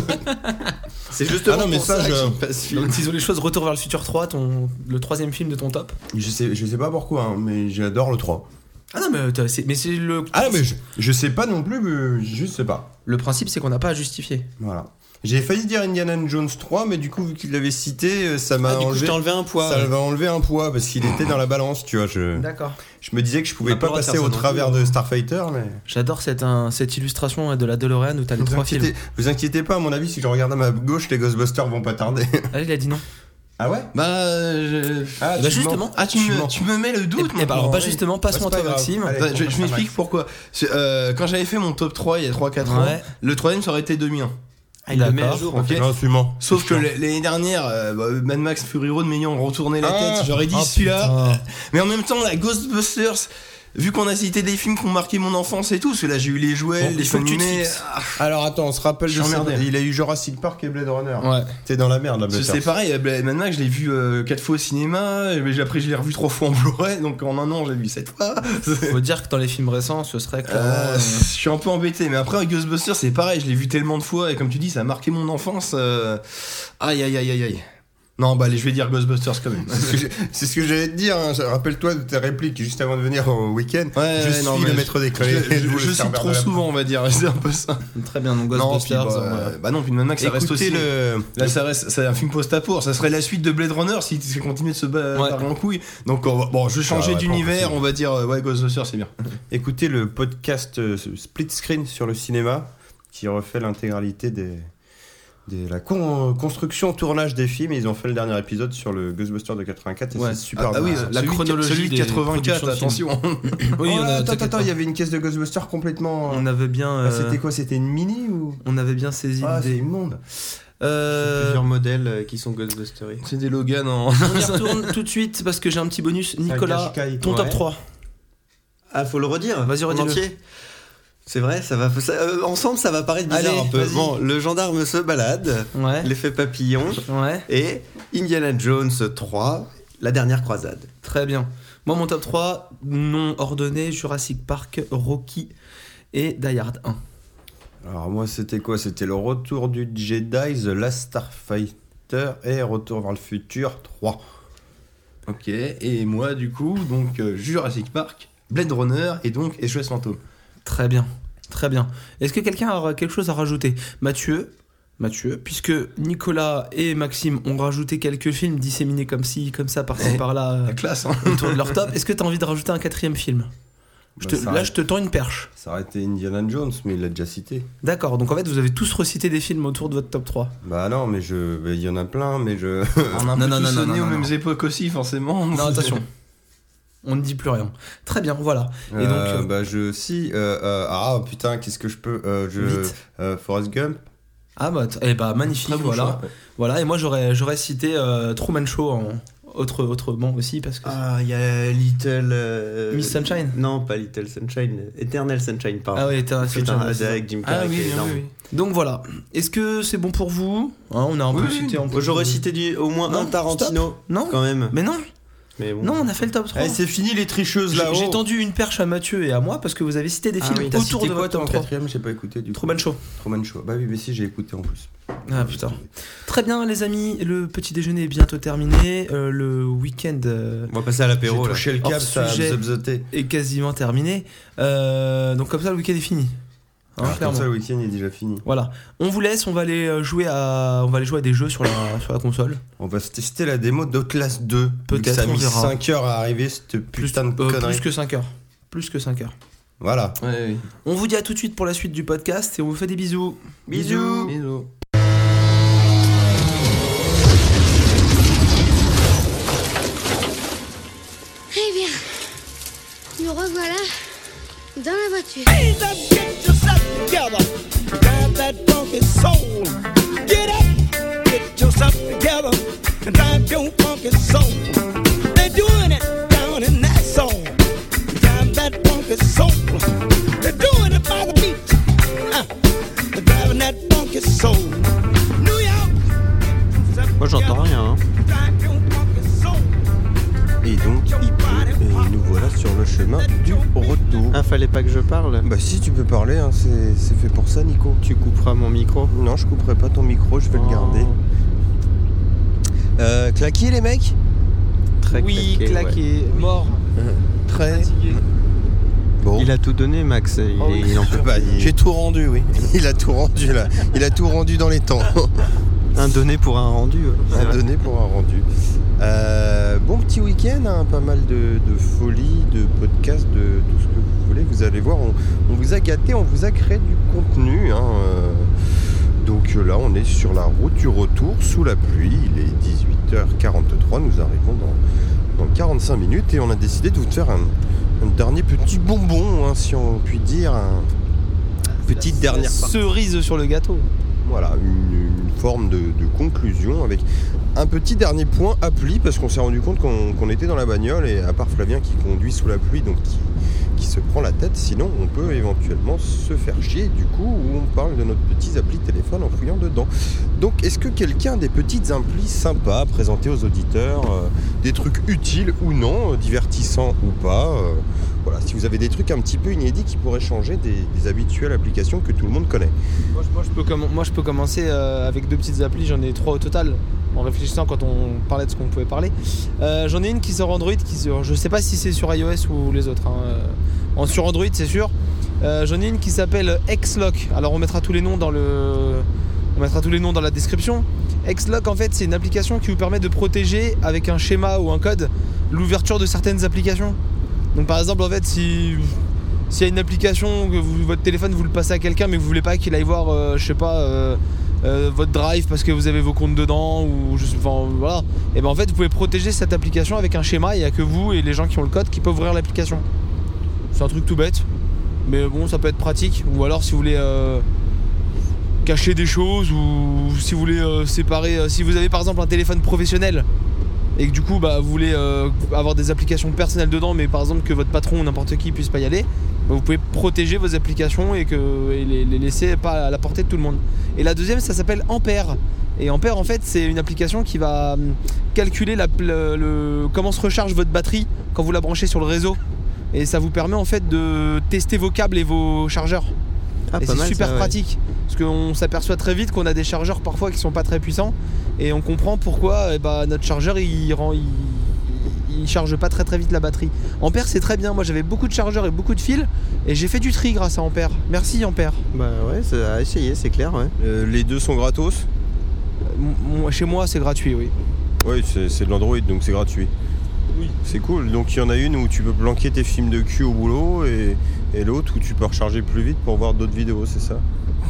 C'est justement Ah non, mais pour ça, ça, je- que j'ai pas ce film. Donc s'ils ont les choses, Retour vers le futur trois, ton le troisième film de ton top. je, sais, je sais pas pourquoi, hein, mais j'adore le trois. Ah non, mais t'as- c'est mais c'est le Ah non, mais je, je sais pas non plus, mais je sais pas. le principe, c'est qu'on n'a pas à justifier. Voilà. J'ai failli dire Indiana Jones trois, mais du coup, vu qu'il l'avait cité, ça m'a Ah, du coup, je enlevé. t'ai enlevé un poids. Ça ouais. m'a enlevé un poids parce qu'il était dans la balance, tu vois. Je, D'accord. je me disais que je On pouvais a pas pas le droit de passer faire au ça non travers plus, de Starfighter, mais. J'adore cette un- cette illustration de la DeLorean où t'as les Vous trois films. inquiétez, vous inquiétez pas, à mon avis, si je regarde à ma gauche, les Ghostbusters vont pas tarder. Ah, il a dit non. Ah ouais Bah, je... Ah, Bah, tu justement. mens. ah, tu, Tu me, mens. tu me mets le doute. Et, et bah, alors, maintenant. bah justement, passe-moi Bah, c'est toi, pas grave. Maxime. Allez. Bah, je, on je passe à m'explique Max. pourquoi. C'est, euh, quand j'avais fait mon top trois il y a trois quatre ans, Ouais. le troisième ça aurait été deux mille un. Ah, il le met à D'accord. jour. Ok. Non, tu mens. Sauf que C'est l- l'année dernière, euh, bah, Mad Max Fury Road m'ayant retourné la Ah. tête, j'aurais dit Oh, celui-là. putain. Mais en même temps, la Ghostbusters, vu qu'on a cité des films qui ont marqué mon enfance et tout, parce que là j'ai eu les jouets, Bon, les il faut que tu te animés. fixes. Ah, Alors attends, on se rappelle Je de suis ça. emmerdé. Il a eu Jurassic Park et Blade Runner. Ouais. T'es dans la merde là, c'est- Butters. c'est pareil, euh, Mad Max, je l'ai vu euh, quatre fois au cinéma, mais après je l'ai revu trois fois en Blu-ray, donc en un an je l'ai vu sept fois. Faut dire que dans les films récents, ce serait clairement. Euh, euh, je suis un peu embêté, mais après avec Ghostbusters c'est pareil, je l'ai vu tellement de fois et comme tu dis ça a marqué mon enfance. euh, Aïe aïe aïe aïe aïe. Non bah allez je vais dire Ghostbusters quand même. C'est ce que j'ai- c'est ce que j'allais te dire. hein. Rappelle-toi de ta réplique juste avant de venir au week-end. Ouais, je ouais, suis non, le mais maître des Je, clés. je, vous je le cite serveur trop de la- souvent on va dire, c'est un peu ça. Très bien, donc Non, puis, Ghostbusters. bah, euh, bah non, puis Mad Max ça reste Écoutez aussi. le. Là ça reste, c'est un film post-apo, ça serait la suite de Blade Runner si tu continues de se battre Ouais. en couille. Donc on va- bon, je vais changer ouais, pas d'univers, possible. on va dire euh, ouais Ghostbusters c'est bien. Écoutez le podcast euh, Split Screen sur le cinéma qui refait l'intégralité des. des- la con- construction, tournage des films. Et ils ont fait le dernier épisode sur le Ghostbuster de quatre-vingt-quatre et Ouais. c'est super Ah, ah oui, bien. la celui de- chronologie celui de des quatre-vingt-quatre, productions de attention. Oui, Oh, on a, attends, t'inquiète attends, pas. il y avait une caisse de Ghostbuster complètement. On avait bien. Ah, euh, C'était quoi C'était une mini ou On avait bien saisi Ah, c'est l'idée. immonde. Euh, Plusieurs modèles euh, qui sont Ghostbusters. C'est des Logan en. on y retourne tout de suite parce que j'ai un petit bonus. Nicolas, Qashqai. ton top Ouais. trois. Ah, faut le redire. Vas-y, en redis-le. entier. C'est vrai, ça va. ça- euh, ensemble, ça va paraître bizarre Allez, un peu. vas-y. Bon, le gendarme se balade, Ouais. l'effet papillon Ouais. et Indiana Jones trois, la dernière croisade. Très bien. Moi, mon top trois, non ordonné Jurassic Park, Rocky et Die Hard un. Alors moi c'était quoi C'était le retour du Jedi, The Last Starfighter et Retour vers le futur trois. Ok, et moi du coup, donc euh, Jurassic Park, Blade Runner et donc S O S Fantôme. Très bien. Très bien. Est-ce que quelqu'un a quelque chose à rajouter ? Mathieu Mathieu, puisque Nicolas et Maxime ont rajouté quelques films disséminés comme ci, comme ça, par-ci, Eh, par-là, euh, La classe, hein. autour de leur top, est-ce que tu as envie de rajouter un quatrième film ? Je Bah, te- ça Là, aurait- je te tends une perche. Ça aurait été Indiana Jones, mais il l'a déjà cité. D'accord, donc en fait, vous avez tous recité des films autour de votre top trois. Bah non, mais je, bah, il y en a plein, mais je. On a un Non, peu non, tous non, non, nés non, aux non. mêmes époques aussi, forcément. Non, attention. On ne dit plus rien. Très bien, voilà. Et donc, Euh, euh, bah je si euh, euh, ah putain qu'est-ce que je peux euh, je Vite. euh, Forrest Gump. ah bah, t- eh bah magnifique, Très bon voilà. choix, ouais. Voilà, et moi j'aurais, j'aurais cité euh, Truman Show en autre, autrement aussi, parce que... Ah, il y a Little. euh, Miss Sunshine. Non, pas Little Sunshine, Eternal Sunshine, pardon. Ah ouais, t'as Putain, Sunshine, c'est ça. avec Jim Ah Carrey. oui, qui est oui, énorme. oui, oui. Donc voilà. Est-ce que c'est bon pour vous Hein, on a un Oui, peu oui. cité en Moi, j'aurais cité du, au moins Non, un Tarantino, Non quand même. Mais non, Mais bon. non, on a fait le top trois. Eh, c'est fini les tricheuses J'ai, là. j'ai tendu une perche à Mathieu et à moi parce que vous avez cité des Ah films oui, t'as autour cité de quoi votre toi en top trois. quatrième J'ai pas écouté du coup. Truman Show. Truman Show. Bah oui, mais si j'ai écouté en plus. Ah putain. Très bien les amis, le petit déjeuner est bientôt terminé, euh, le week-end euh, On va passer à J'ai l'apéro, là. touché le Hors câble, ça a sujet. zobzoté. est quasiment terminé. Euh, donc comme ça le week-end est fini. Hein, Alors, clairement. comme ça le week-end est déjà fini. Voilà. On vous laisse, on va aller euh, jouer à, on va aller jouer à des jeux sur la, sur la console. On va se tester la démo d'Outlast deux. Peut-être, Ça a on mis verra. cinq heures à arriver cette Plus, putain de euh, connerie. plus que cinq heures. Plus que cinq heures. Voilà. Ouais, oui. On vous dit à tout de suite pour la suite du podcast et on vous fait des bisous. Bisous. Bisous. Eh bien, nous revoilà dans la voiture. Get yourself together, drive that funky soul. Get up, get yourself together, and drive your funky soul. They're doing it down in that soul. Drive that funky soul. They're doing it by the beach. Uh, they're driving that funky soul. New York. Moi j'entends rien. Hein. Drive your funky soul. Et donc il pleut et nous voilà sur le chemin du retour. Ah, fallait pas que je parle. Bah si, tu peux parler, hein, c'est, c'est fait pour ça, Nico. Tu couperas mon micro. Non, je couperai pas ton micro, je vais Oh. le garder. Euh, claqué les mecs. Très Oui, claqué, claqué, ouais. mort, Très. fatigué. Bon. Il a tout donné, Max. Il, Oh oui. est- il en peut Bah, il... J'ai tout rendu, oui. il a tout rendu là. Il a tout rendu dans les temps. un donné pour un rendu. ouais. C'est Un vrai. donné pour un rendu. Euh, bon petit week-end, hein, pas mal de, de folie, de podcasts, de tout ce que vous voulez. Vous allez voir, on, on vous a gâté, on vous a créé du contenu. Hein, euh. Donc euh, là, on est sur la route du retour sous la pluie. Il est dix-huit heures quarante-trois. Nous arrivons dans, dans quarante-cinq minutes et on a décidé de vous faire un, un dernier petit bonbon, hein, si on peut dire, un petite dernière partie. Cerise sur le gâteau. Voilà, une, une forme de, de conclusion avec un petit dernier point appli parce qu'on s'est rendu compte qu'on, qu'on était dans la bagnole et à part Flavien qui conduit sous la pluie, donc qui, qui se prend la tête, sinon on peut éventuellement se faire chier du coup où on parle de notre petit appli téléphone en fouillant dedans. Donc est-ce que quelqu'un a des petites applis sympas à présenter aux auditeurs, euh, des trucs utiles ou non, euh, divertissants ou pas euh, voilà, si vous avez des trucs un petit peu inédits qui pourraient changer des, des habituelles applications que tout le monde connaît. Moi, je- moi, je, peux comm- moi je peux commencer euh, avec deux petites applis, j'en ai trois au total. En réfléchissant quand on parlait de ce qu'on pouvait parler. Euh, j'en ai une qui sort Android, qui sur, je sais pas si c'est sur iOS ou les autres. Hein. Euh, en, sur Android c'est sûr. Euh, j'en ai une qui s'appelle Xlock. Alors on mettra tous les noms dans le, on mettra tous les noms dans la description. Xlock en fait c'est une application qui vous permet de protéger avec un schéma ou un code l'ouverture de certaines applications. Donc par exemple en fait si s'il y a une application que vous, votre téléphone vous le passez à quelqu'un mais que vous voulez pas qu'il aille voir euh, je sais pas euh, euh, votre drive parce que vous avez vos comptes dedans ou je sais, enfin voilà, et ben en fait vous pouvez protéger cette application avec un schéma, il n'y a que vous et les gens qui ont le code qui peuvent ouvrir l'application. C'est un truc tout bête mais bon ça peut être pratique. Ou alors si vous voulez euh, cacher des choses ou si vous voulez euh, séparer euh, si vous avez par exemple un téléphone professionnel et que du coup bah, vous voulez euh, avoir des applications personnelles dedans mais par exemple que votre patron ou n'importe qui puisse pas y aller, bah, vous pouvez protéger vos applications et, que, et les, les laisser pas à la portée de tout le monde. Et la deuxième ça s'appelle Ampère. Et Ampère en fait c'est une application qui va hum, calculer la, le, le, comment se recharge votre batterie quand vous la branchez sur le réseau. Et ça vous permet en fait de tester vos câbles et vos chargeurs. Ah, et pas c'est mal, super ça, ouais. pratique parce qu'on s'aperçoit très vite qu'on a des chargeurs parfois qui sont pas très puissants et on comprend pourquoi eh bah, notre chargeur il rend il, il charge pas très très vite la batterie. Ampère c'est très bien, moi j'avais beaucoup de chargeurs et beaucoup de fils et j'ai fait du tri grâce à Ampère. Merci Ampère. Bah ouais, ça a essayé, c'est clair, ouais. Euh, les deux sont gratos. Euh, m- chez moi c'est gratuit, oui. Oui, c'est, c'est de l'Android, donc c'est gratuit. Oui. C'est cool. Donc il y en a une où tu peux planquer tes films de cul au boulot et, et l'autre où tu peux recharger plus vite pour voir d'autres vidéos, c'est ça?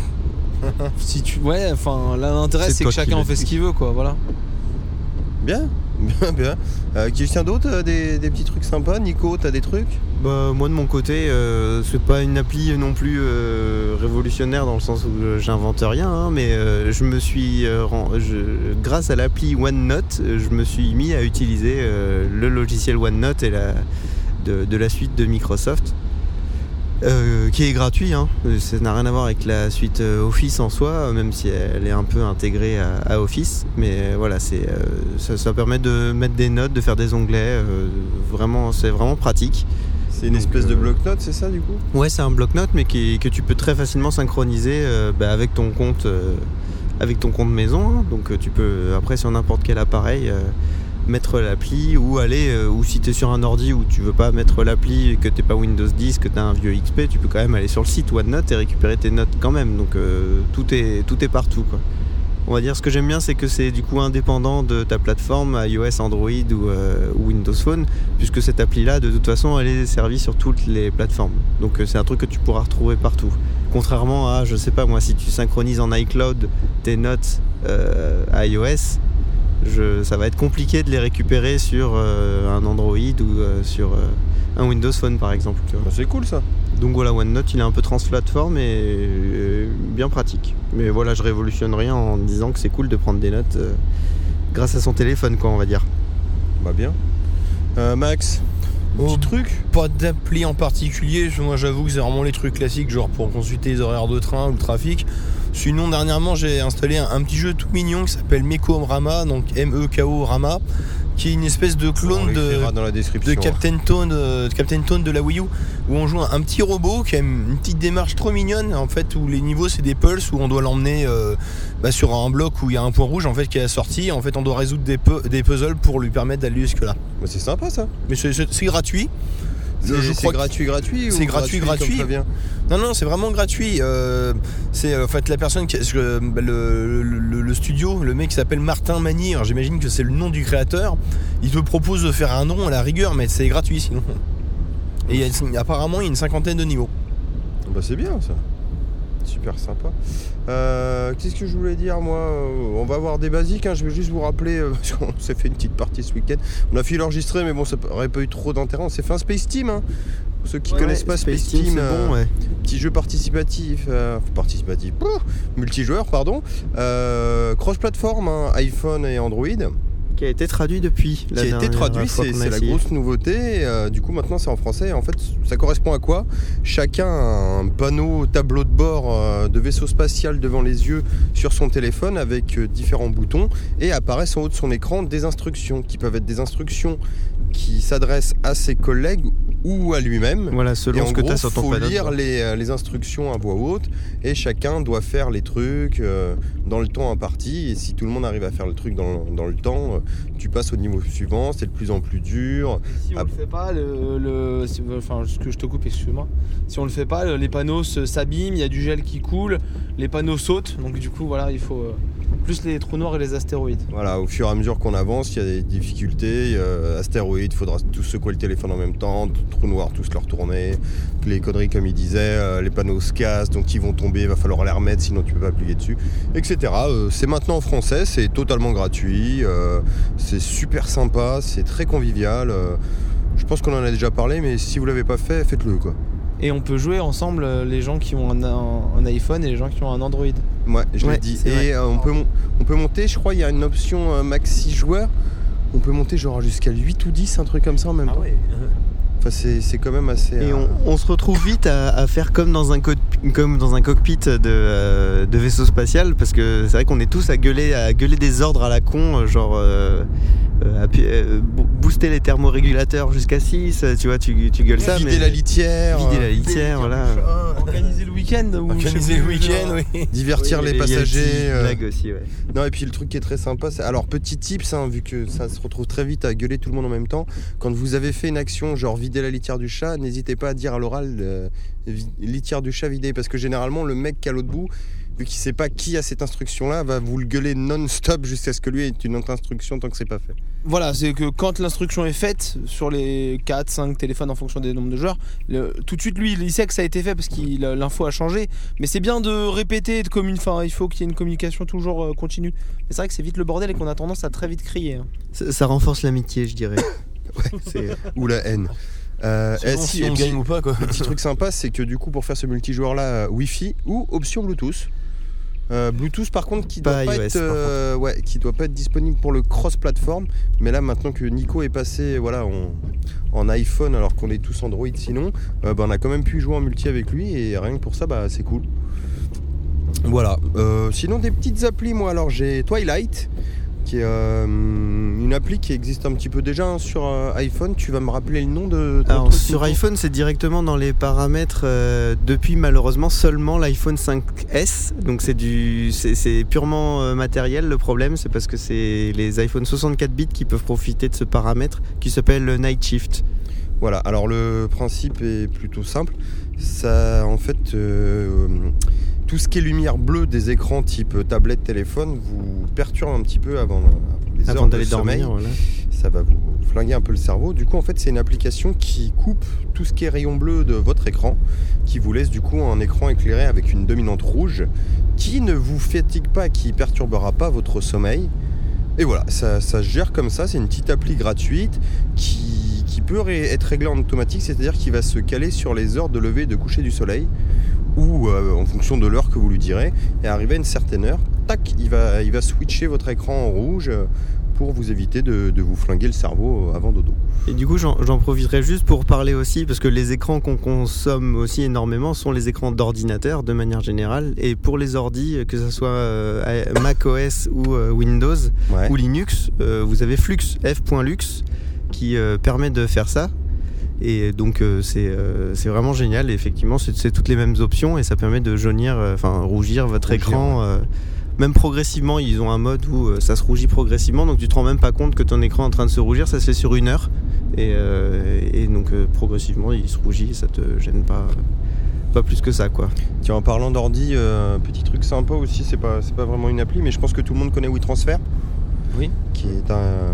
Si tu ouais, enfin là l'intérêt C'est c'est, toi que qui chacun l'as en fait dit. ce qu'il veut quoi, voilà. Bien, bien, bien. Euh, quelqu'un d'autre, euh, des, des petits trucs sympas? Nico, t'as des trucs? Bah moi de mon côté, euh, c'est pas une appli non plus euh, révolutionnaire dans le sens où euh, j'invente rien, hein, mais euh, je me suis, euh, ren- je- grâce à l'appli OneNote, euh, je me suis mis à utiliser euh, le logiciel OneNote et la, de, de la suite de Microsoft, euh, qui est gratuit. Hein. Ça n'a rien à voir avec la suite euh, Office en soi, même si elle est un peu intégrée à, à Office, mais euh, voilà, c'est, euh, ça, ça permet de mettre des notes, de faire des onglets, euh, vraiment, c'est vraiment pratique. C'est une Donc, espèce de euh, bloc-notes, c'est ça du coup? Ouais, c'est un bloc-notes, mais qui, que tu peux très facilement synchroniser euh, bah, avec ton compte, euh, avec ton compte maison. Hein. Donc euh, tu peux après sur n'importe quel appareil euh, mettre l'appli ou aller, euh, ou si tu es sur un ordi où tu veux pas mettre l'appli, que t'es pas Windows dix, que tu as un vieux X P, tu peux quand même aller sur le site OneNote et récupérer tes notes quand même. Donc euh, tout est tout est partout quoi. On va dire ce que j'aime bien, c'est que c'est du coup indépendant de ta plateforme iOS, Android ou, euh, ou Windows Phone, puisque cette appli-là, de toute façon, elle est servie sur toutes les plateformes. Donc euh, c'est un truc que tu pourras retrouver partout. Contrairement à, je sais pas moi, si tu synchronises en iCloud tes notes euh, iOS, je, ça va être compliqué de les récupérer sur euh, un Android ou euh, sur euh, un Windows Phone par exemple. Bah, c'est cool ça. Donc voilà, OneNote il est un peu transplateforme et euh, bien pratique. Mais voilà, je révolutionne rien en disant que c'est cool de prendre des notes euh, grâce à son téléphone, quoi, on va dire. Bah bien. Euh, Max, un petit Oh, truc Pas d'appli en particulier, moi j'avoue que c'est vraiment les trucs classiques, genre pour consulter les horaires de train ou le trafic. Sinon, dernièrement, j'ai installé un, un petit jeu tout mignon qui s'appelle Meko Rama, donc M E K O Rama, qui est une espèce de On clone l'écrira de, dans la description. de Captain Toad, euh, de Captain Toad de la Wii U, où on joue un, un petit robot qui a une, une petite démarche trop mignonne, en fait, où les niveaux c'est des pulses, où on doit l'emmener euh, bah, sur un bloc où il y a un point rouge en fait qui est assorti. En fait, on doit résoudre des, pu- des puzzles pour lui permettre d'aller jusque là. Bah, c'est sympa ça. Mais c'est, c'est- c'est gratuit. C'est, Je c'est crois que- gratuit, gratuit. C'est ou gratuit, gratuit. comme Flavien Non, non, c'est vraiment gratuit. Euh, c'est euh, en fait la personne, qui, euh, bah, le, le, le studio, le mec qui s'appelle Martin Magny, alors j'imagine que c'est le nom du créateur. Il te propose de faire un nom à la rigueur, mais c'est gratuit sinon. Et il y a, apparemment, il y a une cinquantaine de niveaux. Bah c'est bien ça. Super sympa. Euh, qu'est-ce que je voulais dire moi euh, On va avoir des basiques, hein. Je vais juste vous rappeler, euh, parce qu'on s'est fait une petite partie ce week-end. On a failli l'enregistrer mais bon ça aurait pas eu trop d'intérêt. On s'est fait un Space Team. Hein. Pour ceux qui Ouais, connaissent pas Space, Space Team, Team, c'est euh, bon, ouais. petit jeu participatif, euh, participatif, pouh, multijoueur pardon, euh, cross-platform, hein, iPhone et Android. Qui a été traduit depuis. Qui a été traduit, c'est, c'est la grosse nouveauté. Euh, du coup, maintenant, c'est en français. En fait, ça correspond à quoi ? Chacun a un panneau tableau de bord euh, de vaisseau spatial devant les yeux sur son téléphone avec euh, différents boutons et apparaissent en haut de son écran des instructions qui peuvent être des instructions qui s'adressent à ses collègues ou à lui-même. Voilà, selon et en ce que gros, tu as sur ton faut panneau de lire bord. les, euh, les instructions à voix haute et chacun doit faire les trucs euh, dans le temps imparti. Et si tout le monde arrive à faire le truc dans, dans le temps, euh, tu passes au niveau suivant, c'est de plus en plus dur. Si on Ah, le fait pas, le, le- si- enfin, ce que je te coupe, excuse-moi. Si on le fait pas, le- les panneaux se- s'abîment, il y a du gel qui coule, les panneaux sautent, donc du coup, voilà, il faut euh, plus les trous noirs et les astéroïdes. Voilà, au fur et à mesure qu'on avance, il y a des difficultés. Euh, astéroïdes, il faudra tous secouer le téléphone en même temps, trous noirs, tous leur tourner. Les conneries, comme il disait, euh, les panneaux se cassent, donc ils vont tomber, il va falloir les remettre, sinon tu peux pas appuyer dessus, et cetera. Euh, c'est maintenant en français, c'est totalement gratuit, euh, c'est super sympa, c'est très convivial. euh, je pense qu'on en a déjà parlé, mais si vous l'avez pas fait, faites-le quoi. Et on peut jouer ensemble euh, les gens qui ont un, un- un iPhone et les gens qui ont un Android. Ouais, je Ouais, l'ai dit. c'est Et vrai. euh, on, peut mon- on peut monter, je crois, il y a une option euh, maxi joueur. On peut monter genre jusqu'à huit ou dix, un truc comme ça en même temps. Enfin, c'est, c'est quand même assez. Et euh, on, on se retrouve vite à, à faire comme dans un, co- comme dans un cockpit de, euh, de vaisseau spatial, parce que c'est vrai qu'on est tous à gueuler, à gueuler des ordres à la con, genre euh, euh, appuyer- euh, bo- booster les thermorégulateurs jusqu'à six, tu vois, tu, tu gueules ça. vider mais la litière. Vider euh, la litière, voilà. Organiser le week-end ou Organiser je sais le plus, week-end, genre. oui. Divertir Oui, les il y a des passagers. petites euh, blagues aussi, ouais. Non, et puis le truc qui est très sympa, c'est. Alors, petit tips, hein, vu que ça se retrouve très vite à gueuler tout le monde en même temps. Quand vous avez fait une action, genre vider la litière du chat, n'hésitez pas à dire à l'oral euh, vi- litière du chat vidée. Parce que généralement, le mec qui est à l'autre bout, vu qu'il sait pas qui a cette instruction-là, va vous le gueuler non-stop jusqu'à ce que lui ait une autre instruction tant que c'est pas fait. Voilà, c'est que quand l'instruction est faite sur les quatre cinq téléphones en fonction des nombres de joueurs, le- tout de suite lui il sait que ça a été fait parce que l'info a changé. Mais c'est bien de répéter, de commun... enfin, il faut qu'il y ait une communication toujours euh, continue. Mais c'est vrai que c'est vite le bordel et qu'on a tendance à très vite crier. hein. Ça, ça renforce l'amitié, je dirais. C'est... Ou la haine. Euh, C'est et bon, si- si et on puis, gagne ou pas, quoi. Le petit truc sympa, c'est que du coup, pour faire ce multijoueur là, Wi-Fi ou option Bluetooth. Euh, Bluetooth par contre qui doit Pas pas, iOS, être, par euh, ouais, qui doit pas être disponible pour le cross-platform. Mais là maintenant que Nico est passé voilà, en, en iPhone alors qu'on est tous Android sinon, euh, bah, on a quand même pu jouer en multi avec lui et rien que pour ça bah, c'est cool. Voilà. Euh, sinon des petites applis moi alors j'ai Twilight qui est euh, une appli qui existe un petit peu déjà hein, sur euh, iPhone. Tu vas me rappeler le nom de ton Alors truc, sur Nico iPhone c'est directement dans les paramètres euh, depuis malheureusement seulement l'iPhone cinq S, donc c'est du c'est, c'est purement euh, matériel. Le problème c'est parce que c'est les iPhone soixante-quatre bits qui peuvent profiter de ce paramètre qui s'appelle le Night Shift. Voilà, alors le principe est plutôt simple. Ça, en fait, euh, tout ce qui est lumière bleue des écrans type tablette, téléphone vous perturbe un petit peu avant, avant les Avant heures d'aller de sommeil. dormir, voilà. Ça va vous flinguer un peu le cerveau. Du coup, en fait, c'est une application qui coupe tout ce qui est rayon bleu de votre écran, qui vous laisse du coup un écran éclairé avec une dominante rouge, qui ne vous fatigue pas, qui perturbera pas votre sommeil. Et voilà, ça, ça se gère comme ça. C'est une petite appli gratuite qui, qui peut ré- être réglée en automatique, c'est-à-dire qu'il va se caler sur les heures de lever et de coucher du soleil, ou euh, en fonction de l'heure que vous lui direz, et arrivé à une certaine heure, tac, il va, il va switcher votre écran en rouge euh, pour vous éviter de, de vous flinguer le cerveau avant dodo. Et du coup, j'en, j'en profiterai juste pour parler aussi, parce que les écrans qu'on consomme aussi énormément sont les écrans d'ordinateur de manière générale. Et pour les ordis, que ce soit euh, macOS ou euh, Windows Ouais. ou Linux, euh, vous avez Flux, f.lux, qui euh, permet de faire ça. Et donc euh, c'est, euh, c'est vraiment génial. Et effectivement, c'est, c'est toutes les mêmes options et ça permet de jaunir, enfin rougir votre Rougir, écran. Euh, même progressivement, ils ont un mode où euh, ça se rougit progressivement, donc tu te rends même pas compte que ton écran est en train de se rougir. Ça se fait sur une heure et, euh, et donc euh, progressivement il se rougit, ça te gêne pas, pas plus que ça quoi. Tiens, en parlant d'ordi, euh, petit truc sympa aussi, c'est pas, c'est pas vraiment une appli, mais je pense que tout le monde connaît WeTransfer. Oui. Qui est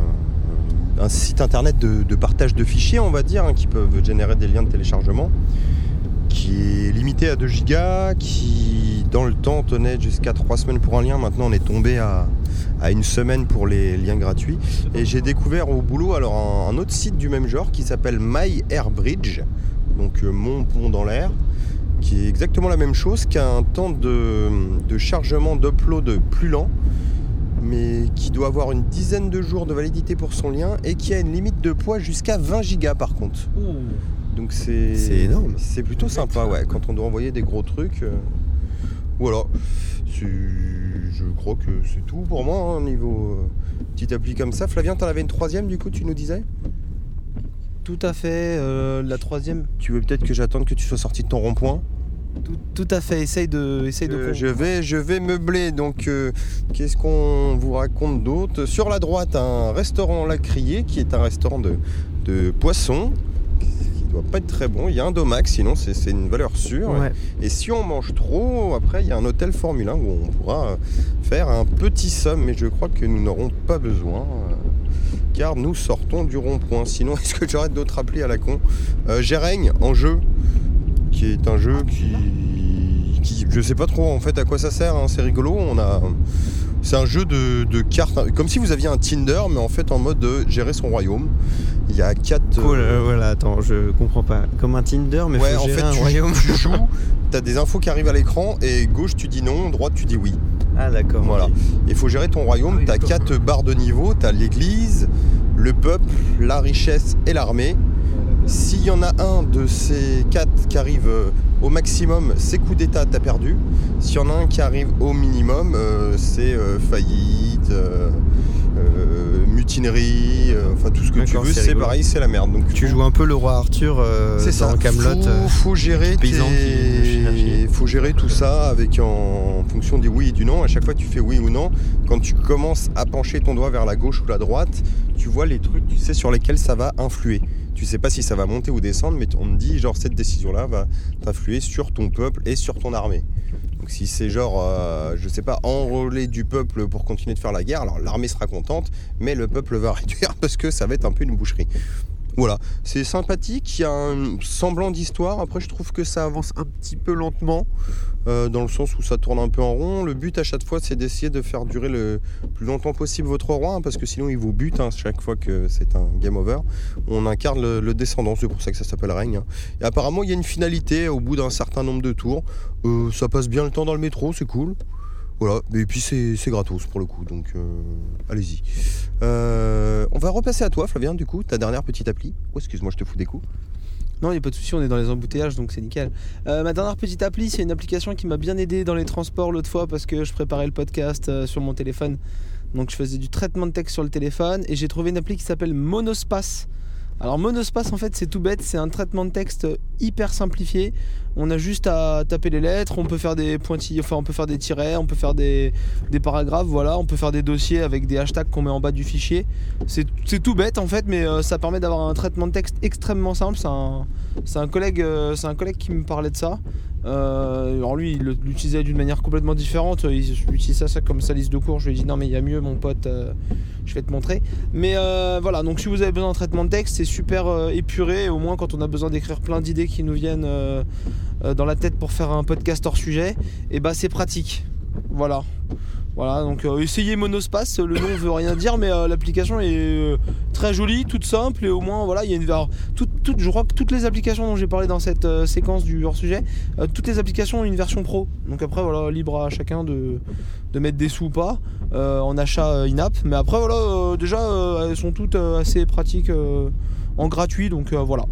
un, un site internet de, de partage de fichiers, on va dire, hein, qui peuvent générer des liens de téléchargement, qui est limité à deux gigas, qui dans le temps tenait jusqu'à trois semaines pour un lien. Maintenant on est tombé à, à une semaine pour les liens gratuits. Et j'ai découvert au boulot alors un, un autre site du même genre qui s'appelle MyAirBridge, donc euh, mon pont dans l'air, qui est exactement la même chose, qui a un temps de, de chargement d'upload plus lent, mais qui doit avoir une dizaine de jours de validité pour son lien et qui a une limite de poids jusqu'à vingt gigas par contre. Donc c'est, C'est énorme. C'est plutôt sympa, ouais, quand on doit envoyer des gros trucs. euh, Voilà. C'est- Je crois que c'est tout pour moi, hein, niveau euh, petite appli comme ça. Flavien, t'en avais une troisième du coup, tu nous disais? Tout à fait. euh, la troisième. Tu veux peut-être que j'attende que tu sois sorti de ton rond-point? Tout, tout à fait. Essaye de, essaye de. Euh, je vais, je vais meubler. Donc, euh, qu'est-ce qu'on vous raconte d'autre? Sur la droite, un restaurant Lacrier, qui est un restaurant de, de poissons, qui doit pas être très bon. Il y a un domax, sinon c'est, c'est une valeur sûre. Ouais. Et si on mange trop, après il y a un hôtel Formule un où on pourra faire un petit somme, mais je crois que nous n'aurons pas besoin. euh, Car nous sortons du rond-point. Sinon, est-ce que j'aurais d'autres applis à la con? euh, Géraigne en jeu, qui est un jeu qui, qui je sais pas trop en fait à quoi ça sert, hein, c'est rigolo. On a, c'est un jeu de, de cartes, hein, comme si vous aviez un Tinder, mais en fait en mode de gérer son royaume. Il y a quatre. Cool, euh, voilà, attends, je comprends pas. Comme un Tinder, mais ouais, faut en gérer fait, un tu, royaume. tu joues, t'as des infos qui arrivent à l'écran et gauche tu dis non, droite tu dis oui. Ah d'accord. Voilà. ok. Il faut gérer ton royaume. T'as quatre barres de niveau. T'as l'église, le peuple, la richesse et l'armée. S'il y en a un de ces quatre qui arrive euh, au maximum, c'est coup d'état, t'as perdu. S'il y en a un qui arrive au minimum, euh, c'est euh, faillite, euh, euh, mutinerie, euh, enfin tout ce que tu D'accord, veux, c'est c'est rigolo. pareil, c'est la merde. Donc Tu joues un peu le roi Arthur euh, c'est dans ça. Camelot. Faut, faut gérer paysan tes- qui cherche. faut gérer tout ça avec en, en fonction du oui et du non. À chaque fois tu fais oui ou non. Quand tu commences à pencher ton doigt vers la gauche ou la droite, tu vois les trucs, tu sais sur lesquels ça va influer. Tu sais pas si ça va monter ou descendre, mais on te dit genre cette décision-là va t'influer sur ton peuple et sur ton armée. Donc si c'est genre, euh, je sais pas, enrôler du peuple pour continuer de faire la guerre, alors l'armée sera contente, mais le peuple va réduire parce que ça va être un peu une boucherie. Voilà, c'est sympathique, il y a un semblant d'histoire. Après, je trouve que ça avance un petit peu lentement, euh, dans le sens où ça tourne un peu en rond. Le but à chaque fois, c'est d'essayer de faire durer le plus longtemps possible votre roi, hein, parce que sinon il vous bute hein, chaque fois que c'est un game over. On incarne le, le descendant, c'est pour ça que ça s'appelle règne. hein. Et apparemment, il y a une finalité au bout d'un certain nombre de tours. Euh, ça passe bien le temps dans le métro, c'est cool. Voilà, et puis c'est, c'est gratos pour le coup, donc euh, allez-y. Euh, on va repasser à toi, Flavien, du coup, ta dernière petite appli. Oh, excuse-moi, je te fous des coups. Non, il n'y a pas de souci, on est dans les embouteillages, donc c'est nickel. Euh, ma dernière petite appli, c'est une application qui m'a bien aidé dans les transports l'autre fois parce que je préparais le podcast euh, sur mon téléphone. Donc je faisais du traitement de texte sur le téléphone et j'ai trouvé une appli qui s'appelle Monospace. Alors Monospace, en fait, c'est tout bête, c'est un traitement de texte hyper simplifié. On a juste à taper les lettres, on peut faire des pointillés, enfin on peut faire des tirets, on peut faire des, des paragraphes, voilà, on peut faire des dossiers avec des hashtags qu'on met en bas du fichier. C'est, c'est tout bête en fait, mais euh, ça permet d'avoir un traitement de texte extrêmement simple. C'est un, c'est un collègue, euh, c'est un collègue qui me parlait de ça. Euh, alors lui, il l'utilisait d'une manière complètement différente. Il utilisait ça comme sa liste de cours. Je lui ai dit non mais il y a mieux mon pote, euh, je vais te montrer. Mais euh, voilà, donc si vous avez besoin d'un traitement de texte, c'est super euh, épuré. Au moins quand on a besoin d'écrire plein d'idées qui nous viennent euh, euh, dans la tête pour faire un podcast hors sujet, et bah c'est pratique. Voilà. Voilà, donc euh, essayez Monospace, le nom veut rien dire, mais euh, l'application est euh, très jolie, toute simple, et au moins voilà, il y a une alors, toute, toute, je crois que toutes les applications dont j'ai parlé dans cette euh, séquence du hors-sujet, euh, toutes les applications ont une version pro. Donc après voilà, libre à chacun de, de mettre des sous ou pas euh, en achat euh, in-app. Mais après voilà, euh, déjà euh, elles sont toutes euh, assez pratiques euh, en gratuit, donc euh, voilà.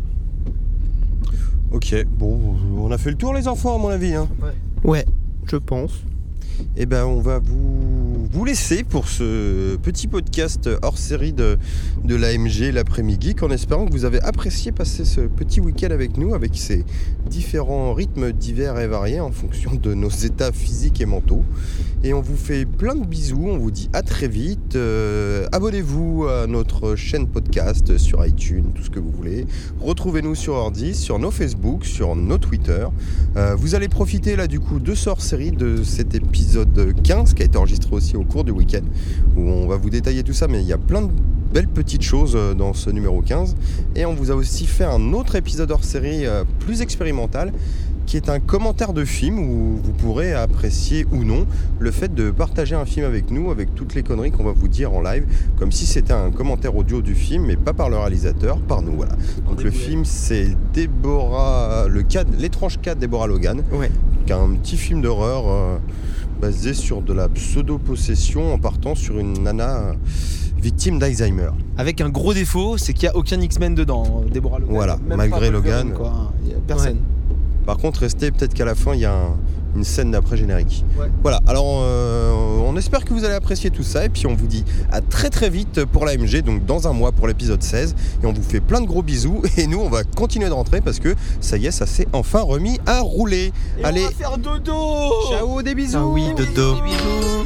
Ok, bon, on a fait le tour les enfants à mon avis. Hein. Ouais. Ouais, je pense. Eh ben, on va vous, vous laisser pour ce petit podcast hors série de, de l'A M G, l'après-midi geek, en espérant que vous avez apprécié passer ce petit week-end avec nous, avec ces différents rythmes divers et variés en fonction de nos états physiques et mentaux. Et on vous fait plein de bisous, on vous dit à très vite. Euh, abonnez-vous à notre chaîne podcast sur iTunes, tout ce que vous voulez. Retrouvez-nous sur Ordi, sur nos Facebook, sur nos Twitter. Euh, vous allez profiter là du coup de ce hors-série de cet épisode quinze qui a été enregistré aussi au cours du week-end, où on va vous détailler tout ça, mais il y a plein de belles petites choses dans ce numéro quinze. Et on vous a aussi fait un autre épisode hors-série euh, plus expérimental, qui est un commentaire de film où vous pourrez apprécier ou non le fait de partager un film avec nous, avec toutes les conneries qu'on va vous dire en live, comme si c'était un commentaire audio du film, mais pas par le réalisateur, par nous. Voilà. Donc le film, c'est Déborah, le cas, l'étrange cas de Deborah Logan, ouais. qui est un petit film d'horreur euh, basé sur de la pseudo-possession en partant sur une nana euh, victime d'Alzheimer. Avec un gros défaut, c'est qu'il n'y a aucun X-Men dedans, Deborah Logan. Voilà, même malgré pas Wolverine, Logan. Quoi. Il y a personne. Ouais. Par contre, restez peut-être qu'à la fin, il y a un, une scène d'après-générique. Ouais. Voilà, alors euh, on espère que vous allez apprécier tout ça. Et puis on vous dit à très très vite pour l'A M G, donc dans un mois pour l'épisode seize. Et on vous fait plein de gros bisous. Et nous, on va continuer de rentrer parce que ça y est, ça s'est enfin remis à rouler. Et allez, on va faire dodo. Ciao, des bisous. Ah oui, dodo. Des bisous.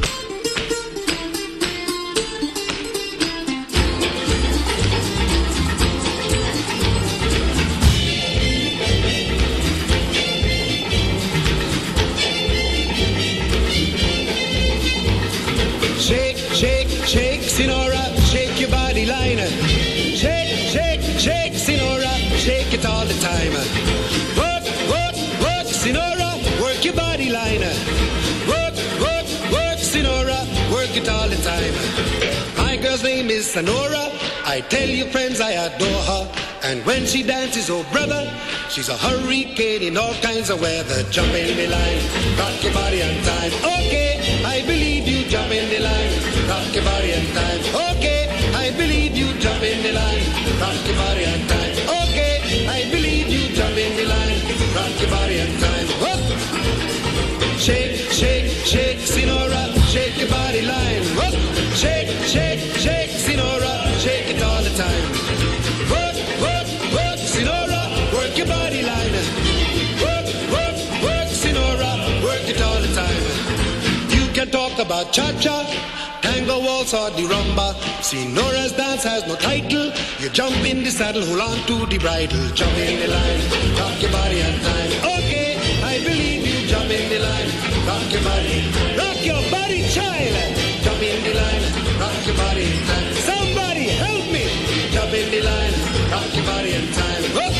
Shake, Sinora, shake your body line. Shake, shake, shake, Sinora, shake it all the time. Work, work, work, Sinora, work your body line. Work, work, work, Sinora, work it all the time. My girl's name is Sonora. I tell you friends I adore her. And when she dances, oh brother, she's a hurricane in all kinds of weather. Jump in the line, rock your body on time. Okay, I believe you, jump in the line, rock your body on time. Okay, I believe you, jump in the line, rock your body on time. Okay, I believe you, jump in the line, rock your body on time. Whoop. Shake, shake, shake, Sinora, shake your body line. Whoop. Shake, shake, shake, Sinora, shake it all the time. Work, work, work, Sinora, work your body line. Work, work, work, Sinora, work it all the time. You can talk about cha-cha, tango waltz or the rumba. Sinora's dance has no title. You jump in the saddle, hold on to the bridle. Jump in the line, rock your body on time. Okay, I believe you, jump in the line, rock your body. Rock your body, child. Jump in the line, rock your body in time. Somebody help me. Jump in the line, rock your body in time. Whoop.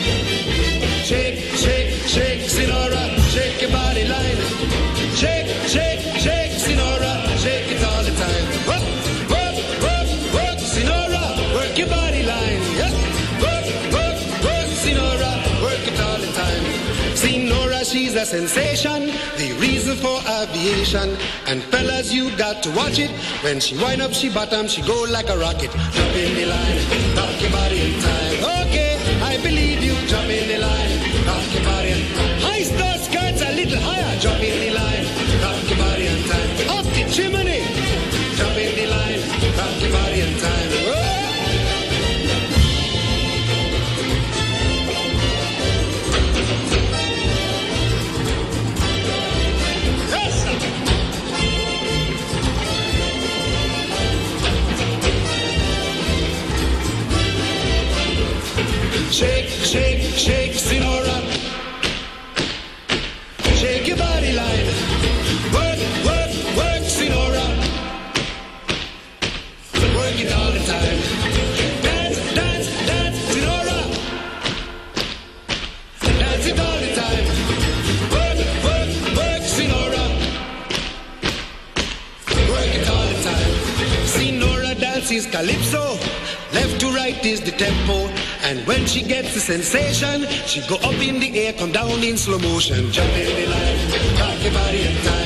Shake, shake, shake, Sinora, shake your body line. Shake, shake, shake, Sinora, shake it all the time. Work, work, work, work, Sinora, work your body line. Yes. Work, work, work, Sinora, work it all the time. Sinora, she's a sensation, the reason for aviation. And fellas, you got to watch it. When she wind up, she bottom, she go like a rocket. Jump in the line, rock your body in time. Okay, I believe you, jump in the line, rock your body in time. High star skirts a little higher, jump in the line, rock your body in time. Up the chimney, jump in the line, rock your body in time. Whoa. Shake, shake, shake, Sinora. dance is calypso. Left to right is the tempo. And when she gets the sensation, she go up in the air, come down in slow motion. Jump in the line, rock your body in time.